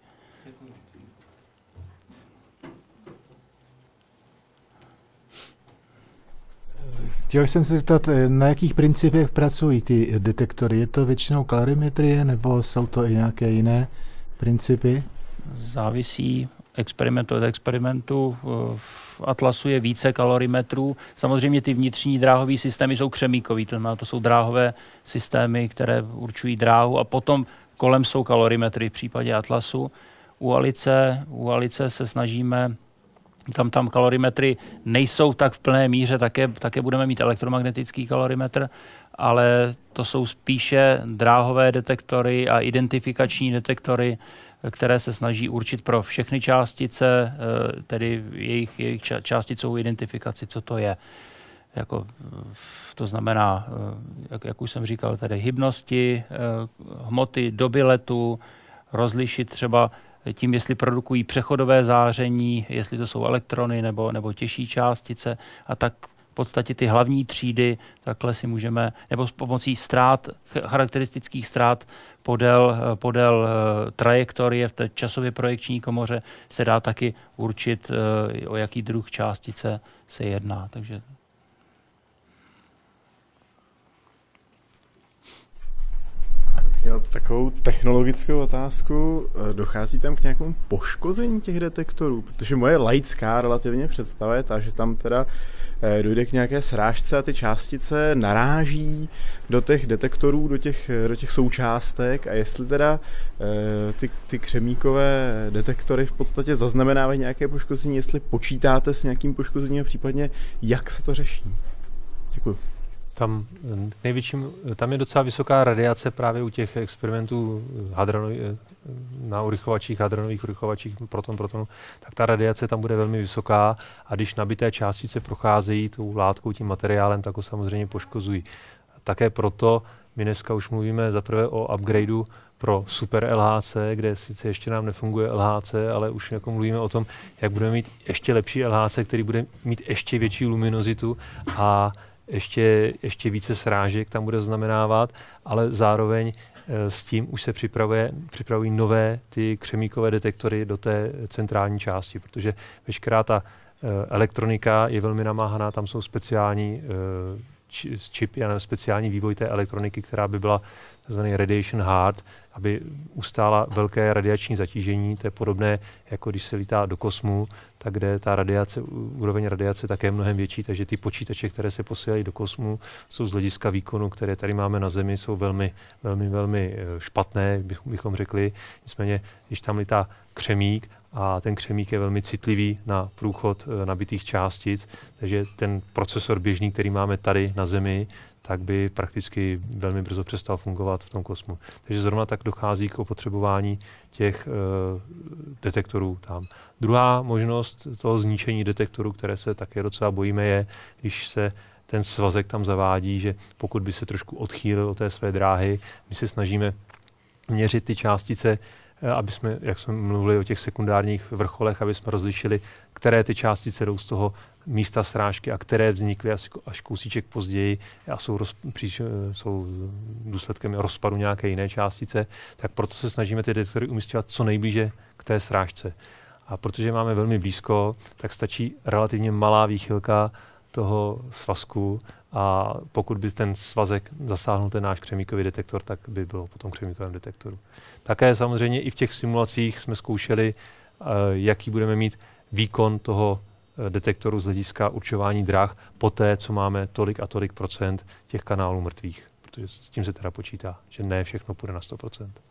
Chtěl jsem se zeptat, na jakých principech pracují ty detektory? Je to většinou kalorimetrie, nebo jsou to i nějaké jiné principy? Závisí experimentu od experimentu. V Atlasu je více kalorimetrů. Samozřejmě ty vnitřní dráhové systémy jsou křemíkový, to znamená, to jsou dráhové systémy, které určují dráhu a potom kolem jsou kalorimetry v případě Atlasu. U Alice, u Alice se snažíme, tam, tam kalorimetry nejsou tak v plné míře, také, také budeme mít elektromagnetický kalorimetr, ale to jsou spíše dráhové detektory a identifikační detektory, které se snaží určit pro všechny částice, tedy jejich, jejich částicovou identifikaci, co to je. Jako, to znamená, jak, jak už jsem říkal, tedy hybnosti, hmoty, doby letu, rozlišit třeba tím, jestli produkují přechodové záření, jestli to jsou elektrony nebo, nebo těžší částice a tak v podstatě ty hlavní třídy takhle si můžeme, nebo s pomocí ztrát, charakteristických ztrát podél, podél trajektorie v té časově projekční komoře se dá taky určit, o jaký druh částice se jedná. Takže Měl takovou technologickou otázku. Dochází tam k nějakému poškození těch detektorů? Protože moje laická relativně představa je ta, že tam teda dojde k nějaké srážce a ty částice naráží do těch detektorů, do těch, do těch součástek a jestli teda ty, ty křemíkové detektory v podstatě zaznamenávají nějaké poškození, jestli počítáte s nějakým poškozením a případně jak se to řeší? Děkuji. Tam, největším, tam je docela vysoká radiace právě u těch experimentů hadronový, na urychlovačích, hadronových urychlovačích proton, protonu, tak ta radiace tam bude velmi vysoká a když nabité částice procházejí tou látkou, tím materiálem, tak ho samozřejmě poškozují. Také proto my dneska už mluvíme zaprvé o upgradeu pro super L H C, kde sice ještě nám nefunguje L H C, ale už jako mluvíme o tom, jak budeme mít ještě lepší L H C, který bude mít ještě větší luminozitu a ještě, ještě více srážek tam bude znamenávat, ale zároveň e, s tím už se připravuje, připravují nové ty křemíkové detektory do té centrální části, protože veškerá ta e, elektronika je velmi namáhaná, tam jsou speciální e, čipy, a speciální vývoj té elektroniky, která by byla tzv. Radiation hard, aby ustála velké radiační zatížení. To je podobné, jako když se lítá do kosmu, tak kde ta radiace, úroveň radiace také je mnohem větší, takže ty počítače, které se posílají do kosmu, jsou z hlediska výkonu, které tady máme na Zemi, jsou velmi, velmi, velmi špatné, bychom řekli. Nicméně, když tam lítá křemík, a ten křemík je velmi citlivý na průchod nabitých částic, takže ten procesor běžný, který máme tady na Zemi, tak by prakticky velmi brzo přestal fungovat v tom kosmu. Takže zrovna tak dochází k opotřebování těch uh, detektorů tam. Druhá možnost toho zničení detektorů, které se také docela bojíme, je, když se ten svazek tam zavádí, že pokud by se trošku odchýlil od té své dráhy, my se snažíme měřit ty částice, aby jsme, jak jsme mluvili o těch sekundárních vrcholech, aby jsme rozlišili, které ty částice jdou z toho místa srážky a které vznikly až, až kousíček později a jsou, roz, příš, jsou důsledkem rozpadu nějaké jiné částice, tak proto se snažíme ty detektory umístěvat co nejblíže k té srážce. A protože máme velmi blízko, tak stačí relativně malá výchylka toho svazku a pokud by ten svazek zasáhnul ten náš křemíkový detektor, tak by bylo po tom křemíkovém detektoru. Také samozřejmě i v těch simulacích jsme zkoušeli, jaký budeme mít výkon toho detektoru z hlediska určování drah poté, co máme tolik a tolik procent těch kanálů mrtvých. Protože s tím se teda počítá, že ne všechno půjde na sto procent.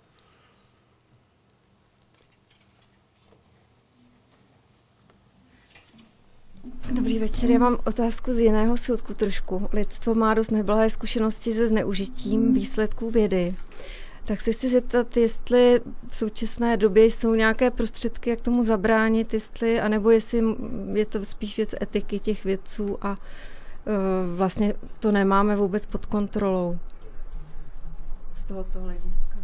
Dobrý večer, já mám otázku z jiného soudku trošku. Lidstvo má dost neblahé zkušenosti se zneužitím výsledků vědy. Tak se chci zeptat, jestli v současné době jsou nějaké prostředky, jak tomu zabránit, jestli, anebo jestli je to spíš věc etiky těch vědců a uh, vlastně to nemáme vůbec pod kontrolou z tohoto hlediska.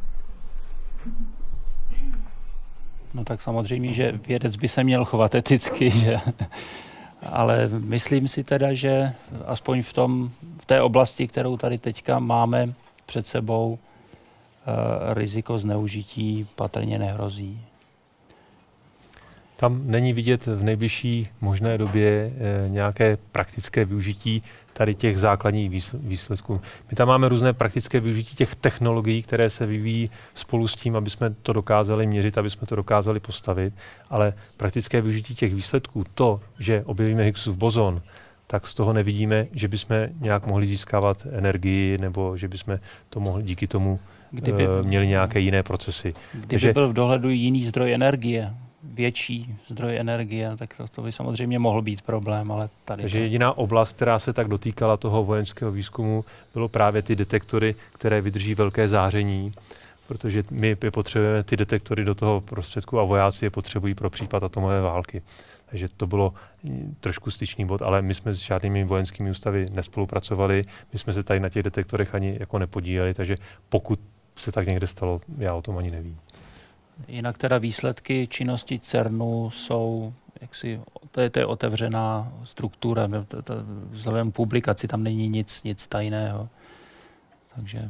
No tak samozřejmě, že vědec by se měl chovat eticky, že... Ale myslím si teda, že aspoň v, tom, v té oblasti, kterou tady teďka máme před sebou, riziko zneužití patrně nehrozí. Tam není vidět v nejbližší možné době e, nějaké praktické využití tady těch základních výsledků. My tam máme různé praktické využití těch technologií, které se vyvíjí spolu s tím, aby jsme to dokázali měřit, aby jsme to dokázali postavit, ale praktické využití těch výsledků, to, že objevíme Higgsův bozon, tak z toho nevidíme, že bychom nějak mohli získávat energii nebo že bychom to mohli díky tomu Kdyby, uh, měli nějaké jiné procesy. Kdyby Takže, byl v dohledu jiný zdroj energie, větší zdroj energie, tak to, to by samozřejmě mohl být problém, ale tady... Takže to... jediná oblast, která se tak dotýkala toho vojenského výzkumu, bylo právě ty detektory, které vydrží velké záření, protože my potřebujeme ty detektory do toho prostředku a vojáci je potřebují pro případ atomové války. Takže to bylo trošku styčný bod, ale my jsme s žádnými vojenskými ústavy nespolupracovali, my jsme se tady na těch detektorech ani jako nepodíleli, takže pokud se tak někde stalo, já o tom ani nevím. Jinak teda výsledky činnosti CERNu jsou, jaksi, to je, to je otevřená struktura, to, to, vzhledem k publikaci tam není nic, nic tajného. Takže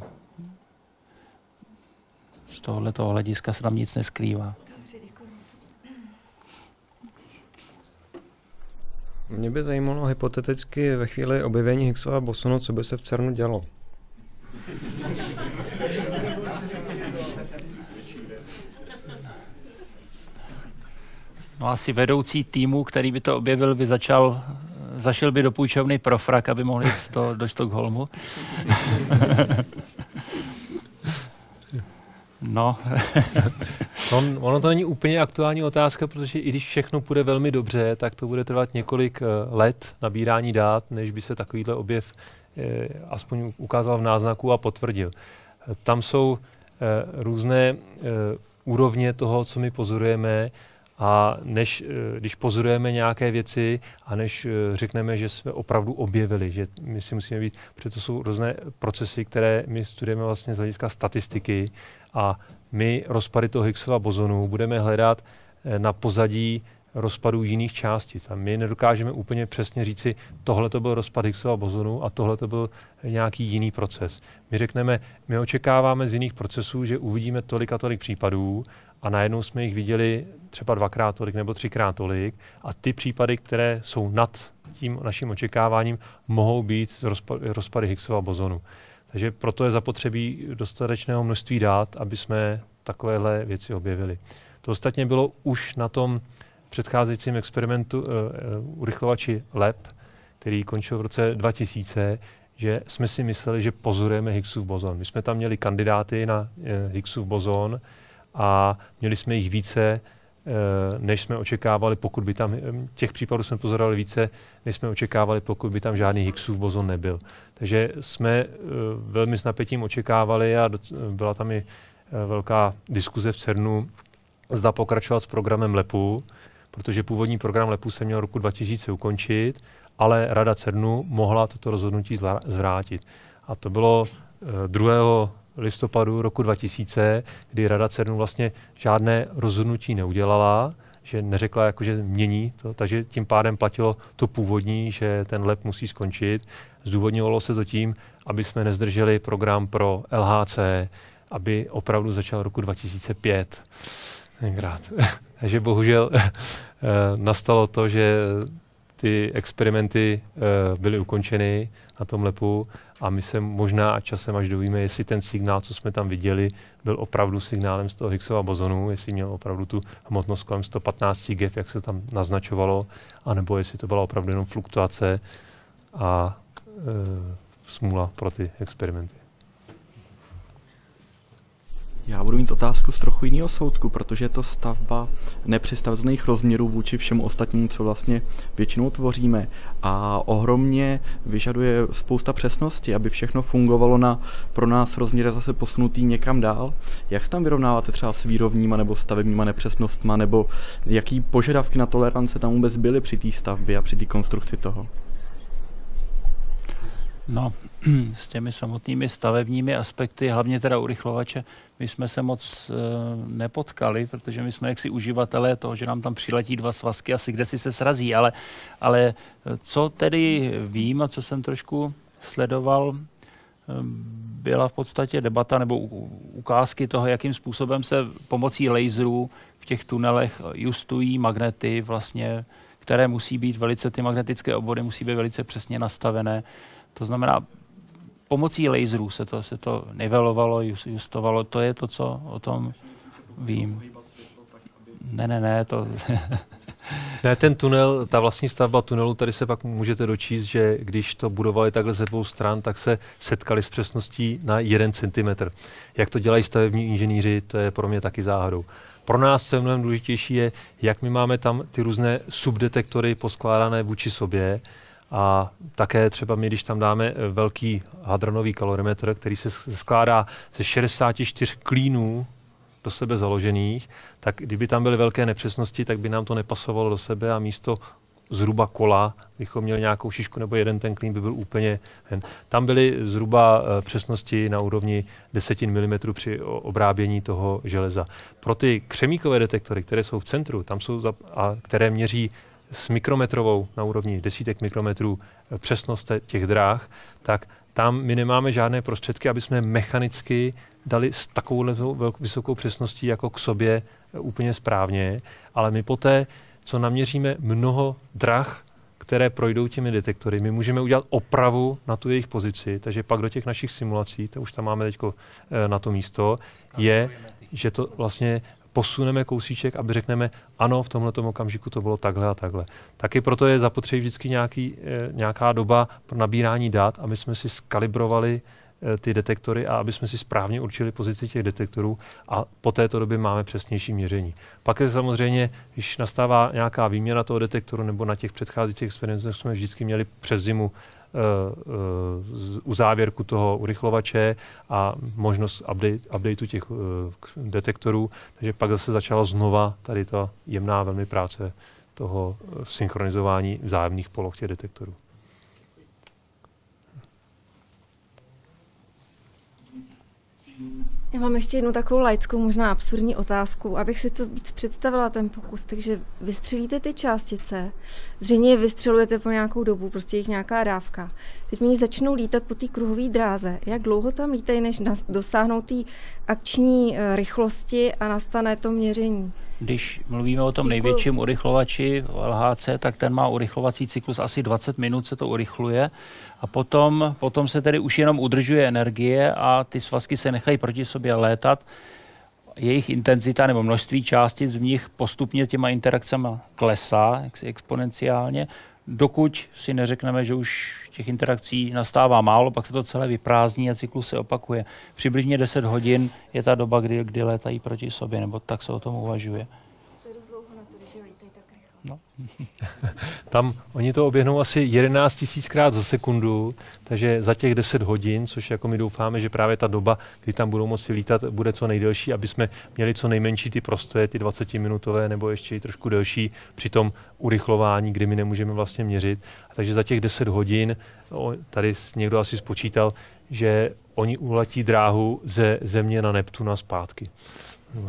z tohoto hlediska se tam nic neskrývá. Mě by zajímalo hypoteticky ve chvíli objevení Higgsova bosonu, co by se v CERNu dělo. No asi vedoucí týmu, který by to objevil, by začal, zašel by do půjčovny pro frak, aby mohl jít do, do Stockholmu. No. On, ono to není úplně aktuální otázka, protože i když všechno půjde velmi dobře, tak to bude trvat několik let nabírání dát, než by se takovýhle objev eh, aspoň ukázal v náznaku a potvrdil. Tam jsou eh, různé eh, úrovně toho, co my pozorujeme, a než, když pozorujeme nějaké věci a než řekneme, že jsme opravdu objevili, že my si musíme být, protože to jsou různé procesy, které my studujeme vlastně z hlediska statistiky a my rozpady toho Higgsova bozonu budeme hledat na pozadí rozpadů jiných částic. A my nedokážeme úplně přesně říci, tohle to byl rozpad Higgsova bozonu a tohle to byl nějaký jiný proces. My řekneme, my očekáváme z jiných procesů, že uvidíme tolik a tolik případů a najednou jsme jich viděli třeba dvakrát tolik nebo třikrát tolik a ty případy, které jsou nad tím naším očekáváním, mohou být rozpady Higgsova bozonu. Takže proto je zapotřebí dostatečného množství dát, aby jsme takovéhle věci objevili. To ostatně bylo už na tom předcházejícím experimentu uh, uh, urychlovači L E P, který končil v roce dva tisíce, že jsme si mysleli, že pozorujeme Higgsův bozon. My jsme tam měli kandidáty na uh, Higgsův bozon a měli jsme jich více, uh, než jsme očekávali, pokud by tam, těch případů jsme pozorovali více, než jsme očekávali, pokud by tam žádný Higgsův bozon nebyl. Takže jsme uh, velmi s napětím očekávali a doc- byla tam i uh, velká diskuze v CERNu, zda pokračovat s programem L E P u, protože původní program L E P u se měl roku dva tisíce ukončit, ale Rada CERNu mohla toto rozhodnutí zvrátit. A to bylo druhého listopadu roku dva tisíce, kdy Rada CERNu vlastně žádné rozhodnutí neudělala, že neřekla, jako, že mění to, takže tím pádem platilo to původní, že ten L E P musí skončit. Zdůvodňovalo se to tím, aby jsme nezdrželi program pro L H C, aby opravdu začal roku dva tisíce pět. Tenkrát. Takže bohužel nastalo to, že ty experimenty byly ukončeny na tom L E P u a my se možná časem až dovíme, jestli ten signál, co jsme tam viděli, byl opravdu signálem z toho Higgsova bozonu, jestli měl opravdu tu hmotnost kolem sto patnáct gef, jak se tam naznačovalo, anebo jestli to byla opravdu jenom fluktuace a e, smůla pro ty experimenty. Já budu mít otázku z trochu jiného soudku, protože je to stavba nepředstavitelných rozměrů vůči všemu ostatnímu, co vlastně většinou tvoříme. A ohromně vyžaduje spousta přesnosti, aby všechno fungovalo na pro nás rozměry zase posunutý někam dál. Jak se tam vyrovnáváte třeba s výrovníma nebo stavebníma nepřesnostma, nebo jaký požadavky na tolerance tam vůbec byly při té stavbě a při té konstrukci toho? No, s těmi samotnými stavebními aspekty, hlavně teda urychlovače, my jsme se moc e, nepotkali, protože my jsme jaksi uživatelé toho, že nám tam přiletí dva svazky, asi kde si se srazí, ale, ale co tedy vím a co jsem trošku sledoval byla v podstatě debata nebo ukázky toho, jakým způsobem se pomocí laserů v těch tunelech justují magnety, vlastně, které musí být velice, ty magnetické obvody musí být velice přesně nastavené. To znamená, pomocí laserů se to, se to nivelovalo, justovalo. To je to, co o tom vím. Ne, ne, ne, to... Ne, ten tunel, ta vlastní stavba tunelu, tady se pak můžete dočíst, že když to budovali takhle ze dvou stran, tak se setkali s přesností na jeden centimetr. Jak to dělají stavební inženýři, to je pro mě taky záhadou. Pro nás, co je mnohem důležitější, je, jak my máme tam ty různé subdetektory poskládané vůči sobě a také třeba my, když tam dáme velký hadronový kalorimetr, který se skládá ze šedesáti čtyř klínů do sebe založených, tak kdyby tam byly velké nepřesnosti, tak by nám to nepasovalo do sebe a místo zhruba kola bychom měli nějakou šišku nebo jeden ten klín by byl úplně ven. Tam byly zhruba přesnosti na úrovni desetin milimetrů při obrábění toho železa. Pro ty křemíkové detektory, které jsou v centru, tam jsou za, a které měří s mikrometrovou na úrovni desítek mikrometrů přesnost těch dráh, tak tam my nemáme žádné prostředky, aby jsme mechanicky dali s takovou vysokou přesností jako k sobě úplně správně, ale my poté, co naměříme mnoho drah, které projdou těmi detektory, my můžeme udělat opravu na tu jejich pozici, takže pak do těch našich simulací, to už tam máme teď na to místo, je, že to vlastně posuneme kousíček, aby řekneme, ano, v tomhletom okamžiku to bylo takhle a takhle. Taky proto je zapotřebí vždycky nějaký, nějaká doba pro nabírání dat, aby jsme si skalibrovali ty detektory a aby jsme si správně určili pozici těch detektorů a po této době máme přesnější měření. Pak je samozřejmě, když nastává nějaká výměna toho detektoru nebo na těch předcházejících experimentech jsme vždycky měli přes zimu uh, uh, u závěrku toho urychlovače a možnost update, updateu těch uh, detektorů, takže pak zase začala znova tady ta jemná velmi práce toho synchronizování vzájemných poloh těch detektorů. Já mám ještě jednu takovou laickou, možná absurdní otázku, abych si to víc představila, ten pokus. Takže vystřelíte ty částice, zřejmě je vystřelujete po nějakou dobu, prostě jich nějaká dávka. Teď oni začnou lítat po té kruhové dráze. Jak dlouho tam lítají, než dosáhnou té akční rychlosti a nastane to měření? Když mluvíme o tom největším urychlovači L H C, tak ten má urychlovací cyklus asi dvacet minut se to urychluje a potom, potom se tedy už jenom udržuje energie a ty svazky se nechají proti sobě létat. Jejich intenzita nebo množství částic v nich postupně těma interakcemi klesá jaksi exponenciálně, dokud si neřekneme, že už těch interakcí nastává málo, pak se to celé vyprázdní a cyklus se opakuje. Přibližně deset hodin je ta doba, kdy, kdy létají proti sobě, nebo tak se o tom uvažuje. No. Tam oni to oběhnou asi jedenáct tisíckrát za sekundu, takže za těch deset hodin, což jako my doufáme, že právě ta doba, kdy tam budou moci lítat, bude co nejdelší, aby jsme měli co nejmenší ty prostoje, ty dvacetiminutové nebo ještě i trošku delší při tom urychlování, kdy my nemůžeme vlastně měřit. A takže za těch deset hodin, tady někdo asi spočítal, že oni uletí dráhu ze Země na Neptuna zpátky. No.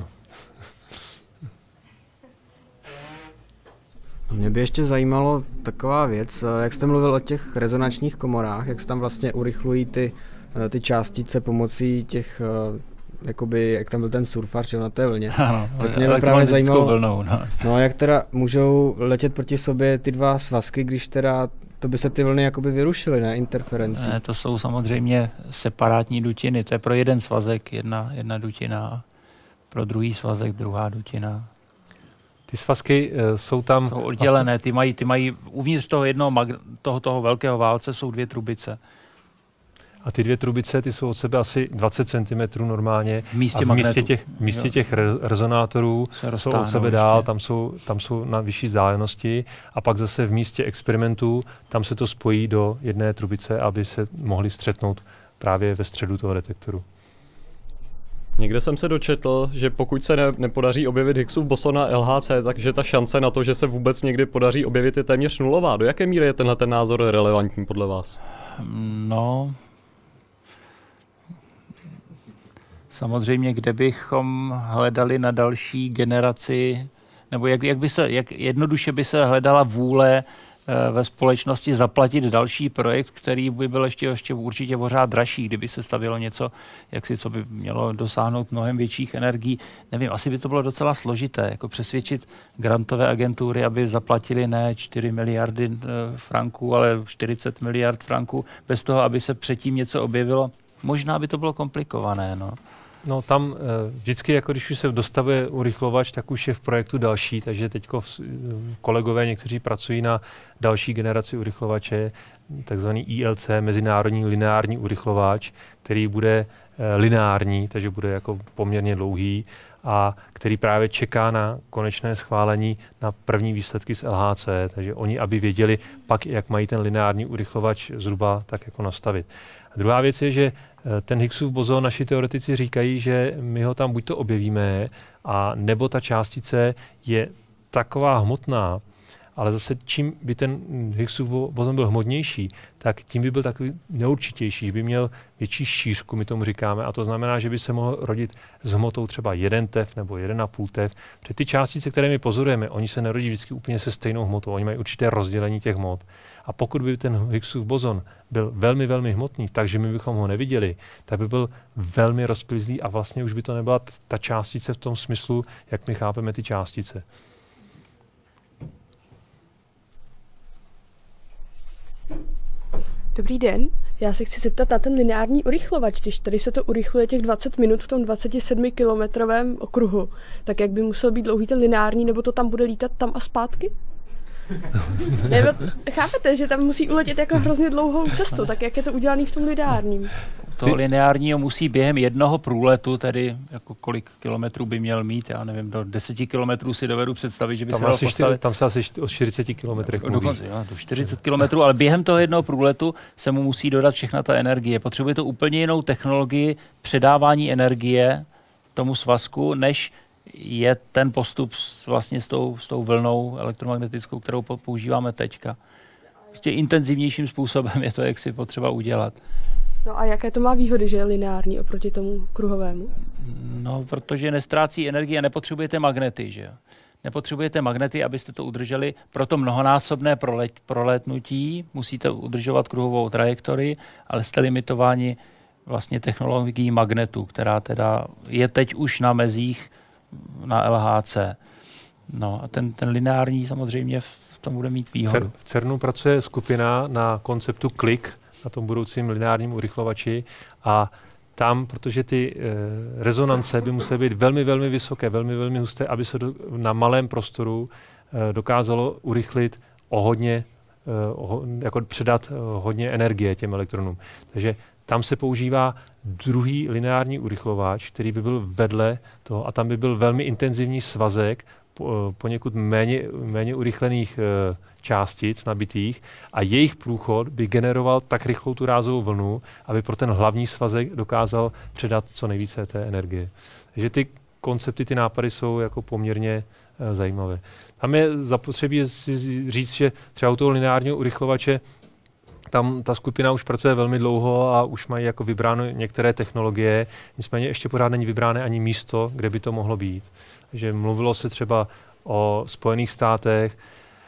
Mě by ještě zajímalo taková věc, jak jste mluvil o těch rezonančních komorách, jak se tam vlastně urychlují ty, ty částice pomocí těch, jakoby, jak tam byl ten surfař na té vlně. Ano, tak mě by právě zajímalo, vlnou, no. no jak teda můžou letět proti sobě ty dva svazky, když teda to by se ty vlny jakoby vyrušily, ne, interferencí. Ne, to jsou samozřejmě separátní dutiny, to je pro jeden svazek jedna, jedna dutina, pro druhý svazek druhá dutina. Ty svazky uh, jsou tam... Jsou oddělené, vlastně... ty mají, ty mají uvnitř toho jednoho, mag- toho, toho velkého válce jsou dvě trubice. A ty dvě trubice, ty jsou od sebe asi dvacet centimetrů normálně. V místě a v místě těch, v místě těch re- rezonátorů jsou od sebe dál, tam jsou, tam jsou na vyšší vzdálenosti. A pak zase v místě experimentů, tam se to spojí do jedné trubice, aby se mohli střetnout právě ve středu toho detektoru. Někde jsem se dočetl, že pokud se ne, nepodaří objevit Higgsův boson na L H C, takže ta šance na to, že se vůbec někdy podaří objevit, je téměř nulová. Do jaké míry je tenhle ten názor relevantní podle vás? No, samozřejmě, kde bychom hledali na další generaci, nebo jak, jak, by se, jak jednoduše by se hledala vůle ve společnosti zaplatit další projekt, který by byl ještě, ještě určitě pořád dražší, kdyby se stavilo něco, jaksi, co by mělo dosáhnout mnohem větších energií. Nevím, asi by to bylo docela složité, jako přesvědčit grantové agentury, aby zaplatili ne čtyři miliardy franků, ale čtyřicet miliard franků, bez toho, aby se předtím něco objevilo. Možná by to bylo komplikované, no. No tam vždycky, jako když už se dostavuje urychlovač, tak už je v projektu další, takže teď kolegové někteří pracují na další generaci urychlovače, takzvaný I L C, Mezinárodní lineární urychlovač, který bude lineární, takže bude jako poměrně dlouhý a který právě čeká na konečné schválení na první výsledky z L H C, takže oni, aby věděli pak, jak mají ten lineární urychlovač zhruba tak jako nastavit. A druhá věc je, že ten Higgsův bozon, naši teoretici říkají, že my ho tam buď to objevíme, a nebo ta částice je taková hmotná, ale zase čím by ten Higgsův bozon byl hmotnější, tak tím by byl takový neurčitější, by měl větší šířku, my tomu říkáme, a to znamená, že by se mohl rodit s hmotou třeba jeden tef nebo jeden a půl tef. Protože ty částice, které my pozorujeme, oni se nerodí vždycky úplně se stejnou hmotou, oni mají určité rozdělení těch hmot. A pokud by ten Higgsův bozon byl velmi, velmi hmotný, takže my bychom ho neviděli, tak by byl velmi rozplyzlý a vlastně už by to nebyla ta částice v tom smyslu, jak my chápeme ty částice. Dobrý den, já se chci zeptat na ten lineární urychlovač, když tady se to urychluje těch dvacet minut v tom dvacetisedmikilometrovém okruhu, tak jak by musel být dlouhý ten lineární, nebo to tam bude lítat tam a zpátky? Nebo, chápete, že tam musí uletět jako hrozně dlouhou cestu, tak jak je to udělané v tom lineárním? To lineárního musí během jednoho průletu, tedy jako kolik kilometrů by měl mít, já nevím, do deseti kilometrů si dovedu představit, že by tam se dal postavit. Tam se asi o čtyřiceti kilometrech mluví. Dokonce, jo, do čtyřicet kilometrů, ale během toho jednoho průletu se mu musí dodat všechna ta energie. Potřebuje to úplně jinou technologii předávání energie tomu svazku, než je ten postup s, vlastně s tou, s tou vlnou elektromagnetickou, kterou používáme teďka. Prostě intenzivnějším způsobem je to, jak si potřeba udělat. No a jaké to má výhody, že je lineární oproti tomu kruhovému? No, protože nestrácí energii a nepotřebujete magnety, že jo. Nepotřebujete magnety, abyste to udrželi, proto mnohonásobné prolet, proletnutí, musíte udržovat kruhovou trajektorii, ale jste limitováni vlastně technologií magnetu, která teda je teď už na mezích na L H C. No a ten, ten lineární samozřejmě v tom bude mít výhodu. V CERNu pracuje skupina na konceptu C L I C, na tom budoucím lineárním urychlovači, a tam, protože ty e, rezonance by musely být velmi, velmi vysoké, velmi, velmi husté, aby se do, na malém prostoru e, dokázalo urychlit o hodně, e, o, jako předat e, hodně energie těm elektronům. Takže tam se používá druhý lineární urychlovač, který by byl vedle toho, a tam by byl velmi intenzivní svazek po, poněkud méně, méně urychlených e, částic nabitých, a jejich průchod by generoval tak rychlou tu rázovou vlnu, aby pro ten hlavní svazek dokázal předat co nejvíce té energie. Takže ty koncepty, ty nápady jsou jako poměrně e, zajímavé. Tam je zapotřebí si říct, že třeba u toho lineárního urychlovače tam ta skupina už pracuje velmi dlouho a už mají jako vybráno některé technologie, nicméně ještě pořád není vybráno ani místo, kde by to mohlo být. Takže mluvilo se třeba o Spojených státech.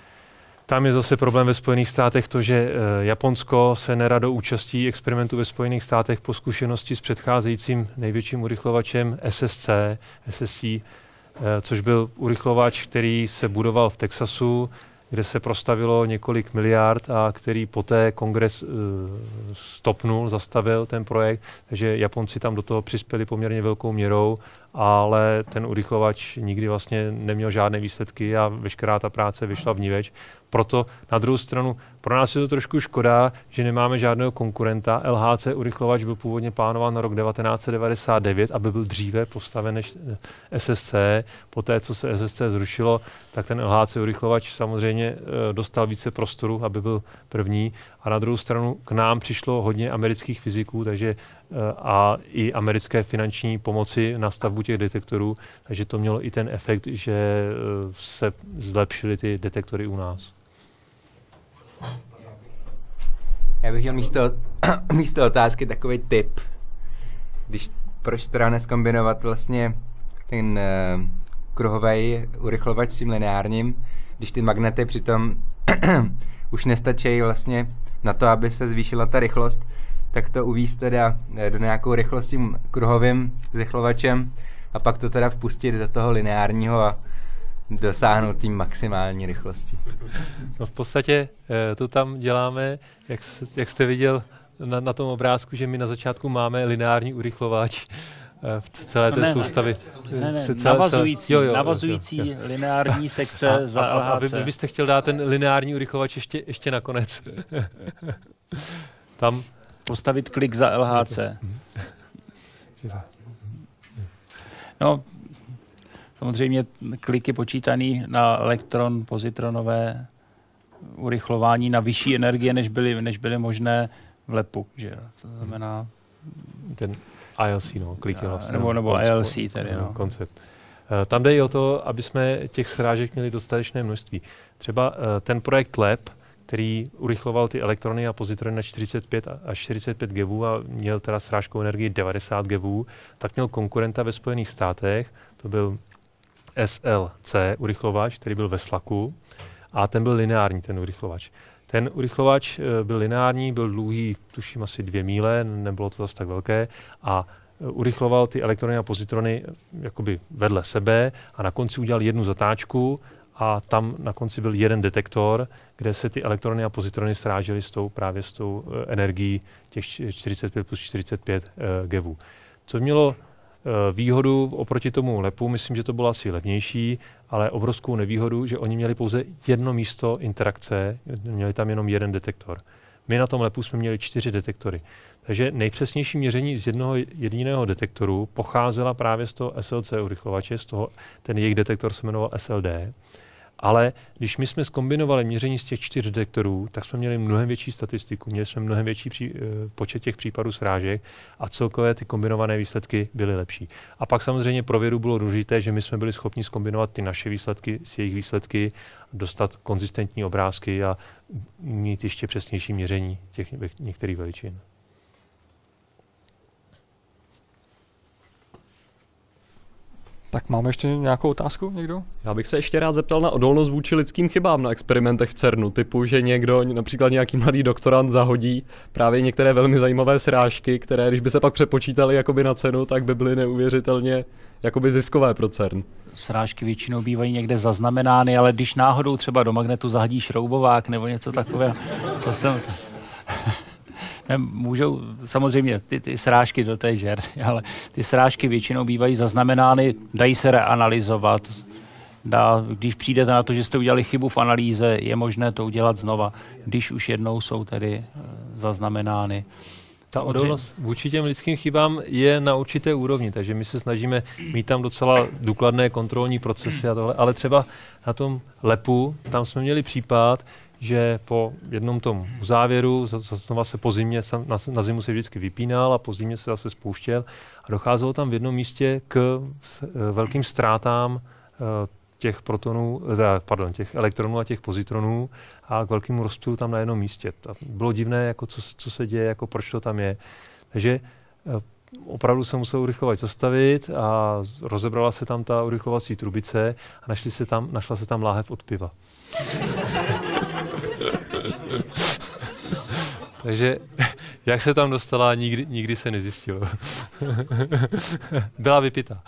Tam je zase problém ve Spojených státech to, že Japonsko se nerado účastí experimentu ve Spojených státech po zkušenosti s předcházejícím největším urychlovačem S S C, S S C, což byl urychlovač, který se budoval v Texasu, kde se prostavilo několik miliard a který poté kongres uh, stopnul, zastavil ten projekt, takže Japonci tam do toho přispěli poměrně velkou měrou, ale ten urychlovač nikdy vlastně neměl žádné výsledky a veškerá ta práce vyšla vniveč. Proto na druhou stranu pro nás je to trošku škoda, že nemáme žádného konkurenta. L H C urychlovač byl původně plánován na rok devatenáct set devadesát devět, aby byl dříve postaven než S S C. Poté, co se S S C zrušilo, tak ten L H C urychlovač samozřejmě dostal více prostoru, aby byl první. A na druhou stranu k nám přišlo hodně amerických fyziků, takže a i americké finanční pomoci na stavbu těch detektorů, takže to mělo i ten efekt, že se zlepšily ty detektory u nás. Já bych měl místo, místo otázky takový tip. Když proč teda nezkombinovat vlastně ten uh, kruhový urychlovač s tím lineárním, když ty magnety přitom už nestačí vlastně na to, aby se zvýšila ta rychlost, tak to uvízt teda do nějakou rychlost tím kruhovým zrychlovačem a pak to teda vpustit do toho lineárního a dosáhnout tím maximální rychlosti. No v podstatě to tam děláme, jak, jak jste viděl na, na tom obrázku, že my na začátku máme lineární urychlovač v celé té ne, soustavy. Ne, ne, celé, navazující, jo, jo, navazující jo, jo. lineární sekce a, za a, L H C. A vy, vy byste chtěl dát ten lineární urychlovač ještě, ještě nakonec. Tam postavit klik za L H C. No, samozřejmě klik je počítaný na elektron, pozitronové urychlování na vyšší energie, než byly, než byly možné v lepu. Že? To znamená... Ten I L C, no, klik je vlastně. Nebo, nebo I L C tedy, no. Koncept. Tam jde i o to, aby jsme těch srážek měli dostatečné množství. Třeba ten projekt Lab, který urychloval ty elektrony a pozitrony na čtyřicet pět až čtyřicet pět gevů a měl teda srážkovou energii devadesát gevů, tak měl konkurenta ve Spojených státech, to byl S L C urychlovač, který byl ve Slacku a ten byl lineární, ten urychlovač. Ten urychlovač byl lineární, byl dlouhý, tuším asi dvě míle, nebylo to zase tak velké a urychloval ty elektrony a pozitrony jakoby vedle sebe a na konci udělal jednu zatáčku a tam na konci byl jeden detektor, kde se ty elektrony a pozitrony srážely s tou, právě s tou energií těch čtyřicet pět plus čtyřicet pět uh, gevů. Co mělo uh, výhodu oproti tomu lepu, myslím, že to bylo asi levnější, ale obrovskou nevýhodu, že oni měli pouze jedno místo interakce, měli tam jenom jeden detektor. My na tom lepu jsme měli čtyři detektory. Takže nejpřesnější měření z jednoho jediného detektoru pocházela právě z toho S L C urychlovače, z toho, ten jejich detektor se jmenoval S L D. Ale když my jsme zkombinovali měření z těch čtyř detektorů, tak jsme měli mnohem větší statistiku, měli jsme mnohem větší pří, počet těch případů srážek a celkové ty kombinované výsledky byly lepší. A pak samozřejmě pro vědu bylo důležité, že my jsme byli schopni zkombinovat ty naše výsledky s jejich výsledky, dostat konzistentní obrázky a mít ještě přesnější měření těch některých veličin. Tak máme ještě nějakou otázku někdo? Já bych se ještě rád zeptal na odolnost vůči lidským chybám na experimentech v CERNu, typu, že někdo, například nějaký mladý doktorant zahodí právě některé velmi zajímavé srážky, které, když by se pak přepočítaly jakoby na cenu, tak by byly neuvěřitelně jakoby ziskové pro CERN. Srážky většinou bývají někde zaznamenány, ale když náhodou třeba do magnetu zahodí šroubovák nebo něco takového, to jsem... Ne, můžou samozřejmě ty, ty srážky, do té žert, ale ty srážky většinou bývají zaznamenány, dají se reanalyzovat. Dá, když přijdete na to, že jste udělali chybu v analýze, je možné to udělat znova, když už jednou jsou tedy zaznamenány. Ta odolnost vůči těm lidským chybám je na určité úrovni, takže my se snažíme mít tam docela důkladné kontrolní procesy a tohle, ale třeba na tom lepu, tam jsme měli případ, že po jednom tom závěru, znova se po zimě, na, na zimu se vždycky vypínal a po zimě se zase spouštěl a docházelo tam v jednom místě k velkým ztrátám těch protonů, pardon, těch elektronů a těch pozitronů a k velkému rozptylu tam na jednom místě. A bylo divné, jako co, co se děje, jako proč to tam je. Takže opravdu se musel urychlovač zastavit a rozebrala se tam ta urychlovací trubice a našli se tam, našla se tam láhev od piva. Takže jak se tam dostala, nikdy, nikdy se nezjistilo. Byla vypitá.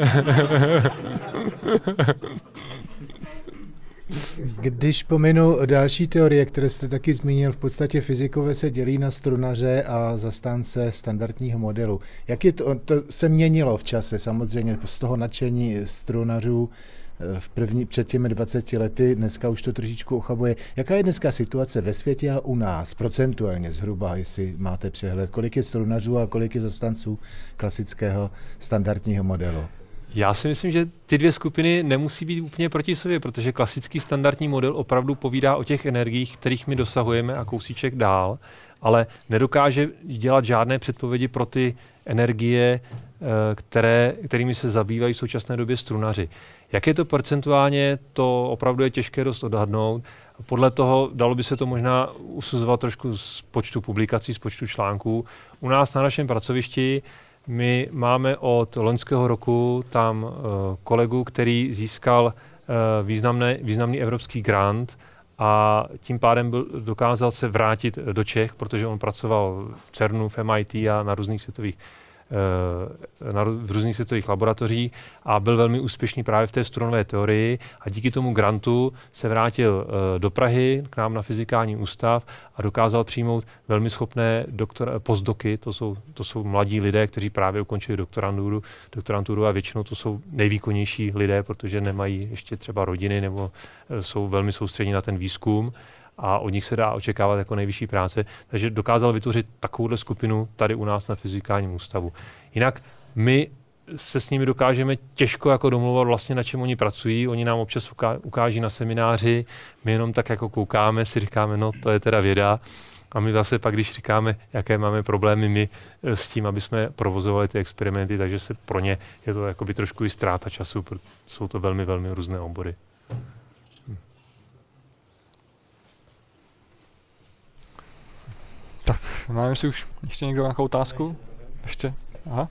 Když pominu další teorie, které jste taky zmínil, v podstatě fyzikové se dělí na strunaře a zastánce standardního modelu. Jak je to, to se měnilo v čase, samozřejmě z toho nadšení strunařů v první, před těmi dvaceti lety, dneska už to trošičku ochabuje. Jaká je dneska situace ve světě a u nás, procentuálně zhruba, jestli máte přehled, kolik je strunařů a kolik je zastánců klasického standardního modelu? Já si myslím, že ty dvě skupiny nemusí být úplně proti sobě, protože klasický standardní model opravdu povídá o těch energiích, kterých my dosahujeme a kousíček dál, ale nedokáže dělat žádné předpovědi pro ty energie, které, kterými se zabývají v současné době strunaři. Jak je to procentuálně, to opravdu je těžké dost odhadnout. Podle toho dalo by se to možná usuzovat trošku z počtu publikací, z počtu článků. U nás na našem pracovišti my máme od loňského roku tam kolegu, který získal významné, významný evropský grant a tím pádem byl, dokázal se vrátit do Čech, protože on pracoval v CERNu, v M I T a na různých světových na v různých světových laboratoří a byl velmi úspěšný právě v té strunové teorii a díky tomu grantu se vrátil do Prahy k nám na Fyzikální ústav a dokázal přijmout velmi schopné doktor, postdoky, to jsou, to jsou mladí lidé, kteří právě ukončili doktoranturu, doktoranturu a většinou to jsou nejvýkonnější lidé, protože nemají ještě třeba rodiny nebo jsou velmi soustředěni na ten výzkum. A od nich se dá očekávat jako nejvyšší práce. Takže dokázal vytvořit takovouhle skupinu tady u nás na Fyzikálním ústavu. Jinak my se s nimi dokážeme těžko jako domluvat vlastně, na čem oni pracují. Oni nám občas ukáží na semináři, my jenom tak jako koukáme, si říkáme, no to je teda věda. A my zase pak, když říkáme, jaké máme problémy my s tím, aby jsme provozovali ty experimenty, takže se pro ně je to jakoby trošku i ztráta času, protože jsou to velmi, velmi různé obory. Tak, máme si už ještě někdo nějakou otázku? Ještě? Aha.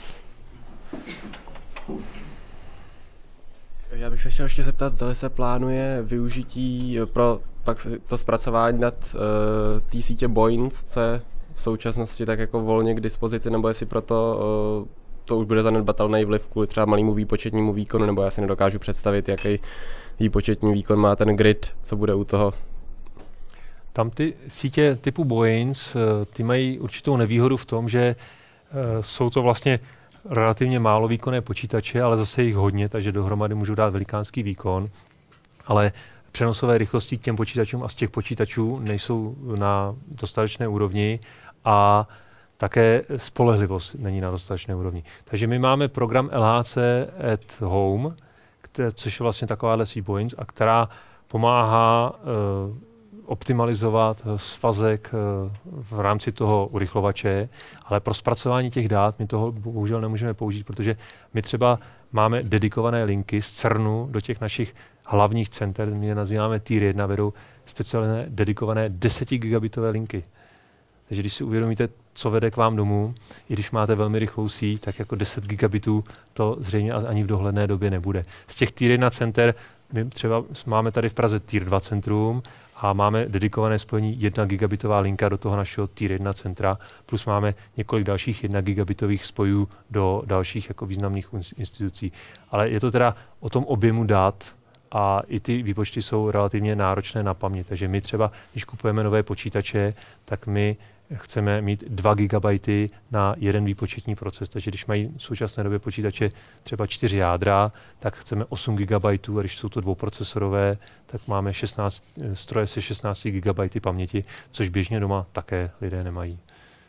Já bych se chtěl ještě zeptat, zda se plánuje využití pro pak to zpracování nad uh, té sítě Boeing C v současnosti tak jako volně k dispozici, nebo jestli proto uh, to už bude zanedbatelný vliv kvůli třeba malému výpočetnímu výkonu, nebo já si nedokážu představit, jaký výpočetní výkon má ten grid, co bude u toho. Tam ty sítě typu Boeing, ty mají určitou nevýhodu v tom, že jsou to vlastně relativně málo výkonné počítače, ale zase jich hodně, takže dohromady můžou dát velikánský výkon. Ale přenosové rychlosti k těm počítačům a z těch počítačů nejsou na dostatečné úrovni a také spolehlivost není na dostatečné úrovni. Takže my máme program L H C at Home, které, což je vlastně takováhle síť Boeing, a která pomáhá uh, optimalizovat svazek v rámci toho urychlovače, ale pro zpracování těch dát my toho bohužel nemůžeme použít, protože my třeba máme dedikované linky z CERNu do těch našich hlavních center, my je nazýváme Tier jedna, vedou speciálně dedikované desetigigabitové linky. Takže když si uvědomíte, co vede k vám domů, i když máte velmi rychlou síť, tak jako deset gigabitů to zřejmě ani v dohledné době nebude. Z těch Tier jedna center my třeba máme tady v Praze Tier dva centrum a máme dedikované spojení jedna gigabitová linka do toho našeho Tier jedna centra, plus máme několik dalších jedna gigabitových spojů do dalších jako významných institucí. Ale je to teda o tom objemu dat a i ty výpočty jsou relativně náročné na paměť. Takže my třeba, když kupujeme nové počítače, tak my chceme mít dva gigabajty na jeden výpočetní proces. Takže když mají v současné době počítače třeba čtyři jádra, tak chceme osm gigabajtů, a když jsou to dvouprocesorové, tak máme šestnáct, stroje se šestnácti gigabajty paměti, což běžně doma také lidé nemají.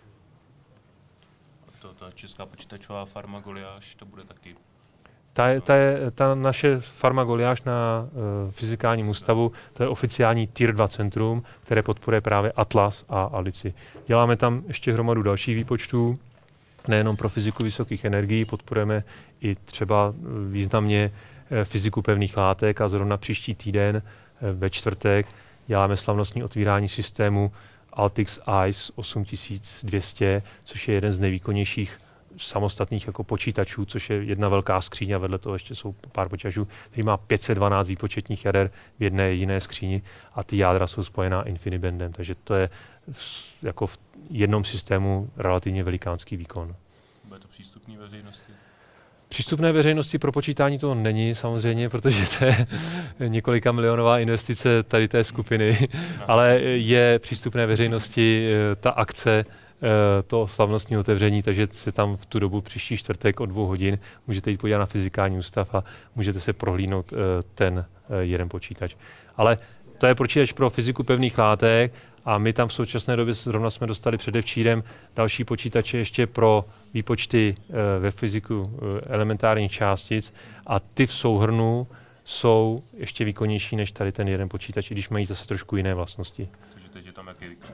To, ta česká počítačová farma Goliáš, to bude taky... Ta, ta, je, ta naše farma Goliáš na uh, Fyzikálním ústavu, to je oficiální Tier dva centrum, které podporuje právě Atlas a Alici. Děláme tam ještě hromadu dalších výpočtů, nejenom pro fyziku vysokých energií, podporujeme i třeba významně fyziku pevných látek a zrovna příští týden ve čtvrtek děláme slavnostní otvírání systému Altix I C E osm tisíc dvě stě, což je jeden z nejvýkonnějších samostatných jako počítačů, což je jedna velká skříň a vedle toho ještě jsou pár počítačů, který má pět set dvanáct výpočetních jader v jedné jediné skříni a ty jádra jsou spojená InfiniBandem, takže to je v, jako v jednom systému relativně velikánský výkon. Bude to přístupný veřejnosti? Přístupné veřejnosti pro počítání to není samozřejmě, protože to je několika milionová investice tady té skupiny, ale je přístupné veřejnosti ta akce to slavnostní otevření, takže se tam v tu dobu příští čtvrtek od dvou hodin můžete jít podívat na Fyzikální ústav a můžete se prohlídnout ten jeden počítač. Ale to je počítač pro fyziku pevných látek a my tam v současné době zrovna jsme dostali předevčírem další počítače ještě pro výpočty ve fyziku elementárních částic a ty v souhrnu jsou ještě výkonnější než tady ten jeden počítač, i když mají zase trošku jiné vlastnosti. Takže teď je tam jaký výkon?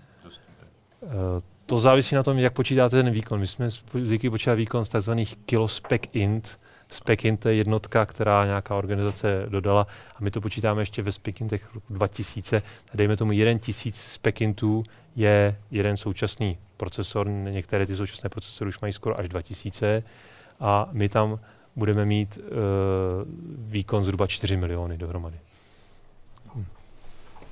To závisí na tom, jak počítáte ten výkon. My jsme zvyklí počítat výkon z tzv. Kilospec-int. Spec-int je jednotka, která nějaká organizace dodala a my to počítáme ještě ve spec-intech roku dva tisíce. Dejme tomu jeden tisíc spec-intů je jeden současný procesor. Některé ty současné procesory už mají skoro až dva tisíce a my tam budeme mít uh, výkon zhruba čtyři miliony dohromady. Hm.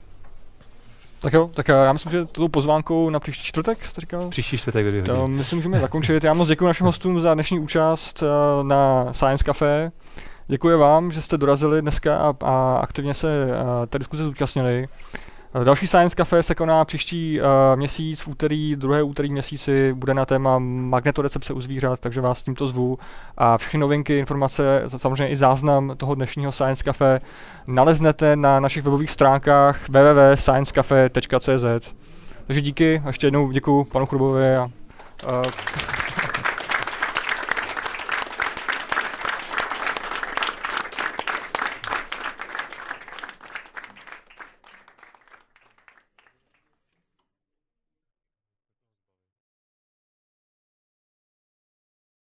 Tak jo, tak já myslím, že tou pozvánkou na příští čtvrtek, jste říkal? Příští čtvrtek, kdy to myslím, můžeme zakončit. Já moc děkuji našim hostům za dnešní účast na Science Café. Děkuji vám, že jste dorazili dneska a, a aktivně se a, té diskuze zúčastnili. Další Science Café se koná příští uh, měsíc, v úterý, druhé úterý měsíci, bude na téma magnetorecepce u zvířat, takže vás tímto zvu. A všechny novinky, informace, samozřejmě i záznam toho dnešního Science Café naleznete na našich webových stránkách w w w tečka science cafe tečka c z. Takže díky a ještě jednou děkuji panu Chrubovi a uh,